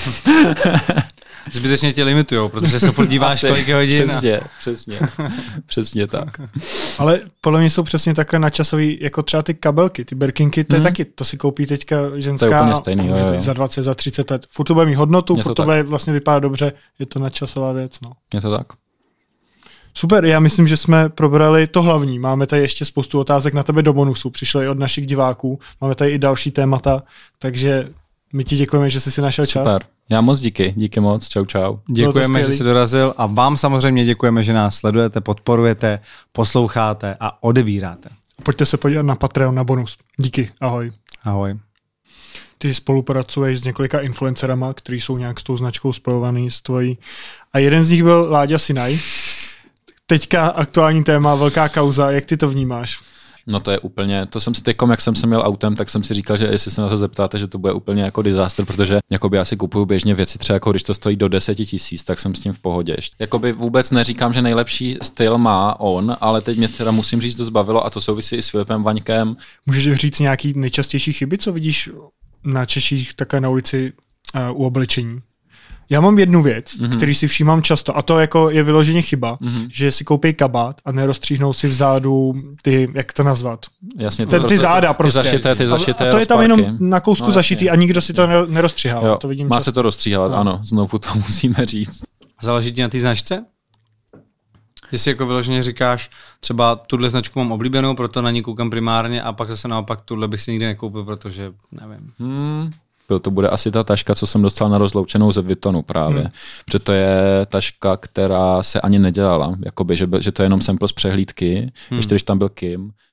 Zbytečně tě limitujou, protože se podíváš, kolik hodin. Přesně, a... přesně, přesně tak. Ale podle mě jsou přesně takhle nadčasový, jako třeba ty kabelky, ty Birkinky, to je hmm. taky, to si koupí teďka ženská. To je úplně stejný, jo, jo. Za dvacet, za třicet let. Furt to bude mít hodnotu, furt to bude vlastně vypadá dobře, je to nadčasová věc. No. Je to tak. Super, já myslím, že jsme probrali to hlavní. Máme tady ještě spoustu otázek na tebe do bonusu, přišly od našich diváků, máme tady i další témata, takže my ti děkujeme, že jsi si našel čas. Super. Já moc díky, díky moc, čau čau. Děkujeme, že jsi dorazil a vám samozřejmě děkujeme, že nás sledujete, podporujete, posloucháte a odebíráte. Pojďte se podívat na Patreon na bonus. Díky, ahoj. Ahoj. Ty spolupracuješ s několika influencerama, kteří jsou nějak s tou značkou spojovaný s tvojí. A jeden z nich byl Láďa Sinaj. Teďka aktuální téma, velká kauza, jak ty to vnímáš? No to je úplně, to jsem si teďkom, jak jsem se měl autem, tak jsem si říkal, že jestli se na to zeptáte, že to bude úplně jako disaster, protože jakoby já si kupuju běžně věci, třeba jako když to stojí do deseti tisíc, tak jsem s tím v pohodě. Jakoby vůbec neříkám, že nejlepší styl má on, ale teď mě teda musím říct, to zbavilo a to souvisí i s Filipem Vaňkem. Můžeš říct nějaký nejčastější chyby, co vidíš na Češích také na ulici uh, u oblečení? Já mám jednu věc, mm-hmm. který si všímám často, a to jako je vyloženě chyba, mm-hmm. že si koupí kabát a nerozstříhnou si vzadu ty, jak to nazvat? Jasně, ty, ty záda prostě. Ty zašité, ty zašité a, a to je tam rozpárky. Jenom na kousku no, zašitý a nikdo si to nerozstřihává. Jo, to vidím má často. se to rozstříhávat, no. Ano, znovu to musíme říct. Záleží ti na té značce? Jestli jako vyloženě říkáš, třeba tuhle značku mám oblíbenou, proto na ní koukám primárně a pak zase naopak tuhle bych si nikdy nekoupil, protože nevím. Hmm. To bude asi ta taška, co jsem dostal na rozloučenou ze Vuittonu právě. Hmm. Protože to je taška, která se ani nedělala. Jakoby, že, že to je jenom sample z přehlídky, hmm. ještě když tam byl Kim.